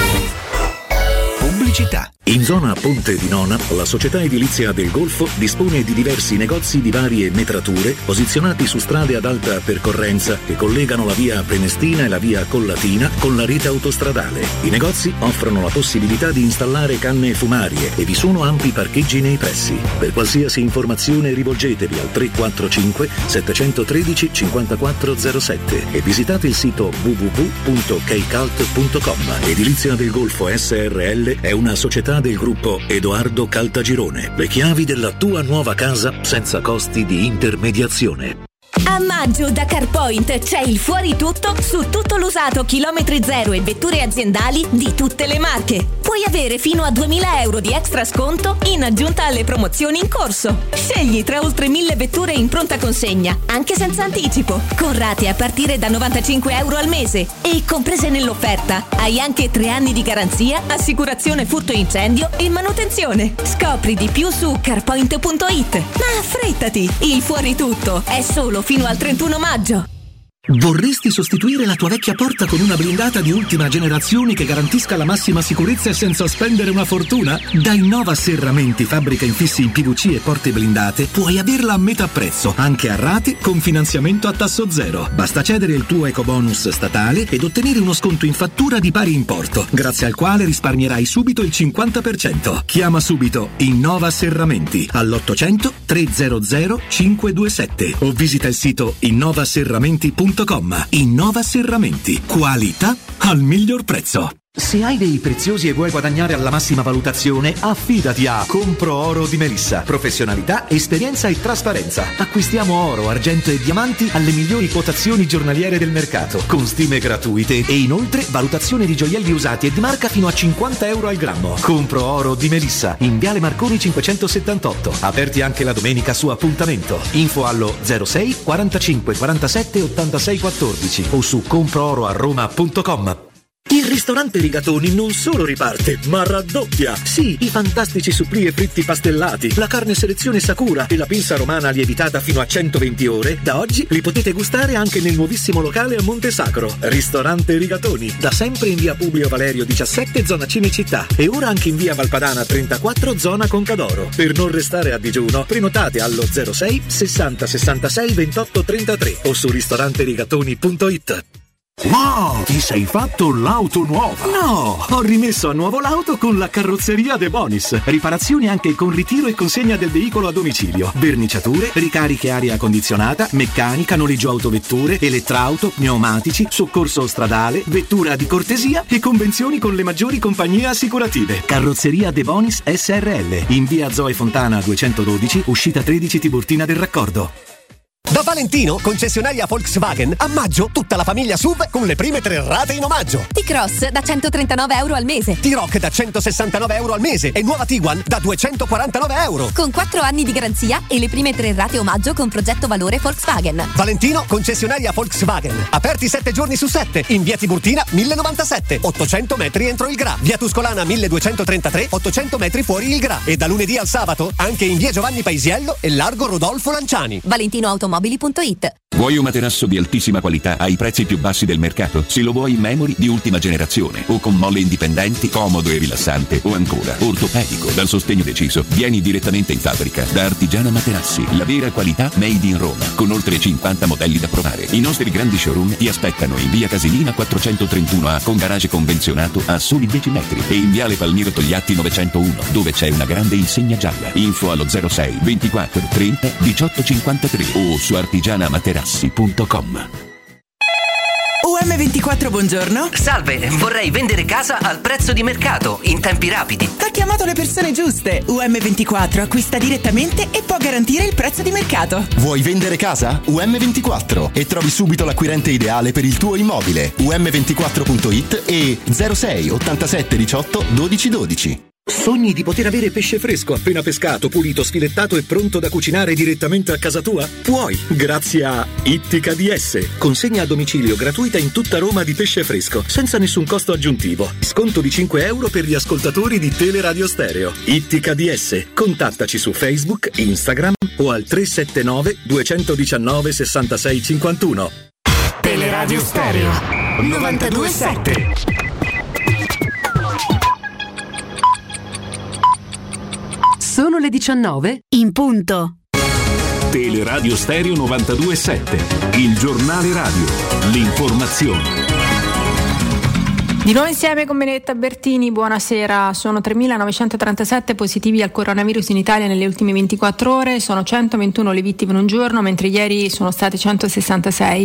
Pubblicità. In zona Ponte di Nona, la società edilizia del Golfo dispone di diversi negozi di varie metrature posizionati su strade ad alta percorrenza che collegano la via Prenestina e la via Collatina con la rete autostradale. I negozi offrono la possibilità di installare canne fumarie e vi sono ampi parcheggi nei pressi. Per qualsiasi informazione rivolgetevi al 345 713 5407 e visitate il sito www.kcult.com. Edilizia del Golfo SRL è una società proprietà del gruppo Edoardo Caltagirone. Le chiavi della tua nuova casa senza costi di intermediazione. A maggio da CarPoint c'è il fuori tutto su tutto l'usato chilometri zero e vetture aziendali di tutte le marche. Puoi avere fino a 2.000 euro di extra sconto in aggiunta alle promozioni in corso. Scegli tra oltre 1.000 vetture in pronta consegna, anche senza anticipo, con rate a partire da 95 euro al mese. E comprese nell'offerta hai anche 3 anni di garanzia, assicurazione furto incendio e manutenzione. Scopri di più su carpoint.it. Ma affrettati, il fuori tutto è solo fino al 31 maggio. Vorresti sostituire la tua vecchia porta con una blindata di ultima generazione che garantisca la massima sicurezza e senza spendere una fortuna? Da Innova Serramenti, fabbrica infissi in PVC e porte blindate, puoi averla a metà prezzo, anche a rate con finanziamento a tasso zero. Basta cedere il tuo ecobonus statale ed ottenere uno sconto in fattura di pari importo, grazie al quale risparmierai subito il 50%. Chiama subito Innova Serramenti all'800 300 527 o visita il sito innovaserramenti.com. Innova Serramenti, qualità al miglior prezzo. Se hai dei preziosi e vuoi guadagnare alla massima valutazione, affidati a Compro Oro di Melissa. Professionalità, esperienza e trasparenza. Acquistiamo oro, argento e diamanti alle migliori quotazioni giornaliere del mercato, con stime gratuite e inoltre valutazione di gioielli usati e di marca fino a 50 euro al grammo. Compro Oro di Melissa, in Viale Marconi 578. Aperti anche la domenica su appuntamento. Info allo 06 45 47 86 14 o su comprooroaroma.com. Il ristorante Rigatoni non solo riparte, ma raddoppia! Sì, i fantastici supplì e fritti pastellati, la carne selezione Sakura e la pinza romana lievitata fino a 120 ore, da oggi li potete gustare anche nel nuovissimo locale a Monte Sacro. Ristorante Rigatoni, da sempre in via Publio Valerio 17, zona Cinecittà, e ora anche in via Valpadana 34, zona Concadoro. Per non restare a digiuno, prenotate allo 06 60 66 28 33 o su ristoranterigatoni.it. Wow, ti sei fatto l'auto nuova? No, ho rimesso a nuovo l'auto con la carrozzeria De Bonis. Riparazioni anche con ritiro e consegna del veicolo a domicilio. Verniciature, ricariche aria condizionata, meccanica, noleggio autovetture, elettrauto, pneumatici, soccorso stradale, vettura di cortesia e convenzioni con le maggiori compagnie assicurative. Carrozzeria De Bonis SRL, in via Zoe Fontana 212, uscita 13 Tiburtina del Raccordo. Da Valentino, concessionaria Volkswagen, a maggio tutta la famiglia SUV con le prime 3 rate in omaggio. T-Cross da 139 euro al mese. T-Roc da 169 euro al mese e nuova Tiguan da 249 euro. Con 4 anni di garanzia e le prime 3 rate omaggio con progetto valore Volkswagen. Valentino, concessionaria Volkswagen. Aperti 7 giorni su 7. In via Tiburtina 1097, 800 metri entro il Gra. Via Tuscolana 1233, 800 metri fuori il Gra. E da lunedì al sabato anche in via Giovanni Paisiello e largo Rodolfo Lanciani. Valentino Automobili.it. Vuoi un materasso di altissima qualità ai prezzi più bassi del mercato? Se lo vuoi in memory di ultima generazione o con molle indipendenti, comodo e rilassante, o ancora ortopedico dal sostegno deciso, vieni direttamente in fabbrica da Artigiana Materassi, la vera qualità made in Roma, con oltre 50 modelli da provare. I nostri grandi showroom ti aspettano in via Casilina 431A con garage convenzionato a soli 10 metri e in viale Palmiro Togliatti 901 dove c'è una grande insegna gialla. Info allo 06 24 30 18 53 o su artigianamaterassi.com. UM24, buongiorno. Salve, vorrei vendere casa al prezzo di mercato, in tempi rapidi. Ha chiamato le persone giuste. UM24 acquista direttamente e può garantire il prezzo di mercato. Vuoi vendere casa? UM24 e trovi subito l'acquirente ideale per il tuo immobile. UM24.it e 06 87 18 12 12. Sogni di poter avere pesce fresco appena pescato, pulito, sfilettato e pronto da cucinare direttamente a casa tua? Puoi, grazie a Ittica DS. Consegna a domicilio gratuita in tutta Roma di pesce fresco, senza nessun costo aggiuntivo. Sconto di 5 euro per gli ascoltatori di Teleradio Stereo. Ittica DS. Contattaci su Facebook, Instagram o al 379 219 66 51. Teleradio Stereo 92.7. Sono le 19 in punto. Teleradio Stereo 92.7, il giornale radio, l'informazione. Di nuovo insieme con Benedetta Bertini, buonasera. Sono 3.937 positivi al coronavirus in Italia nelle ultime 24 ore, sono 121 le vittime in un giorno, mentre ieri sono state 166,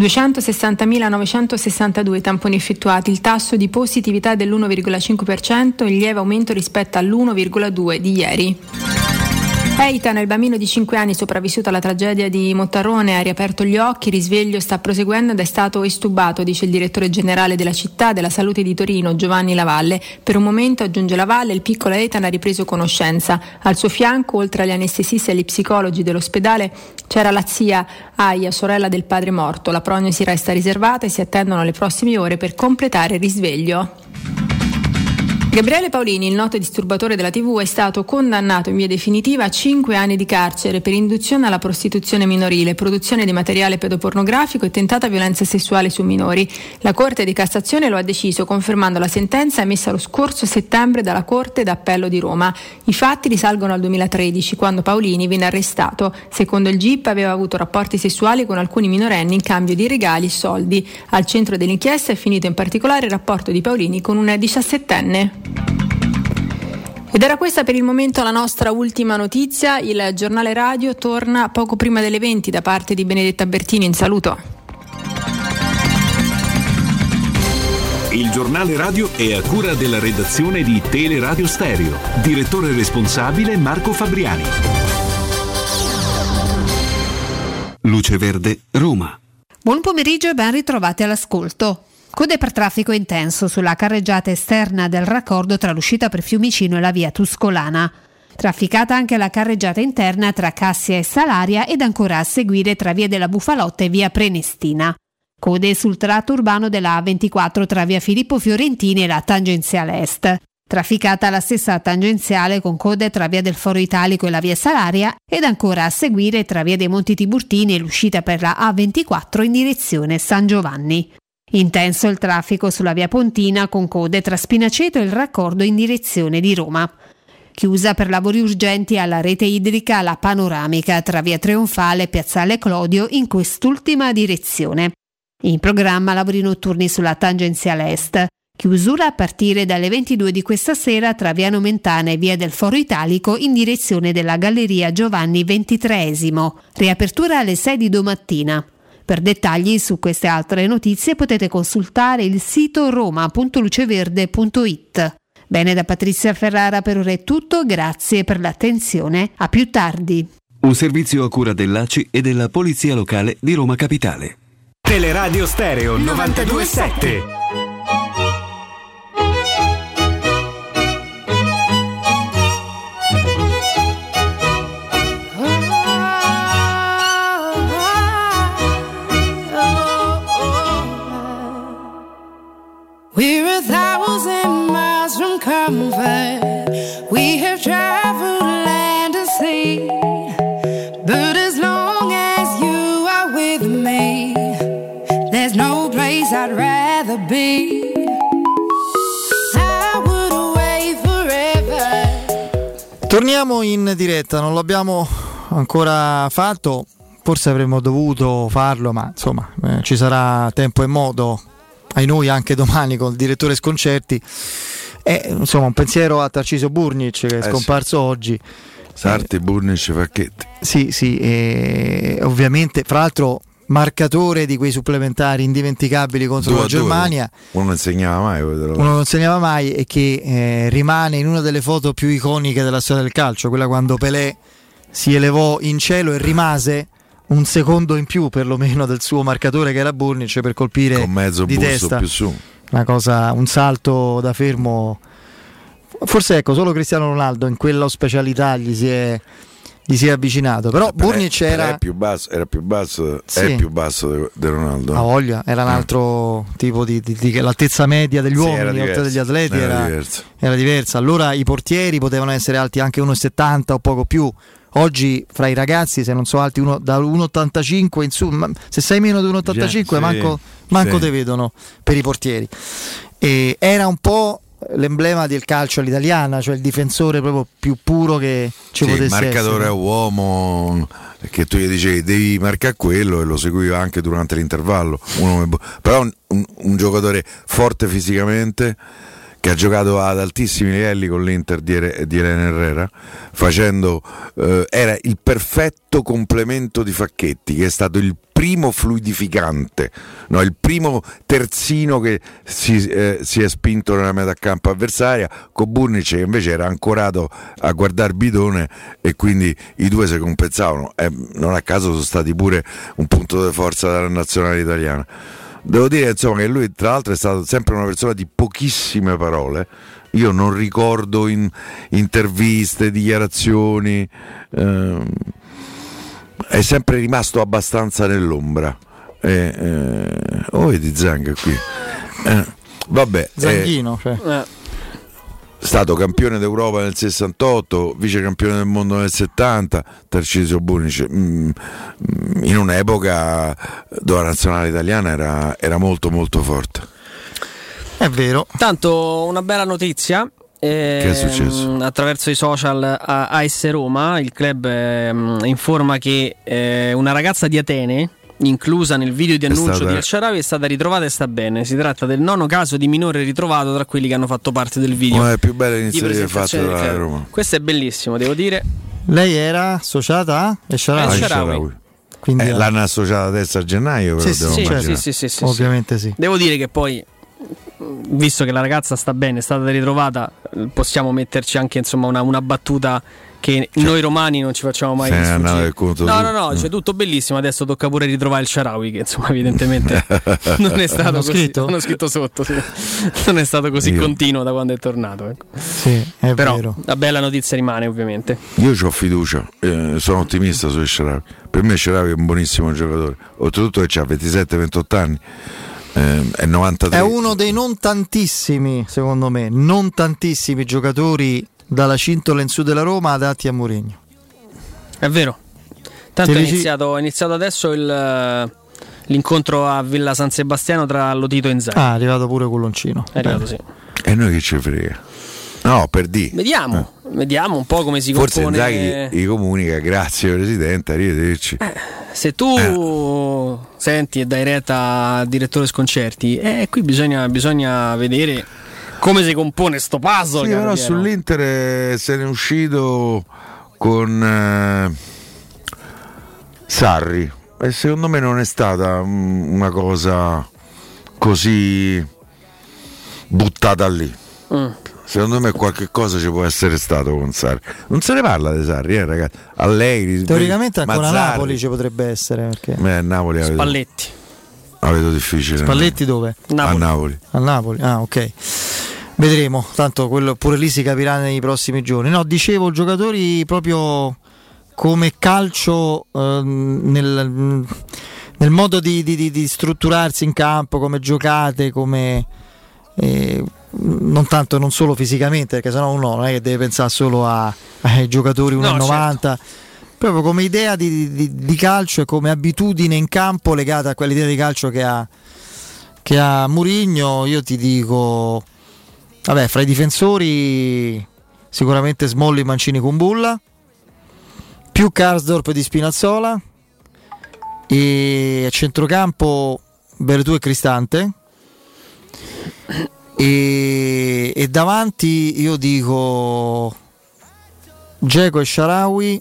260.962 tamponi effettuati, il tasso di positività è dell'1,5%, in lieve aumento rispetto all'1,2% di ieri. Eitan, il bambino di 5 anni sopravvissuto alla tragedia di Mottarone, ha riaperto gli occhi, il risveglio sta proseguendo ed è stato estubato, dice il direttore generale della città della salute di Torino, Giovanni Lavalle. Per un momento, aggiunge Lavalle, il piccolo Eitan ha ripreso conoscenza. Al suo fianco, oltre agli anestesisti e agli psicologi dell'ospedale, c'era la zia Aia, sorella del padre morto. La prognosi resta riservata e si attendono le prossime ore per completare il risveglio. Gabriele Paolini, il noto disturbatore della TV, è stato condannato in via definitiva a 5 anni di carcere per induzione alla prostituzione minorile, produzione di materiale pedopornografico e tentata violenza sessuale su minori. La Corte di Cassazione lo ha deciso, confermando la sentenza emessa lo scorso settembre dalla Corte d'Appello di Roma. I fatti risalgono al 2013, quando Paolini venne arrestato. Secondo il GIP aveva avuto rapporti sessuali con alcuni minorenni in cambio di regali e soldi. Al centro dell'inchiesta è finito in particolare il rapporto di Paolini con una 17enne. Ed era questa per il momento la nostra ultima notizia. Il giornale radio torna poco prima delle 20 da parte di Benedetta Bertini. Un saluto. Il giornale radio è a cura della redazione di Teleradio Stereo. Direttore responsabile Marco Fabriani. Luce Verde, Roma. Buon pomeriggio e ben ritrovati all'ascolto. Code per traffico intenso sulla carreggiata esterna del raccordo tra l'uscita per Fiumicino e la via Tuscolana. Trafficata anche la carreggiata interna tra Cassia e Salaria ed ancora a seguire tra via della Bufalotta e via Prenestina. Code sul tratto urbano della A24 tra via Filippo Fiorentini e la tangenziale est. Trafficata la stessa tangenziale con code tra via del Foro Italico e la via Salaria ed ancora a seguire tra via dei Monti Tiburtini e l'uscita per la A24 in direzione San Giovanni. Intenso il traffico sulla via Pontina con code tra Spinaceto e il raccordo in direzione di Roma. Chiusa per lavori urgenti alla rete idrica la panoramica tra via Trionfale e piazzale Clodio in quest'ultima direzione. In programma lavori notturni sulla tangenziale est. Chiusura a partire dalle 22 di questa sera tra via Nomentana e via del Foro Italico in direzione della Galleria Giovanni XXIII. Riapertura alle 6 di domattina. Per dettagli su queste altre notizie potete consultare il sito roma.luceverde.it. Bene, da Patrizia Ferrara per ora è tutto, grazie per l'attenzione, a più tardi. Un servizio a cura dell'ACI e della Polizia Locale di Roma Capitale. Teleradio Stereo 92.7. We're 1,000 miles from comfort. We have traveled land and sea. But as long as you are with me, there's no place I'd rather be. I would away forever. Torniamo in diretta, non l'abbiamo ancora fatto, forse avremmo dovuto farlo, ma insomma ci sarà tempo e modo. Ai noi anche domani con il direttore Sconcerti. Insomma, un pensiero a Tarcisio Burnic che è scomparso oggi. Sarti, Burnic, Facchetti. Sì, ovviamente, fra l'altro marcatore di quei supplementari indimenticabili contro la Germania. Uno non insegnava mai e che rimane in una delle foto più iconiche della storia del calcio, quella quando Pelé si elevò in cielo e rimase un secondo in più perlomeno del suo marcatore che era Burnic per colpire con mezzo di testa più su. Una cosa, un salto da fermo. Forse solo Cristiano Ronaldo in quella specialità gli si è avvicinato, però Burnic era più basso, è più basso di Ronaldo. A voglia, era un altro tipo di l'altezza media degli uomini, oltre degli atleti era diversa. Allora i portieri potevano essere alti anche 1,70 o poco più. Oggi fra i ragazzi, se non sono alti da 1,85 in su, se sei meno di 1,85 manco te vedono per i portieri. E era un po' l'emblema del calcio all'italiana, cioè il difensore proprio più puro che ci potesse essere. Il marcatore a uomo, che tu gli dicevi devi marcare quello, e lo seguiva anche durante l'intervallo. Però un giocatore forte fisicamente, che ha giocato ad altissimi livelli con l'Inter di Elena Herrera, era il perfetto complemento di Facchetti, che è stato il primo fluidificante, il primo terzino che si è spinto nella metà campo avversaria, con Burnic che invece era ancorato a guardare bidone, e quindi i due si compensavano. Non a caso sono stati pure un punto di forza della nazionale italiana. Devo dire, insomma, che lui tra l'altro è stato sempre una persona di pochissime parole. Io non ricordo in interviste, dichiarazioni, è sempre rimasto abbastanza nell'ombra. Vedi Zang qui, vabbè, Zanghino, stato campione d'Europa nel 68, vice campione del mondo nel 70, Tarcisio Burnic, in un'epoca dove la nazionale italiana era molto molto forte. È vero. Tanto una bella notizia. Che è successo? Attraverso i social AS Roma, il club informa che una ragazza di Atene, inclusa nel video di annuncio di El Shaarawy, è stata ritrovata e sta bene. Si tratta del 9° caso di minore ritrovato tra quelli che hanno fatto parte del video. Una delle più belle iniziative fatte da Roma. Questo è bellissimo, devo dire. Lei era associata a El Shaarawy. Quindi l'hanno associata adesso a gennaio, però sì, ovviamente sì. Devo dire che poi, visto che la ragazza sta bene, è stata ritrovata, possiamo metterci anche una battuta che noi romani non ci facciamo mai sfuggire. No, c'è tutto bellissimo. Adesso tocca pure ritrovare El Shaarawy, che insomma evidentemente non è stato così. Hanno scritto sotto, sì. Non è stato così continuo da quando è tornato, ecco. Sì, è però vero. La bella notizia rimane, ovviamente. Io ho fiducia, sono ottimista su El Shaarawy. Per me El Shaarawy è un buonissimo giocatore, oltretutto che ha 27-28 anni. È 93. È uno dei non tantissimi, secondo me, giocatori dalla cintola in su della Roma adatti a Mourinho. È vero. Tanto è iniziato adesso l'incontro a Villa San Sebastiano tra Lotito e Inzaghi. È arrivato pure Colloncino. È arrivato, sì. E noi che ci frega? No, per di. Vediamo un po' come si forse compone. Forse Inzaghi comunica, grazie Presidente, arrivederci. Se tu senti e dai retta al direttore Sconcerti, qui bisogna vedere come si compone sto puzzle. Sì, però sull'Inter se ne è uscito con Sarri, e secondo me non è stata una cosa così buttata lì. Secondo me qualche cosa ci può essere stato con Sarri. Non se ne parla di Sarri, ragazzi. Allegri, teoricamente ancora Napoli ci potrebbe essere, perché Napoli Spalletti avevo difficile. Spalletti dove? A Napoli. Ok. Vedremo, tanto quello pure lì si capirà nei prossimi giorni. No, dicevo, giocatori proprio come calcio, nel modo di strutturarsi in campo, come giocate, come non solo fisicamente, perché sennò uno non è che deve pensare solo ai giocatori 1,90, certo. Proprio come idea di calcio e come abitudine in campo legata a quell'idea di calcio che ha Mourinho. Io ti dico, vabbè, fra i difensori sicuramente Smalling, Mancini, Kumbulla, più Karsdorp di Spinazzola, e a centrocampo Veretù e Cristante, e davanti io dico Dzeko e Shaarawy,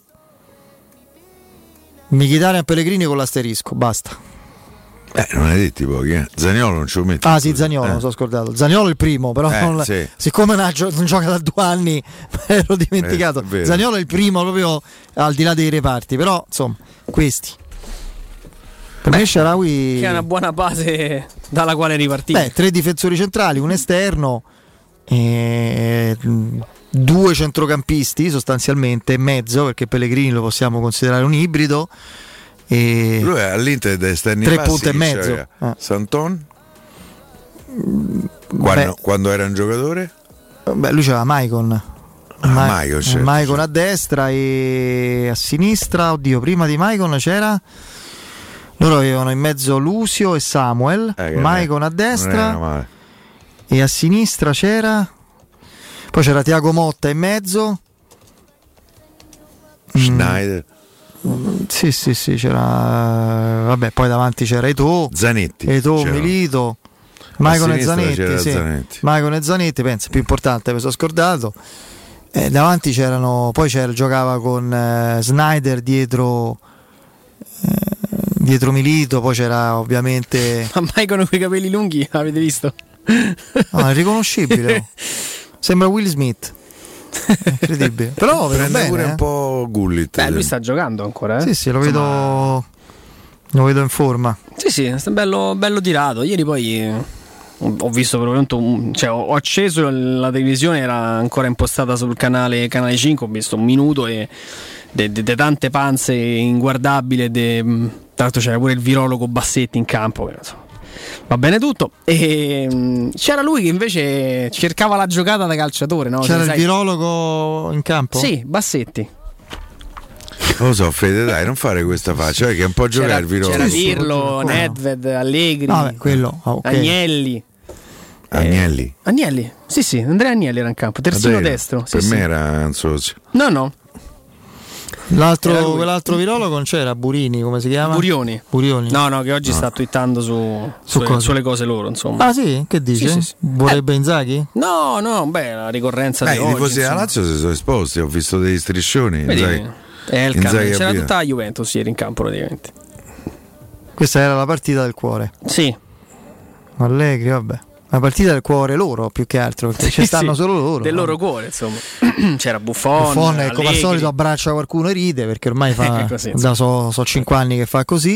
Mkhitaryan e Pellegrini con l'asterisco, basta. Non hai detti pochi, Zaniolo non ce lo metti. Sì, Zaniolo, mi sono scordato. Zaniolo è il primo, però siccome non gioca da 2 anni, ero dimenticato. Zaniolo è il primo, proprio al di là dei reparti, però insomma, questi. Per me Shaarawy, che è una buona base dalla quale ripartire. 3 difensori centrali, un esterno, 2 centrocampisti sostanzialmente, e mezzo, perché Pellegrini lo possiamo considerare un ibrido. Lui è all'Inter da esterni 3 punti e mezzo. Santon quando era un giocatore? Lui c'era Maicon. Certo. Maicon a destra e a sinistra. Oddio, prima di Maicon c'era, loro avevano in mezzo Lucio e Samuel. Maicon a destra e a sinistra c'era Poi c'era Thiago Motta in mezzo. Schneider. Sì, c'era. Vabbè, poi davanti c'era Eto'o, Zanetti, Milito, Maicon e Zanetti, sì. Maicon e Zanetti, penso più importante, mi sono scordato. Davanti giocava con Snyder dietro Milito, poi c'era ovviamente. Ma Maicon con i capelli lunghi, avete visto? No, è riconoscibile. Sembra Will Smith. Incredibile. Però prende bene, pure un po' Gullit. Lui sta giocando ancora, Sì, lo vedo in forma. Sì, è bello tirato. Ieri poi ho visto probabilmente ho acceso la televisione, era ancora impostata sul canale 5, ho visto un minuto e de tante panze inguardabili, tra l'altro c'era pure il virologo Bassetti in campo, insomma. Va bene tutto. E c'era lui che invece cercava la giocata da calciatore, no? C'era il virologo in campo? Sì, Bassetti. Non lo so, Fede, dai, non fare questa faccia, che è un po' giocare il virologo. C'era Pirlo, Nedved, Allegri, quello, okay. Agnelli. Sì, Andrea Agnelli era in campo, terzino destro. Per me era un socio. No. Quell'altro virologo non c'era, Burini, come si chiama? Burioni. No, che oggi sta twittando sulle cose loro, insomma. Ah sì? Che dice? Sì. Vorrebbe Inzaghi? No, la ricorrenza di oggi. I tifosi della Lazio si sono esposti, ho visto degli striscioni. C'era tutta la Juventus ieri in campo praticamente. Questa era la partita del cuore. Sì. Allegri, vabbè. La partita del cuore loro più che altro, perché ci stanno solo loro. Del loro cuore, insomma. C'era Buffon che come al solito abbraccia qualcuno e ride, perché ormai fa so 5 anni che fa così.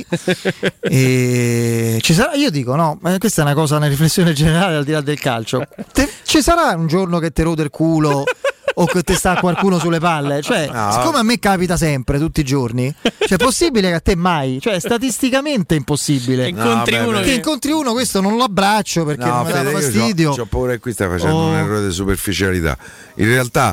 E ci sarà, io dico, no, questa è una riflessione generale al di là del calcio. Ci sarà un giorno che te rode il culo o che te sta qualcuno sulle palle, cioè siccome a me capita sempre tutti i giorni, cioè è possibile che a te mai, cioè statisticamente è impossibile che incontri uno, questo non lo abbraccio perché non mi dà fastidio. C'ho paura che qui stai facendo un errore di superficialità. In realtà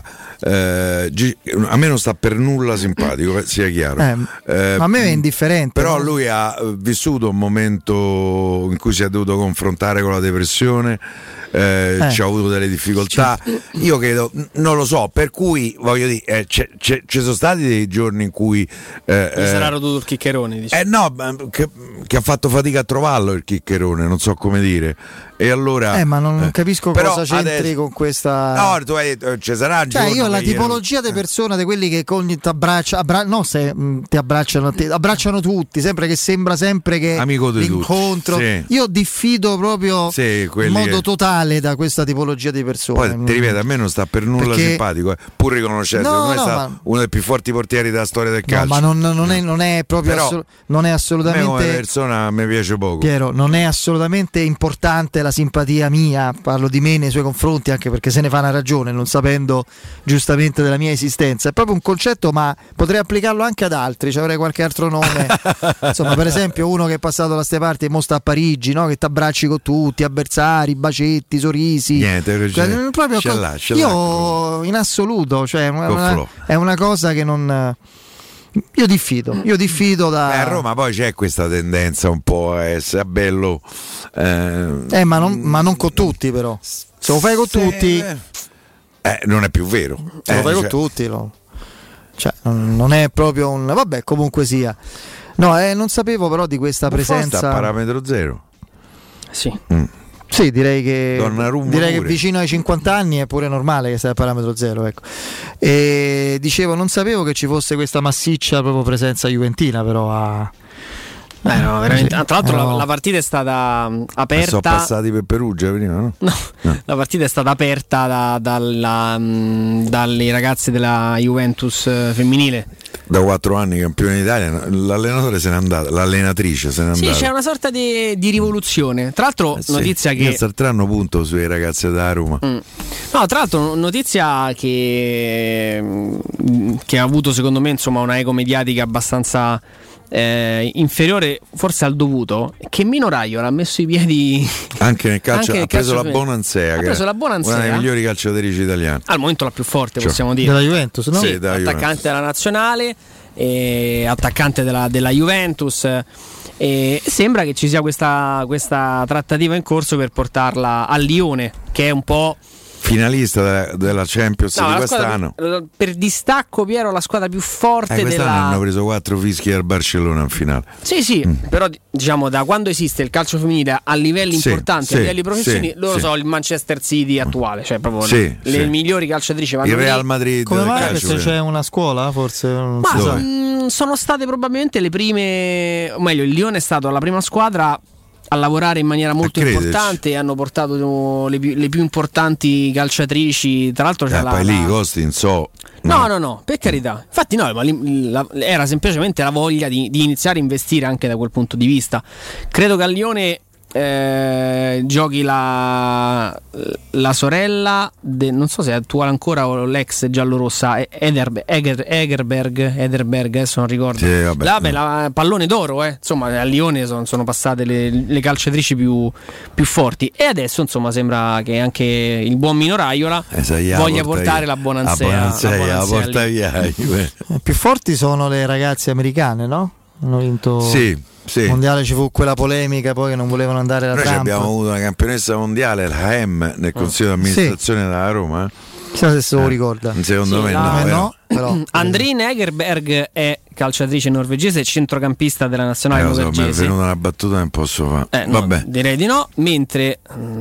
a me non sta per nulla simpatico, sia chiaro. A me è indifferente. Però lui ha vissuto un momento in cui si è dovuto confrontare con la depressione. Ci ha avuto delle difficoltà, io credo, non lo so, per cui voglio dire, ci sono stati dei giorni in cui sarà rotuto il chiccherone, dice. Che ha fatto fatica a trovarlo il chiccherone, non so come dire, e allora ma non capisco cosa c'entri adesso, con questa. No, tu hai detto ci sarà un giorno, io la tipologia di persone, di quelli che con ti abbracciano, ti abbracciano tutti, sempre che sembra sempre che amico di l'incontro tutti. Sì. Io diffido proprio in modo totale da questa tipologia di persone. Poi ti ripeto, a me non sta per nulla simpatico, pur riconoscendo che è uno dei più forti portieri della storia del calcio. Ma non è proprio non è assolutamente, come persona mi piace poco. Piero, non è assolutamente importante la simpatia mia, parlo di me nei suoi confronti, anche perché se ne fa una ragione, non sapendo giustamente della mia esistenza. È proprio un concetto, ma potrei applicarlo anche ad altri, cioè avrei qualche altro nome. Insomma, per esempio uno che è passato da ste parti e mo sta a Parigi, no? Che ti abbracci con tutti, avversari, bacetti, sorrisi. Niente, proprio io in assoluto, cioè è una cosa che non. Io diffido da. A Roma poi c'è questa tendenza un po' a essere bello. Ma non con tutti, però. Se lo fai con tutti. Non è più vero. Se lo fai con tutti, cioè, non è proprio un. Vabbè, comunque sia. No, non sapevo però di questa presenza. Sta a parametro zero. Sì. Sì, direi che vicino ai 50 anni è pure normale che stai a parametro zero, ecco. E dicevo, non sapevo che ci fosse questa massiccia proprio presenza juventina, però no, veramente. Tra l'altro la partita è stata aperta. Sono passati per Perugia prima, no? No. La partita è stata aperta dalle ragazze della Juventus femminile. Da 4 anni campione d'Italia, l'allenatore se n'è andato, l'allenatrice se n'è andata. Sì, c'è una sorta di rivoluzione. Tra l'altro, notizia che salteranno punto sui ragazzi da Roma. No, tra l'altro, notizia che ha avuto secondo me insomma una eco mediatica abbastanza inferiore forse al dovuto, che Mino Raiola ha messo i piedi anche nel calcio, ha preso la Bonansea, una delle migliori calciatrici italiane, al momento la più forte, possiamo dire, della Juventus, no? Sì, attaccante della nazionale, attaccante della Juventus, e sembra che ci sia questa trattativa in corso per portarla al Lione, che è un po' finalista della Champions di quest'anno. Per distacco, Piero, la squadra più forte quest'anno hanno preso 4 fischi al Barcellona in finale. Sì, però diciamo da quando esiste il calcio femminile a livelli importanti, a livelli professionisti, loro sono il Manchester City attuale, cioè proprio le migliori calciatrici vanno il Real Madrid. Come mai se c'è una scuola forse? Sono state probabilmente le prime, o meglio, il Lione è stato la prima squadra a lavorare in maniera molto importante e hanno portato le più importanti calciatrici. Tra l'altro c'è poi lì i costi no, per carità. Infatti no, ma era semplicemente la voglia di iniziare a investire anche da quel punto di vista. Credo che a Lione giochi la sorella non so se è attuale ancora o l'ex giallorossa Ederberg, adesso non ricordo. La pallone d'oro, insomma a Lione sono passate le calciatrici più forti, e adesso insomma sembra che anche il buon Mino Raiola voglia portare la Bonansea più forti sono le ragazze americane, no? Hanno vinto Sì. Mondiale, ci fu quella polemica poi che non volevano andare alla Trump. Abbiamo avuto una campionessa mondiale, la M, nel consiglio di amministrazione della Roma. Chissà se lo ricorda. Secondo me no. Però, Andrine Egerberg è calciatrice norvegese e centrocampista della nazionale norvegese. Mi è venuta una battuta, non posso fare. Vabbè. Direi di no. Mentre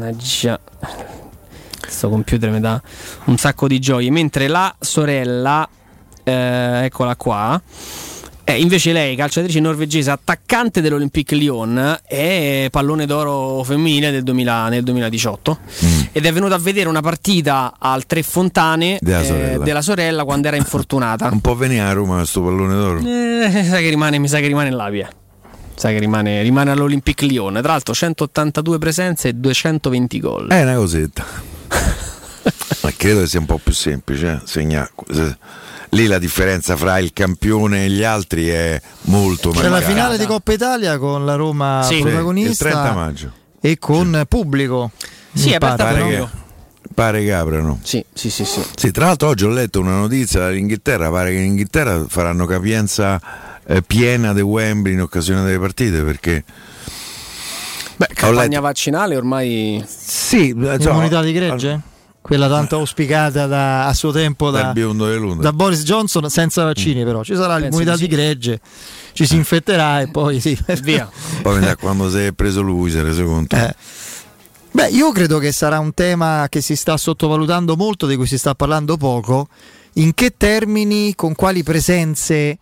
sto computer mi dà un sacco di gioie. Mentre la sorella, eccola qua, invece lei, calciatrice norvegese, attaccante dell'Olympique Lyon, è pallone d'oro femminile nel 2018 ed è venuta a vedere una partita al Tre Fontane della sorella quando era infortunata. Un po' venire a Roma questo pallone d'oro. Mi sa che rimane là, via. Sa che rimane all'Olympique Lyon. Tra l'altro 182 presenze e 220 gol. È una cosetta. Ma credo che sia un po' più semplice segnare. Lì la differenza fra il campione e gli altri è molto marcata. C'è la finale di Coppa Italia con la Roma protagonista, il 30 maggio e con pubblico. Sì, è aperta proprio. Pare che aprono. Sì. Tra l'altro oggi ho letto una notizia dall'Inghilterra, pare che in Inghilterra faranno capienza piena di Wembley in occasione delle partite, perché campagna vaccinale ormai. Sì, l'immunità di gregge? Quella tanto auspicata a suo tempo da Boris Johnson, senza vaccini, però ci sarà l'immunità di gregge, ci si infetterà e poi via. Poi quando si è preso lui si è reso conto. Io credo che sarà un tema che si sta sottovalutando molto, di cui si sta parlando poco. In che termini, con quali presenze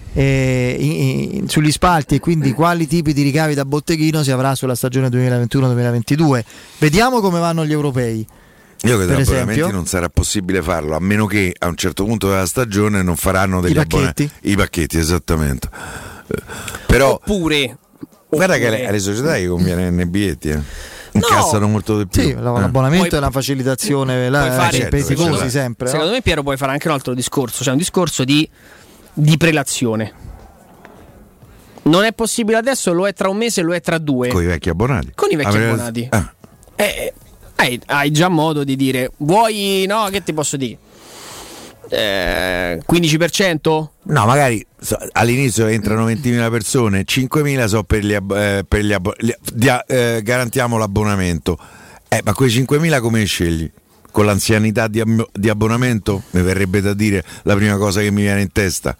sugli spalti, e quindi quali tipi di ricavi da botteghino si avrà sulla stagione 2021-2022. Vediamo come vanno gli europei. Io credo che probabilmente non sarà possibile farlo, a meno che a un certo punto della stagione non faranno degli i pacchetti, esattamente. Però oppure guarda che alle società gli conviene nei biglietti, incassano molto di più. Sì, l'abbonamento è una facilitazione sempre. Secondo me, Piero, puoi fare anche un altro discorso, cioè un discorso di prelazione. Non è possibile adesso, lo è tra un mese, lo è tra 2. Con i vecchi abbonati. Hai già modo di dire, vuoi, no, che ti posso dire? 15%? No, magari all'inizio entrano 20.000 persone, 5.000 so garantiamo l'abbonamento. Ma quei 5.000 come scegli? Con l'anzianità di abbonamento? Mi verrebbe da dire la prima cosa che mi viene in testa.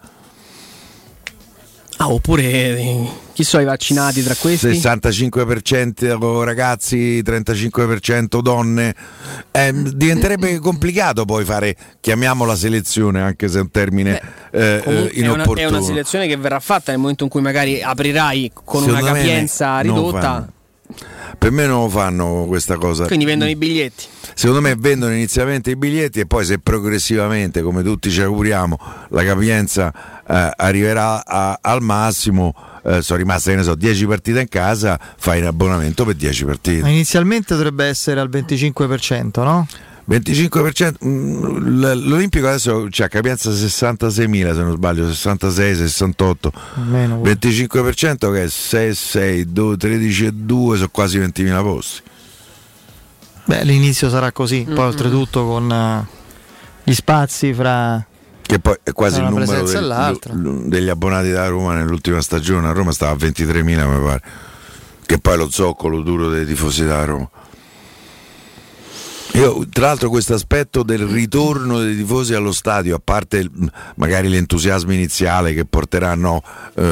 Oppure chi sono i vaccinati tra questi? 65% ragazzi, 35% donne. Diventerebbe complicato poi fare, chiamiamola selezione, anche se è un termine inopportuno. È una selezione che verrà fatta nel momento in cui magari aprirai con una capienza ridotta. Per me non lo fanno questa cosa. Quindi vendono i biglietti. Secondo me vendono inizialmente i biglietti e poi, se progressivamente, come tutti ci auguriamo, la capienza arriverà al massimo, sono rimaste 10 partite in casa, fai un abbonamento per 10 partite. Ma inizialmente dovrebbe essere al 25%, no? 25%. L'Olimpico adesso c'ha capienza 66.000, se non sbaglio, 66, 68. Meno 25% che è 6, 6, 2, 13 e 2, sono quasi 20.000 posti. L'inizio sarà così, poi oltretutto con gli spazi fra, che poi è quasi il numero degli abbonati da Roma nell'ultima stagione. A Roma stava a 23.000, mi pare, che poi è lo zoccolo duro dei tifosi da Roma. Io tra l'altro questo aspetto del ritorno dei tifosi allo stadio, a parte magari l'entusiasmo iniziale che porteranno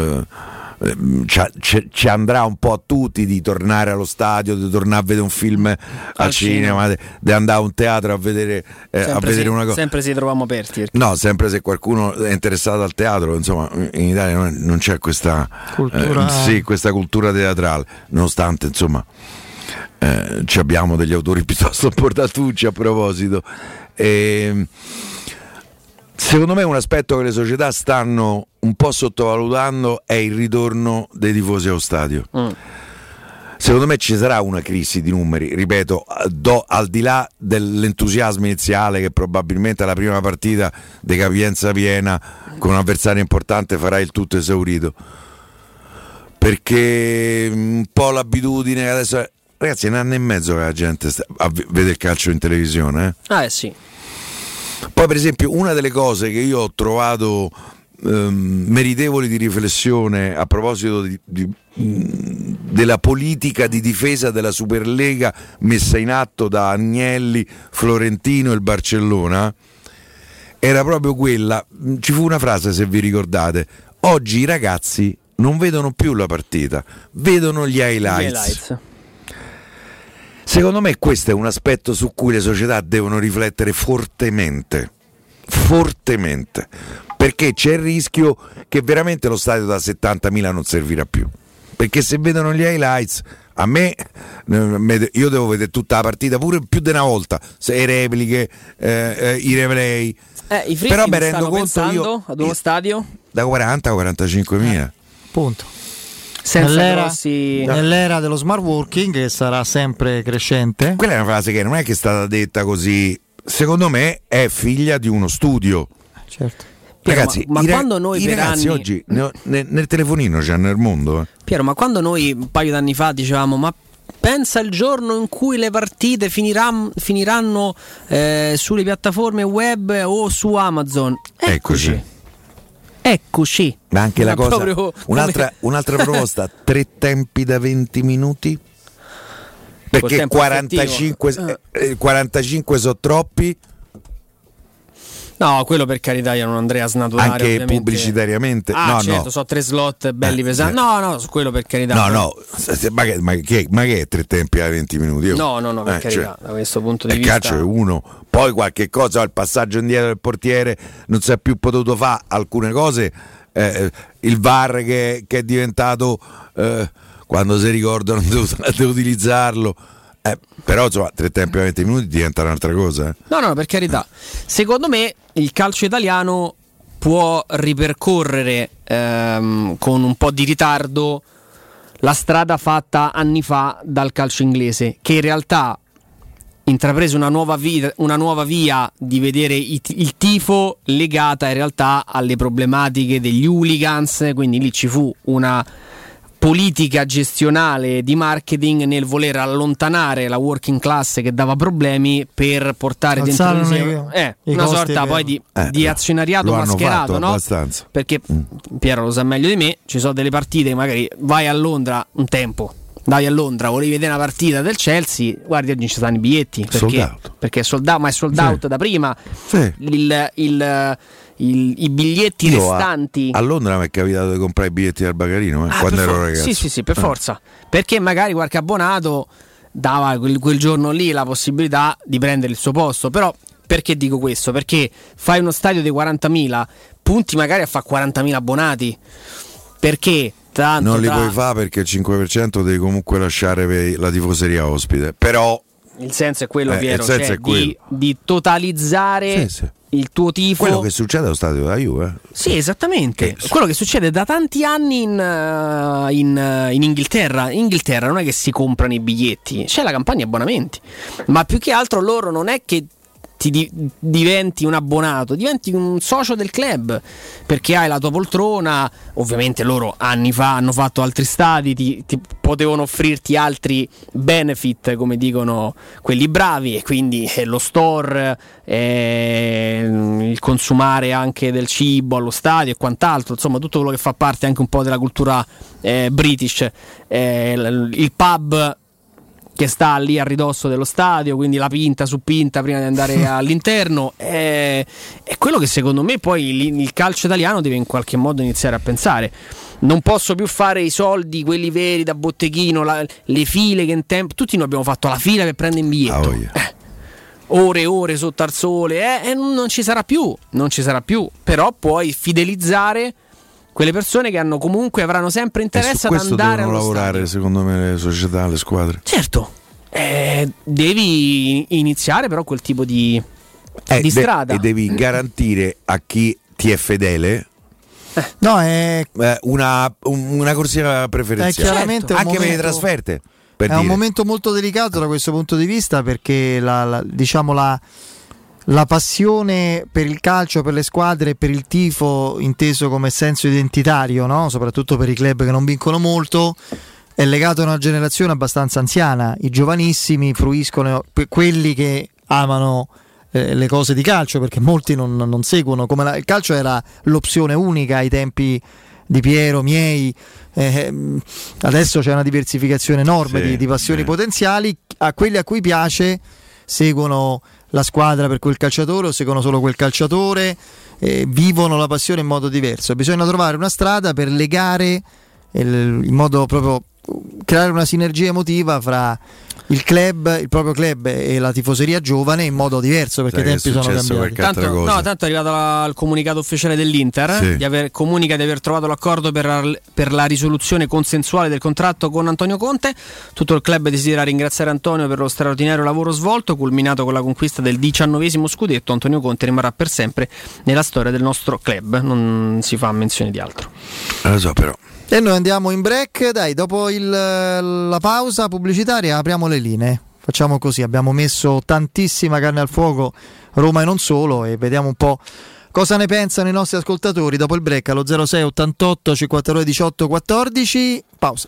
ci andrà un po' a tutti di tornare allo stadio, di tornare a vedere un film al cinema, di andare a un teatro a vedere una cosa. Sempre se troviamo aperti. No, sempre se qualcuno è interessato al teatro, insomma, in Italia non c'è questa questa cultura teatrale, nonostante insomma ci abbiamo degli autori piuttosto portatucci a proposito. Secondo me un aspetto che le società stanno un po' sottovalutando è il ritorno dei tifosi allo stadio. Secondo me ci sarà una crisi di numeri, ripeto, al di là dell'entusiasmo iniziale che probabilmente alla prima partita di capienza piena con un avversario importante farà il tutto esaurito, perché un po' l'abitudine adesso ragazzi, è un anno e mezzo che la gente vede il calcio in televisione. Sì. Poi per esempio una delle cose che io ho trovato meritevoli di riflessione a proposito della politica di difesa della Superlega messa in atto da Agnelli, Florentino e il Barcellona era proprio quella, ci fu una frase, se vi ricordate: oggi i ragazzi non vedono più la partita, vedono gli highlights. Secondo me questo è un aspetto su cui le società devono riflettere fortemente, perché c'è il rischio che veramente lo stadio da 70.000 non servirà più, perché se vedono gli highlights, a me io devo vedere tutta la partita pure più di una volta, se repliche, i replay, però mi rendo conto io ad uno stadio da 40 a 45.000 punto. Nell'era dello smart working, che sarà sempre crescente. Quella è una frase che non è che è stata detta così, secondo me è figlia di uno studio. Certo. Piero, ragazzi, ma quando noi i ragazzi oggi nel telefonino c'è nel mondo. Piero, ma quando noi un paio d'anni fa dicevamo ma pensa il giorno in cui le partite finiranno sulle piattaforme web o su Amazon. Eccoci. Ma anche la cosa, un'altra proposta, 3 tempi da 20 minuti, perché 45 sono troppi. No, quello per carità io non andrei a snaturare anche ovviamente. Pubblicitariamente. Certo, so 3 slot belli pesanti. No, su quello per carità. Ma che è 3 tempi da 20 minuti? No, per carità, da questo punto di vista. Il calcio è uno. Poi qualche cosa, il passaggio indietro del portiere non si è più potuto fare, alcune cose, il VAR che è diventato, quando si ricordano di utilizzarlo. Però insomma 3 tempi a 20 minuti diventa un'altra cosa. No, per carità. Secondo me il calcio italiano può ripercorrere con un po' di ritardo la strada fatta anni fa dal calcio inglese, che in realtà intraprese una nuova via di vedere il tifo legata in realtà alle problematiche degli hooligans, quindi lì ci fu una politica gestionale di marketing nel voler allontanare la working class che dava problemi per portare dentro una sorta poi di azionariato mascherato, no? Abbastanza. Perché Piero lo sa meglio di me, ci sono delle partite, magari vai a Londra un tempo, volevi vedere una partita del Chelsea, guardi oggi ci stanno i biglietti perché è sold out, ma è sold out da prima. I biglietti restanti a Londra mi è capitato di comprare i biglietti al Bagarino quando ero ragazzo. Sì, per forza, perché magari qualche abbonato dava quel giorno lì la possibilità di prendere il suo posto. Però perché dico questo? Perché fai uno stadio di 40.000, punti magari a fare 40.000 abbonati, perché tanto non li puoi fare, perché il 5% devi comunque lasciare la tifoseria ospite. Però il senso è quello, Piero, di totalizzare il tuo tifo. Quello che succede allo stadio della Juve. Sì, esattamente. Quello che succede da tanti anni in Inghilterra. In Inghilterra non è che si comprano i biglietti, c'è la campagna abbonamenti. Ma più che altro loro non è che ti diventi un abbonato, diventi un socio del club, perché hai la tua poltrona. Ovviamente loro anni fa hanno fatto altri stadi, ti potevano offrirti altri benefit, come dicono quelli bravi, e quindi lo store, il consumare anche del cibo allo stadio e quant'altro, insomma tutto quello che fa parte anche un po' della cultura british, il pub che sta lì a ridosso dello stadio, quindi la pinta su pinta prima di andare all'interno, è quello che secondo me poi il calcio italiano deve in qualche modo iniziare a pensare. Non posso più fare i soldi, quelli veri da botteghino, le file che in tempo, tutti noi abbiamo fatto la fila per prendere un biglietto, ore e ore sotto al sole, non ci sarà più, però puoi fidelizzare quelle persone che hanno comunque avranno sempre interesse ad andare allo lavorare, stadio. secondo me, le società, le squadre. Certo, devi iniziare però quel tipo di strada e devi garantire a chi ti è fedele una corsia preferenziale, chiaramente anche per le trasferte. È un momento molto delicato da questo punto di vista, perché la passione per il calcio, per le squadre e per il tifo inteso come senso identitario, no? Soprattutto per i club che non vincono molto, è legato a una generazione abbastanza anziana. I giovanissimi fruiscono, quelli che amano le cose di calcio, perché molti non seguono, come il calcio era l'opzione unica ai tempi di Piero, miei, adesso c'è una diversificazione enorme di passioni potenziali. A quelli a cui piace seguono la squadra per quel calciatore o seguono solo quel calciatore, vivono la passione in modo diverso. Bisogna trovare una strada per legare in modo proprio, creare una sinergia emotiva fra il proprio club e la tifoseria giovane in modo diverso, perché i tempi sono cambiati. Tanto è arrivato il comunicato ufficiale dell'Inter, comunica di aver trovato l'accordo per la risoluzione consensuale del contratto con Antonio Conte. Tutto il club desidera ringraziare Antonio per lo straordinario lavoro svolto, culminato con la conquista del 19° scudetto. Antonio Conte rimarrà per sempre nella storia del nostro club, non si fa menzione di altro. Lo so, però. E noi andiamo in break, dopo la pausa pubblicitaria apriamo le linee. Facciamo così, abbiamo messo tantissima carne al fuoco, Roma e non solo, e vediamo un po' cosa ne pensano i nostri ascoltatori dopo il break allo 06 88 52 18 14. Pausa.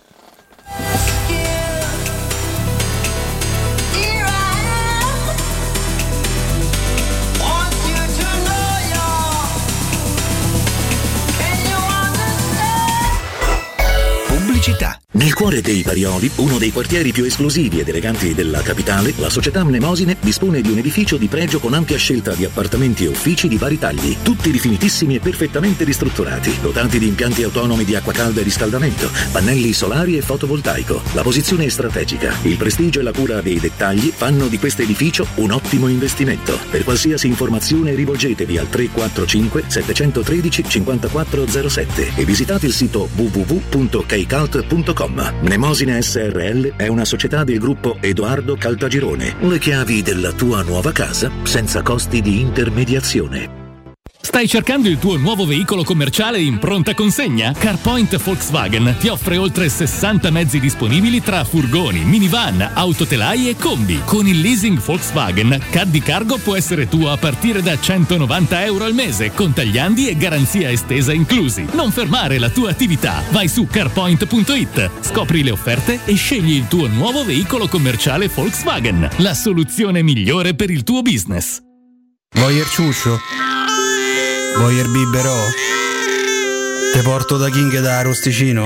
Nel cuore dei Parioli, uno dei quartieri più esclusivi ed eleganti della capitale, la società Mnemosine dispone di un edificio di pregio con ampia scelta di appartamenti e uffici di vari tagli, tutti rifinitissimi e perfettamente ristrutturati, dotati di impianti autonomi di acqua calda e riscaldamento, pannelli solari e fotovoltaico. La posizione è strategica, il prestigio e la cura dei dettagli fanno di questo edificio un ottimo investimento. Per qualsiasi informazione rivolgetevi al 345 713 5407 e visitate il sito www.kcult.com. Mnemosine SRL è una società del gruppo Edoardo Caltagirone. Le chiavi della tua nuova casa senza costi di intermediazione. Stai cercando il tuo nuovo veicolo commerciale in pronta consegna? CarPoint Volkswagen ti offre oltre 60 mezzi disponibili tra furgoni, minivan, autotelai e combi. Con il leasing Volkswagen, Caddy Cargo può essere tuo a partire da €190 al mese, con tagliandi e garanzia estesa inclusi. Non fermare la tua attività. Vai su carpoint.it, scopri le offerte e scegli il tuo nuovo veicolo commerciale Volkswagen. La soluzione migliore per il tuo business. Voyer ciuscio? Voyer biberò? Te porto da King da Arosticino?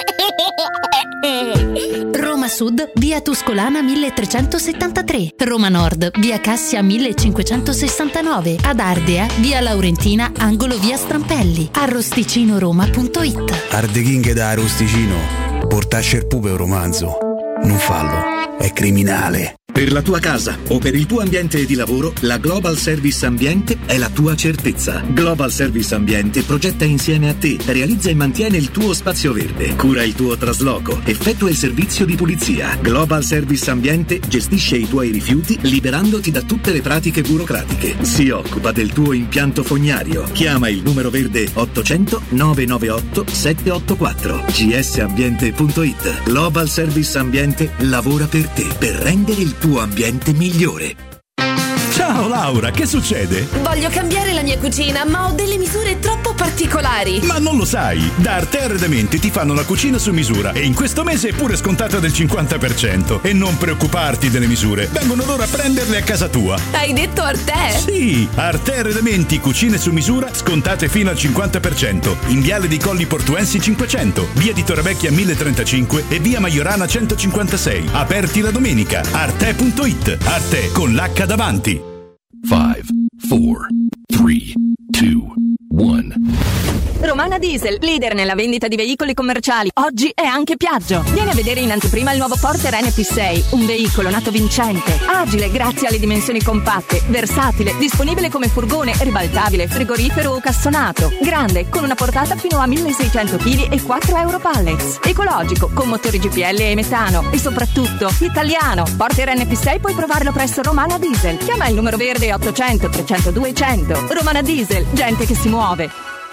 Roma Sud, via Tuscolana 1373. Roma Nord, via Cassia 1569. Ad Ardea, via Laurentina, angolo via Strampelli. Arrosticinoroma.it. Arde King da Arosticino. Portasce il pupe un romanzo. Non fallo, è criminale. Per la tua casa o per il tuo ambiente di lavoro, la Global Service Ambiente è la tua certezza. Global Service Ambiente progetta insieme a te, realizza e mantiene il tuo spazio verde, cura il tuo trasloco, effettua il servizio di pulizia. Global Service Ambiente gestisce i tuoi rifiuti liberandoti da tutte le pratiche burocratiche. Si occupa del tuo impianto fognario. Chiama il numero verde 800 998 784. gsambiente.it. Global Service Ambiente lavora per te, per rendere il tuo ambiente migliore. Ciao, Ciao Laura, che succede? Voglio cambiare la mia cucina, ma ho delle misure troppo particolari. Ma non lo sai, da Arte Arredamenti ti fanno la cucina su misura e in questo mese è pure scontata del 50%. E non preoccuparti delle misure, vengono loro a prenderle a casa tua. Hai detto Arte? Sì, Arte Arredamenti, cucine su misura, scontate fino al 50%. In Viale dei Colli Portuensi 500, via di Torrevecchia 1035 e via Maiorana 156. Aperti la domenica. Arte.it. Arte con l'H davanti. 5, 4, 3, 2, 1. Romana Diesel, leader nella vendita di veicoli commerciali. Oggi è anche Piaggio. Vieni a vedere in anteprima il nuovo Porter NP6, un veicolo nato vincente, agile grazie alle dimensioni compatte, versatile, disponibile come furgone, ribaltabile, frigorifero o cassonato, grande, con una portata fino a 1600 kg e 4 euro pallets, ecologico, con motori GPL e metano e soprattutto italiano. Porter NP6 puoi provarlo presso Romana Diesel. Chiama il numero verde 800 300 200. Romana Diesel, gente che si muove.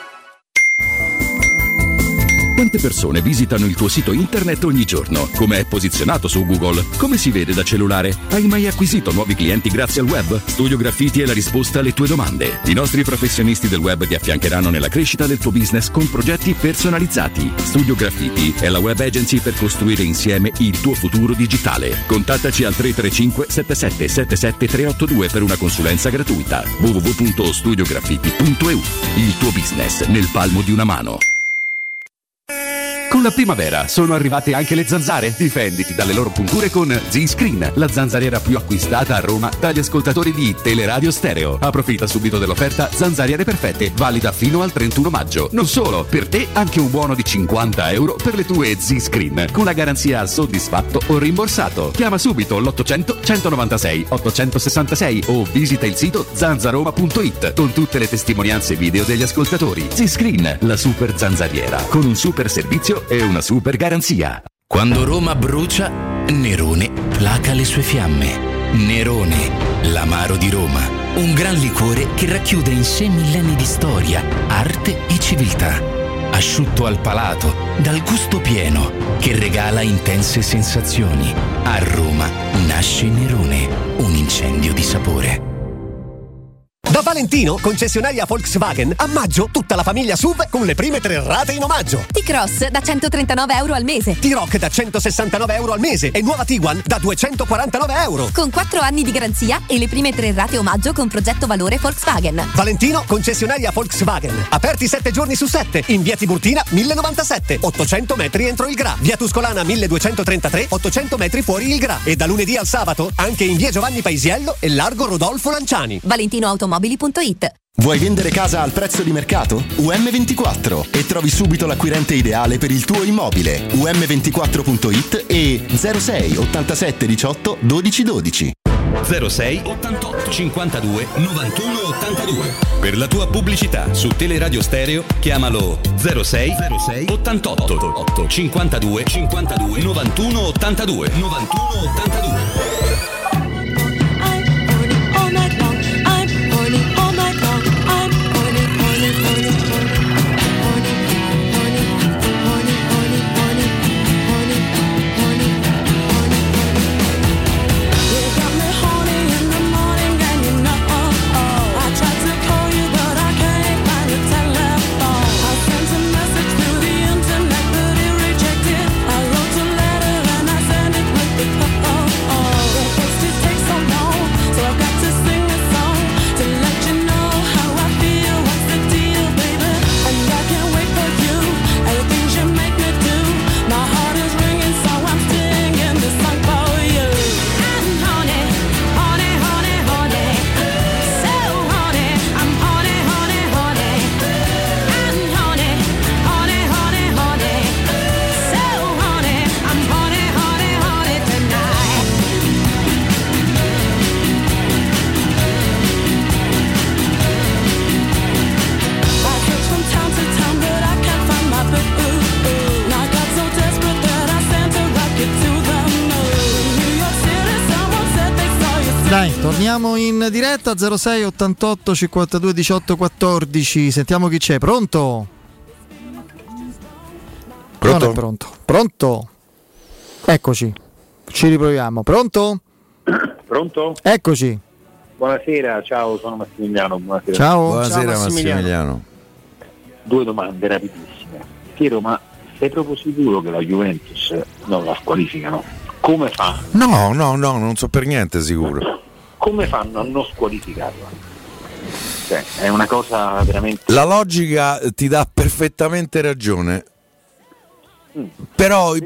Quante persone visitano il tuo sito internet ogni giorno? Come è posizionato su Google? Come si vede da cellulare? Hai mai acquisito nuovi clienti grazie al web? Studio Graffiti è la risposta alle tue domande. I nostri professionisti del web ti affiancheranno nella crescita del tuo business con progetti personalizzati. Studio Graffiti è la web agency per costruire insieme il tuo futuro digitale. Contattaci al 335 77 77 382 per una consulenza gratuita. www.studiograffiti.eu. Il tuo business nel palmo di una mano. Con la primavera sono arrivate anche le zanzare. Difenditi dalle loro punture con Z-Screen, la zanzariera più acquistata a Roma dagli ascoltatori di Teleradio Stereo. Approfitta subito dell'offerta Zanzariere Perfette, valida fino al 31 maggio. Non solo, per te anche un buono di 50 euro per le tue Z-Screen, con la garanzia soddisfatto o rimborsato. Chiama subito l'800 196 866 o visita il sito zanzaroma.it con tutte le testimonianze video degli ascoltatori. Z-Screen, la super zanzariera, con un super servizio e una super garanzia. Quando Roma brucia, Nerone placa le sue fiamme. Nerone, l'amaro di Roma. Un gran liquore che racchiude in sé millenni di storia, arte e civiltà. Asciutto al palato, dal gusto pieno, che regala intense sensazioni. A Roma nasce Nerone, un incendio di sapore. Da Valentino, concessionaria Volkswagen, a maggio tutta la famiglia SUV con le prime 3 rate in omaggio. T-Cross da 139 euro al mese. T-Roc da 169 euro al mese e nuova Tiguan da 249 euro. Con 4 anni di garanzia e le prime 3 rate omaggio con progetto valore Volkswagen. Valentino, concessionaria Volkswagen. Aperti 7 giorni su 7. In via Tiburtina 1097, 800 metri entro il Gra. Via Tuscolana 1233, 800 metri fuori il Gra. E da lunedì al sabato anche in via Giovanni Paisiello e largo Rodolfo Lanciani. ValentinoAutomobili.it. Vuoi vendere casa al prezzo di mercato? UM24 e trovi subito l'acquirente ideale per il tuo immobile. UM24.it e 06 87 18 12 12. 06 88 52 91 82. Per la tua pubblicità su Teleradio Stereo chiamalo 06 88 52 91 82 91 82. Dai, torniamo in diretta 06 88 52 18 14. Sentiamo chi c'è. Pronto? Pronto? Non è pronto. Pronto? Eccoci. Ci riproviamo. Pronto? Pronto? Eccoci. Buonasera, ciao, sono Massimiliano. Buonasera. Ciao. Buonasera Massimiliano. 2 domande rapidissime. Piero, ma sei proprio sicuro che la Juventus non la squalificano? Come fanno? No, non so per niente sicuro. Come fanno a non squalificarla? Cioè, è una cosa veramente... La logica ti dà perfettamente ragione. Però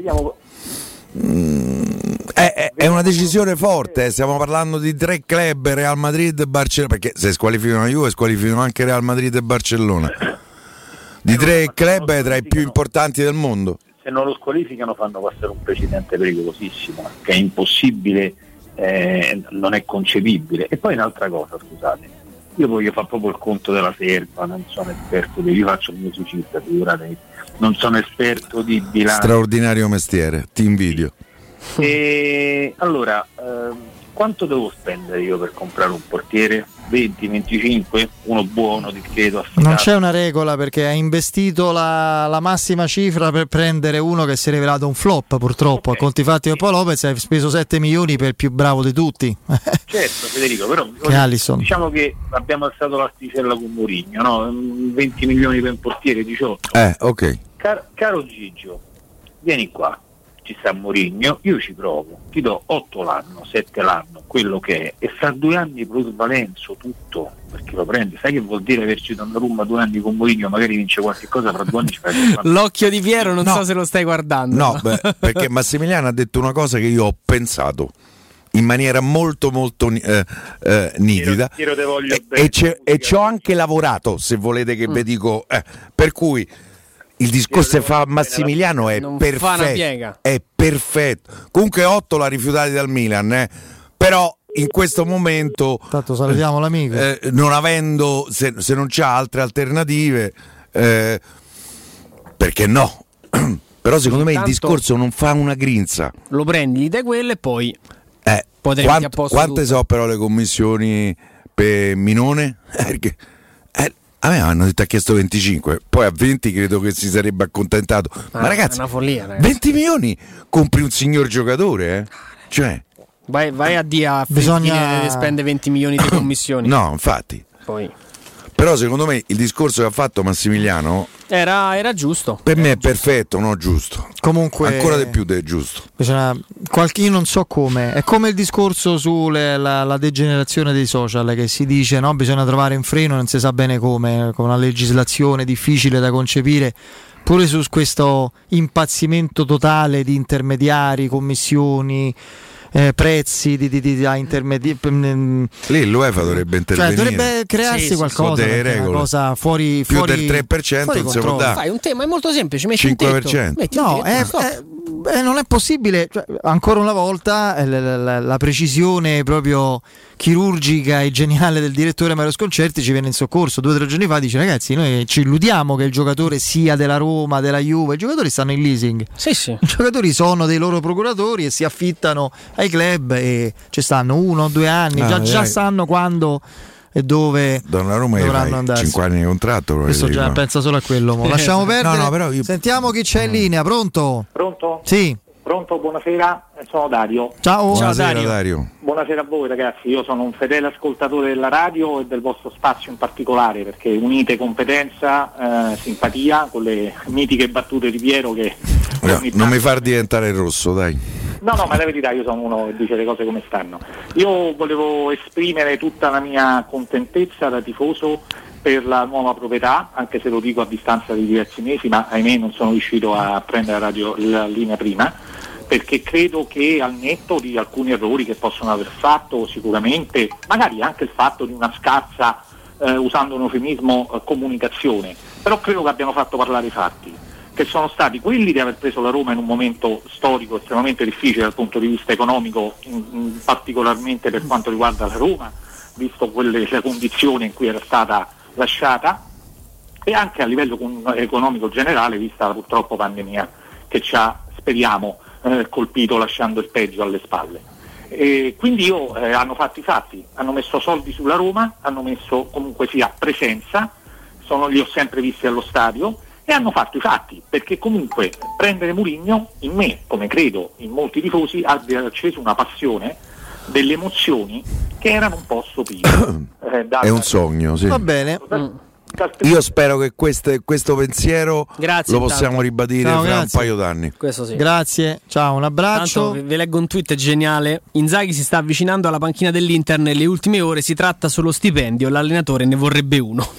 è una decisione forte, stiamo parlando di 3 club, Real Madrid e Barcellona, perché se squalificano la Juve squalificano anche Real Madrid e Barcellona, di 3 club tra i più importanti del mondo. Se non lo squalificano fanno passare un precedente pericolosissimo, che è impossibile, non è concepibile. E poi un'altra cosa, scusate, io voglio fare proprio il conto della serpa, non sono esperto io faccio il musicista, figurate, non sono esperto di bilancio. Straordinario mestiere, ti invidio. E allora, quanto devo spendere io per comprare un portiere? 20, 25? Uno buono, ti credo, affidato. Non c'è una regola, perché hai investito la massima cifra per prendere uno che si è rivelato un flop, purtroppo. A conti fatti con Paolo Lopez hai speso 7 milioni per il più bravo di tutti. Certo, Federico, però diciamo che abbiamo alzato l'asticella con Mourinho, no? 20 milioni per un portiere, 18. Ok. Caro Gigio, vieni qua, ci sta Mourinho, io ci provo, ti do 8 l'anno, 7 l'anno, quello che è, e fra 2 anni plusvalenzo tutto, perché lo prendi. Sai che vuol dire averci Donnarumma 2 anni con Mourinho, magari vince qualche cosa, fra 2 anni ci fai l'occhio di Piero, non so se lo stai guardando. No, perché Massimiliano ha detto una cosa che io ho pensato in maniera molto nitida, e ci ho anche lavorato, se volete che vi dico, per cui il discorso che fa Massimiliano è perfetto, è perfetto. Comunque 8 l'ha rifiutati dal Milan, però in questo momento, tanto salutiamo l'amico, non avendo, se non c'ha altre alternative, perché no? Però secondo me il discorso non fa una grinza. Lo prendi, gli dai quello e poi potremmo a posto quante tutto. so però le commissioni per Minone? Perché a me hanno detto ha chiesto 25, poi a 20 credo che si sarebbe accontentato. Ma ragazzi, è una follia, ragazzi. 20 milioni compri un signor giocatore, Cioè, vai a dire a bisogna che spende 20 milioni di commissioni. No, infatti. Poi. Però secondo me il discorso che ha fatto Massimiliano era giusto. Per me è perfetto, no giusto. Comunque ancora di più del giusto. Io non so come. È come il discorso sulla degenerazione dei social, che si dice no, bisogna trovare un freno, non si sa bene come, con una legislazione difficile da concepire. Pure su questo impazzimento totale di intermediari, commissioni, prezzi a intermediari. Lì l'UEFA dovrebbe intervenire, dovrebbe crearsi qualcosa, una cosa fuori più del 3% non si può dare. Fai un tema, è molto semplice, metti 5%. Non è possibile, ancora una volta la precisione proprio chirurgica e geniale del direttore Mario Sconcerti ci viene in soccorso. 2 o 3 giorni fa dice: ragazzi, noi ci illudiamo che il giocatore sia della Roma, della Juve, i giocatori stanno in leasing, i giocatori sono dei loro procuratori e si affittano ai club e ci stanno 1 o 2 anni, già sanno quando e dove Donnarumma dovranno andare. 5 anni di contratto. Questo già pensa solo a quello. Lasciamo perdere. Però sentiamo chi c'è in linea. Pronto? Sì. Pronto, buonasera, sono Dario. Ciao. Buonasera, Dario. Buonasera a voi ragazzi, io sono un fedele ascoltatore della radio e del vostro spazio in particolare, perché unite competenza, simpatia con le mitiche battute di Piero che... non mi far diventare rosso, dai. No, ma la verità, io sono uno che dice le cose come stanno. Io volevo esprimere tutta la mia contentezza da tifoso per la nuova proprietà, anche se lo dico a distanza di diversi mesi, ma ahimè non sono riuscito a prendere la linea prima, perché credo che al netto di alcuni errori che possono aver fatto sicuramente, magari anche il fatto di una scarsa, usando un eufemismo, comunicazione, però credo che abbiano fatto parlare i fatti, che sono stati quelli di aver preso la Roma in un momento storico estremamente difficile dal punto di vista economico, particolarmente per quanto riguarda la Roma, visto le condizioni in cui era stata lasciata, e anche a livello economico generale, vista la purtroppo pandemia che ci ha, speriamo, colpito lasciando il peggio alle spalle. E quindi hanno fatto i fatti, hanno messo soldi sulla Roma, hanno messo comunque sia presenza, li ho sempre visti allo stadio, e hanno fatto i fatti, perché comunque prendere Mourinho in me, come credo in molti tifosi, abbia acceso una passione, delle emozioni che erano un po' sopiti. È un sogno, sì. Va bene. Io spero che questo pensiero lo possiamo ribadire fra un paio d'anni. Questo sì. Grazie, ciao, un abbraccio. Tanto vi leggo un tweet geniale. Inzaghi si sta avvicinando alla panchina dell'Inter nelle ultime ore, si tratta solo stipendio, l'allenatore ne vorrebbe uno.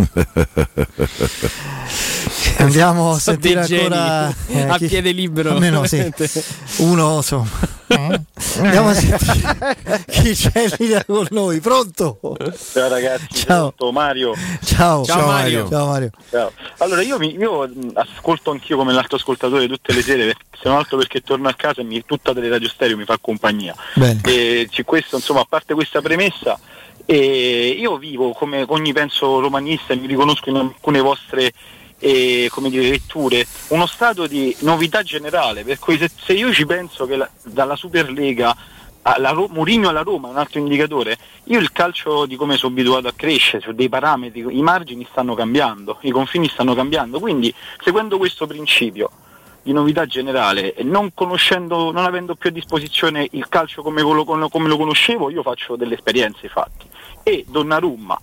Andiamo a sentire ancora a piede libero. Almeno sì. Uno insomma. Andiamo a sentire chi c'è in linea con noi. Pronto? Ciao ragazzi, ciao Mario. Ciao Mario. Ciao Mario. Ciao. Allora io ascolto anch'io come l'altro ascoltatore tutte le sere, se non altro perché torno a casa e tutta delle radio stereo mi fa compagnia. E c'è questo, insomma, a parte questa premessa, io vivo come ogni penso romanista e mi riconosco in alcune vostre letture, uno stato di novità generale, per cui se io ci penso che dalla Superlega Mourinho alla Roma è un altro indicatore, io il calcio di come sono abituato a crescere, su dei parametri, i margini stanno cambiando, i confini stanno cambiando, quindi seguendo questo principio di novità generale e non avendo più a disposizione il calcio come lo conoscevo, io faccio delle esperienze fatti, e Donnarumma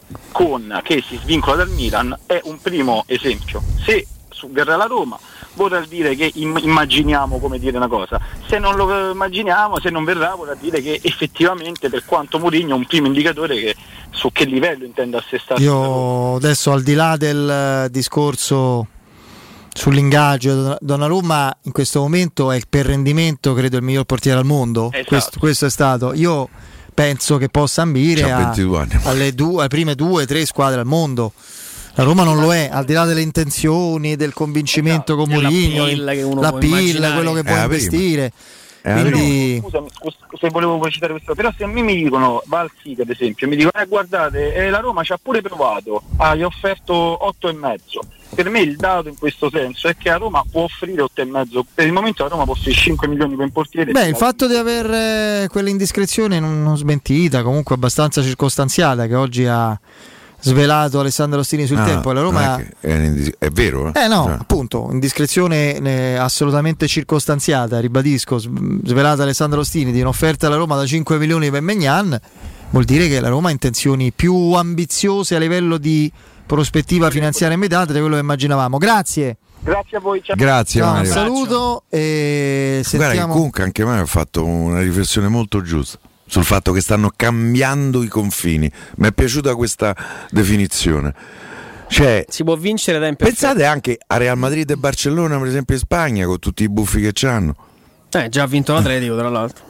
che si svincola dal Milan è un primo esempio. Se verrà la Roma vorrà dire che immaginiamo, come dire una cosa, se non lo immaginiamo, se non verrà vorrà dire che effettivamente, per quanto Mourinho è un primo indicatore che su che livello intende assestarsi. Io adesso, al di là del discorso sull'ingaggio, Donnarumma in questo momento è per rendimento credo il miglior portiere al mondo. Esatto. Questo è stato. Io penso che possa ambire alle prime 2-3 squadre al mondo. La Roma non lo è, al di là delle intenzioni, del convincimento con Mourinho, la PIL, quello che può investire. Quindi... Scusami, se volevo citare questo, però se a me mi dicono, va al sito ad esempio, mi dicono guardate, la Roma ci ha pure provato, gli ha offerto 8,5. Per me il dato in questo senso è che la Roma può offrire 8,5. Per il momento la Roma può offrire 5 milioni per un portiere. Il fatto di aver quell'indiscrezione non smentita, comunque abbastanza circostanziata, che oggi ha svelato Alessandro Ostini sul tempo, la Roma è vero? Appunto, indiscrezione assolutamente circostanziata, ribadisco, svelata Alessandro Ostini di un'offerta alla Roma da 5 milioni per Maignan, vuol dire che la Roma ha intenzioni più ambiziose a livello di prospettiva finanziaria immediata di quello che immaginavamo. Grazie a voi, ciao. Grazie Mario. Un saluto e sentiamo. Guarda che comunque anche Mario ha fatto una riflessione molto giusta sul fatto che stanno cambiando i confini. Mi è piaciuta questa definizione. Cioè, si può vincere da imperfetto. Pensate anche a Real Madrid e Barcellona, per esempio in Spagna, con tutti i buffi che c'hanno. Già ha vinto l'Atletico, tra l'altro.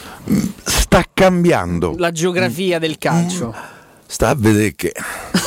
Sta cambiando la geografia del calcio. Sta a vedere che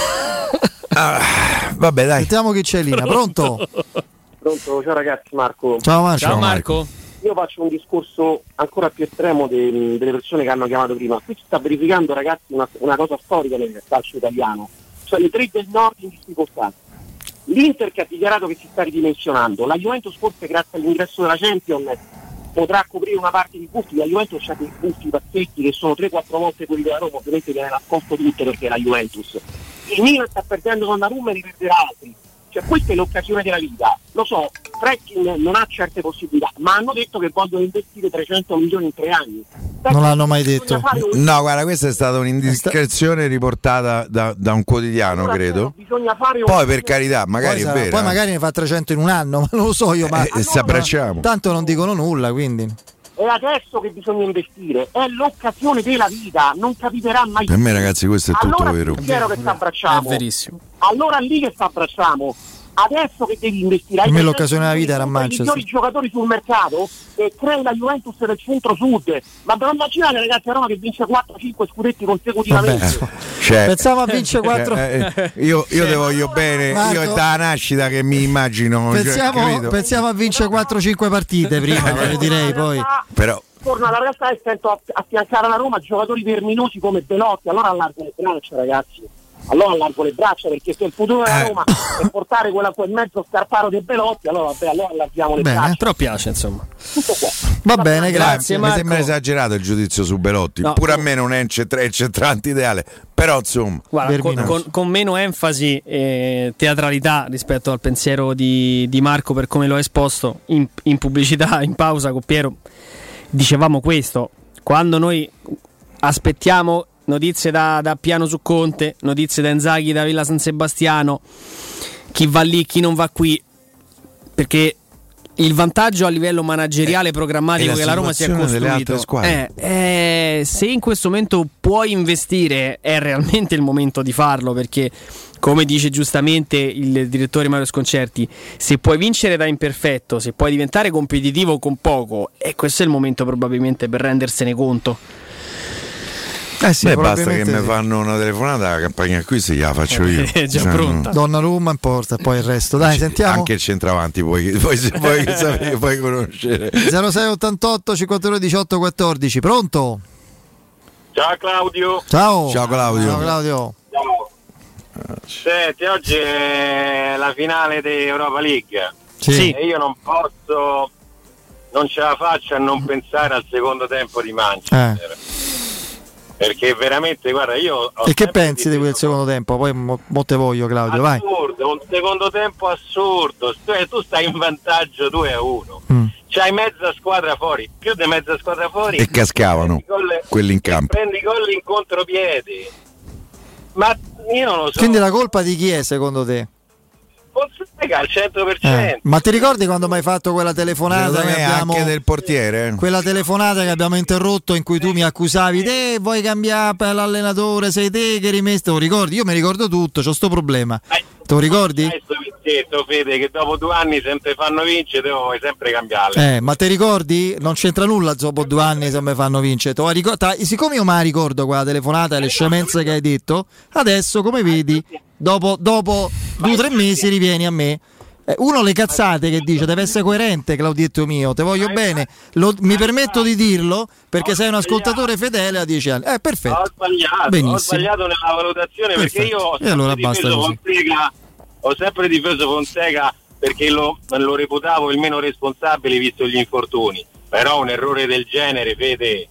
vabbè, dai. Sentiamo chi c'è lì. Pronto? Ciao ragazzi, Marco. Ciao Marco. Ciao Marco. Io faccio un discorso ancora più estremo delle persone che hanno chiamato prima. Qui si sta verificando, ragazzi, una cosa storica nel calcio italiano. Cioè le tre del nord in difficoltà. L'Inter che ha dichiarato che si sta ridimensionando. La Juventus forse grazie all'ingresso della Champions potrà coprire una parte di buffi. La Juventus ha dei buffi pazzetti che sono 3-4 volte quelli della Roma, ovviamente viene nascosto tutto perché è la Juventus. Il Milan sta perdendo Donnarumma e ne perderà altri. Cioè questa è l'occasione della vita. Lo so, Freckin non ha certe possibilità, ma hanno detto che vogliono investire 300 milioni in 3 anni. Non l'hanno mai detto. No, guarda, questa è stata un'indiscrezione riportata da un quotidiano, credo. Poi per carità, magari è vero. Poi magari ne fa 300 in un anno, ma non lo so io. Ma si abbracciamo. Tanto non dicono nulla, quindi. È adesso che bisogna investire, è l'occasione della vita, non capiterà mai. Per me, ragazzi, questo è tutto vero. È vero che sta abbracciamo. È verissimo. Allora lì che sta abbracciamo. Adesso che devi investire, per me l'occasione della vita era a Manchester. I migliori giocatori sul mercato e crei la Juventus del centro-sud. Ma non immaginate, ragazzi, a Roma che vince 4-5 scudetti consecutivamente. Pensavo a vincere 4. Io te voglio bene, Marco, io è da nascita che mi immagino. Pensiamo a vincere 4-5 partite prima, direi poi. Però torna alla realtà e sento affiancare alla Roma giocatori verminosi come Belotti. Allora allargo le braccia, ragazzi. Allora allargo le braccia, perché se il futuro della Roma è portare quel mezzo scarparo dei Belotti, allora allarghiamo le braccia. Però piace, insomma. Tutto qua. Va bene, grazie. Mi sembra esagerato il giudizio su Belotti. No, pure a me non è un centrante ideale, però insomma. Guarda, con meno enfasi e teatralità rispetto al pensiero di Marco, per come lo ha esposto in pubblicità, in pausa con Piero, dicevamo questo. Quando noi aspettiamo notizie da Piano su Conte, notizie da Inzaghi da Villa San Sebastiano, chi va lì, chi non va qui, perché il vantaggio a livello manageriale programmatico che la Roma si è costruito se in questo momento puoi investire è realmente il momento di farlo, perché come dice giustamente il direttore Mario Sconcerti, se puoi vincere da imperfetto, se puoi diventare competitivo con poco, e questo è il momento probabilmente per rendersene conto. Sì, basta che mi fanno una telefonata, la campagna qui se la faccio io. È già pronta. Donnarumma in porta, poi il resto. Dai, sentiamo. Anche il centravanti puoi conoscere. 06 88 52 18 14. Pronto? Ciao Claudio. Ciao Claudio. Ciao Claudio. Senti, oggi è la finale di Europa League. Sì. E io non ce la faccio a non pensare al secondo tempo di Manchester. Perché veramente, guarda, io e che pensi di quel secondo tempo? Poi mo te voglio, Claudio, vai. Assurdo, un secondo tempo assurdo. Tu stai in vantaggio 2-1. C'hai mezza squadra fuori, più di mezza squadra fuori. E cascavano quelli in campo. Prendi gol in contropiedi. Ma io non lo so. Quindi la colpa di chi è secondo te? Fonseca al 100%. Ma ti ricordi quando mi hai fatto quella telefonata che abbiamo, anche del portiere? Quella telefonata che abbiamo interrotto in cui tu mi accusavi te vuoi cambiare per l'allenatore, sei te che rimesti, te lo ricordi? Io mi ricordo tutto, c'ho sto problema. Te lo ricordi? Detto, Fede, che dopo 2 anni sempre fanno vincere, devo sempre cambiarle. Ma ti ricordi? Non c'entra nulla dopo 2 anni se mi fanno vincere. Siccome io mi ricordo quella telefonata e le scemenze che hai detto, adesso come vedi, dopo 2 o 3 mesi rivieni a me. Uno le cazzate che dice deve essere coerente, Claudietto mio, te voglio bene, mi permetto di dirlo perché sei un ascoltatore fedele a 10 anni. Perfetto. Ho sbagliato nella valutazione. Perfetto. Perché io ho sempre difeso Fonseca perché lo reputavo il meno responsabile visto gli infortuni, però un errore del genere, Fede,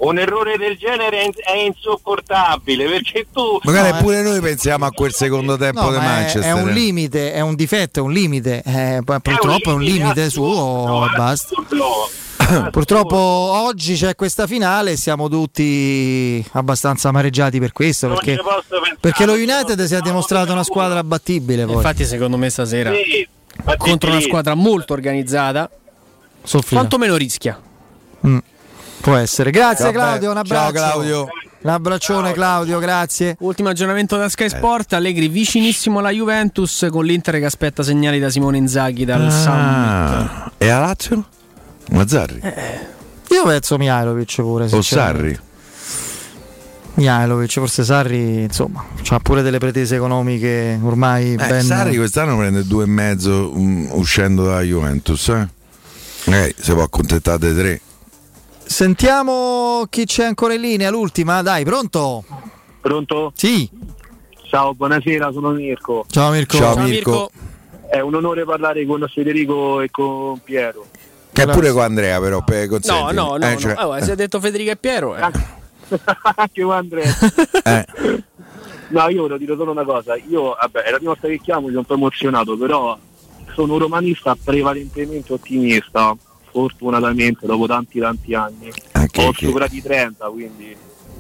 è insopportabile, perché tu magari pure noi pensiamo a quel secondo tempo di Manchester. È un limite, è un difetto, è un limite, purtroppo è un limite suo, basta. Purtroppo oggi c'è questa finale, siamo tutti abbastanza amareggiati per questo, perché lo United si è dimostrato una squadra abbattibile. Poi. Infatti secondo me stasera contro una squadra molto organizzata quanto meno rischia. Può essere. Grazie Claudio, un abbraccio. Ciao Claudio. Un abbraccione Claudio, grazie. Ultimo aggiornamento da Sky Sport, Allegri vicinissimo alla Juventus con l'Inter che aspetta segnali da Simone Inzaghi dal Summit. E a Lazio? Mazzarri? Io penso Mihajlovic pure. O Sarri? Mihajlovic, forse Sarri, insomma, c'ha pure delle pretese economiche ormai ben... Sarri quest'anno prende 2,5 uscendo dalla Juventus, si può accontentare dei 3. Sentiamo chi c'è ancora in linea, l'ultima, dai, pronto? Pronto? Sì. Ciao, buonasera, sono Mirko. Ciao Mirko. Ciao Mirko. È un onore parlare con Federico e con Piero. Che pure con Andrea però, consentimi. No, si è detto Federico e Piero. Anche con Andrea. No, io volevo dire solo una cosa. Io, è la prima volta che chiamo, mi sono un po' emozionato, però sono un romanista prevalentemente ottimista. Fortunatamente dopo tanti anni ho superato i 30, quindi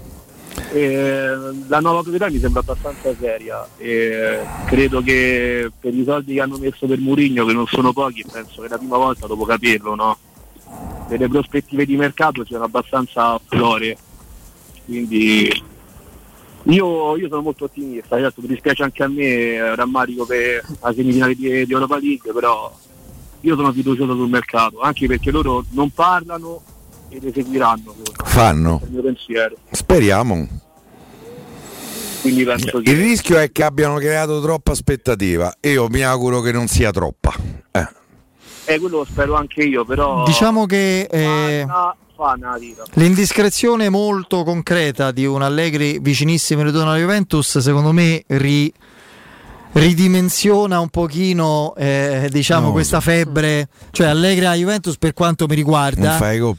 la nuova proprietà mi sembra abbastanza seria e credo che per i soldi che hanno messo per Mourinho, che non sono pochi, penso che è la prima volta dopo capirlo, no? Delle prospettive di mercato siano abbastanza flore, quindi io sono molto ottimista. Certo, mi dispiace anche a me, rammarico per la semifinale di Europa League, però io sono fiducioso sul mercato, anche perché loro non parlano ed eseguiranno. Fanno. Il mio pensiero. Speriamo. Quindi penso il rischio è che abbiano creato troppa aspettativa. Io mi auguro che non sia troppa. Quello lo spero anche io, però diciamo che l'indiscrezione molto concreta di un Allegri vicinissimo in ritorno alla Juventus, secondo me ridimensiona un pochino questa febbre, cioè Allegri alla Juventus per quanto mi riguarda,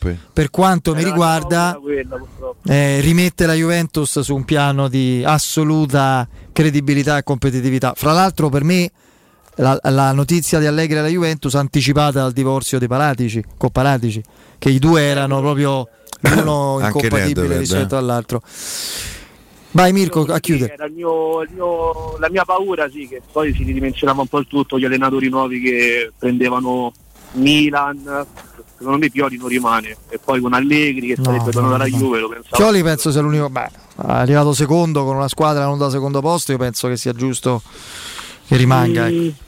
rimette la Juventus su un piano di assoluta credibilità e competitività. Fra l'altro per me la notizia di Allegri alla Juventus anticipata dal divorzio con Paratici, che i due erano proprio l'uno incompatibile rispetto all'altro. Vai Mirko, a chiudere. Era la mia paura, sì, che poi si ridimensionava un po' il tutto, gli allenatori nuovi che prendevano Milan, secondo me Pioli non rimane, e poi con Allegri che sarebbe tornato alla Juve, lo pensavo. Pioli penso sia l'unico, è arrivato secondo con una squadra non da secondo posto, io penso che sia giusto che rimanga.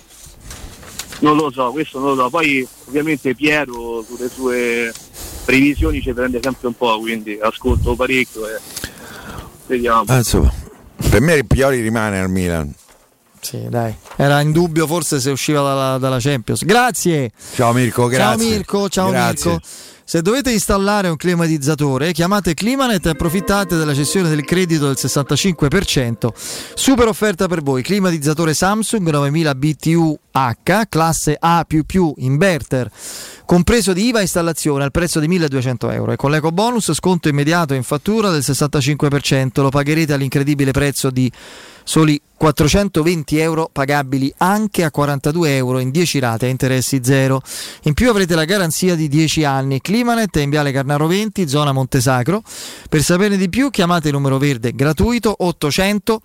Non lo so, questo non lo so, poi ovviamente Piero sulle sue previsioni ci prende sempre un po', quindi ascolto parecchio e vediamo. Insomma, per me Pioli rimane al Milan. Sì, dai, era in dubbio forse se usciva dalla Champions. Grazie. Ciao Mirko, grazie. Ciao Mirko. Se dovete installare un climatizzatore, chiamate Climanet e approfittate della cessione del credito del 65%. Super offerta per voi: climatizzatore Samsung 9000 BTU-H, classe A++ inverter, compreso di IVA e installazione al prezzo di 1.200 euro, e con l'eco bonus sconto immediato in fattura del 65%. Lo pagherete all'incredibile prezzo di soli 420 euro, pagabili anche a 42 euro in 10 rate a interessi zero. In più avrete la garanzia di 10 anni. Climanet è in Viale Carnaro 20, zona Montesacro. Per saperne di più chiamate il numero verde gratuito 800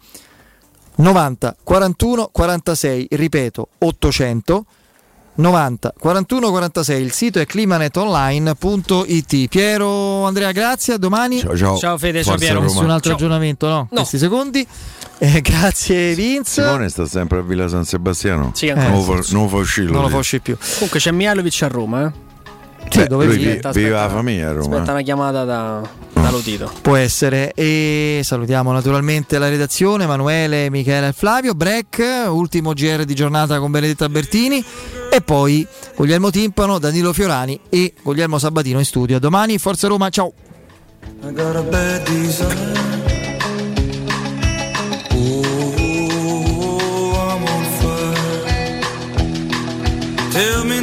90 41 46, ripeto 800 90 41 46. Il sito è climanetonline.it. Piero, Andrea, grazie, a domani. Ciao Fede, ciao Piero. Nessun altro aggiornamento, no? Questi secondi. Grazie Vince. Simone sta sempre a Villa San Sebastiano. Sì, non lo fa uscire più. Comunque c'è Mialovic a Roma, Sì, dove vive la famiglia a Roma. Aspetta una chiamata da Lotito. Può essere. E salutiamo naturalmente la redazione, Emanuele, Michele e Flavio. Break, ultimo GR di giornata con Benedetta Bertini, e poi Guglielmo Timpano, Danilo Fiorani e Guglielmo Sabatino in studio. A domani, Forza Roma, ciao. Tell me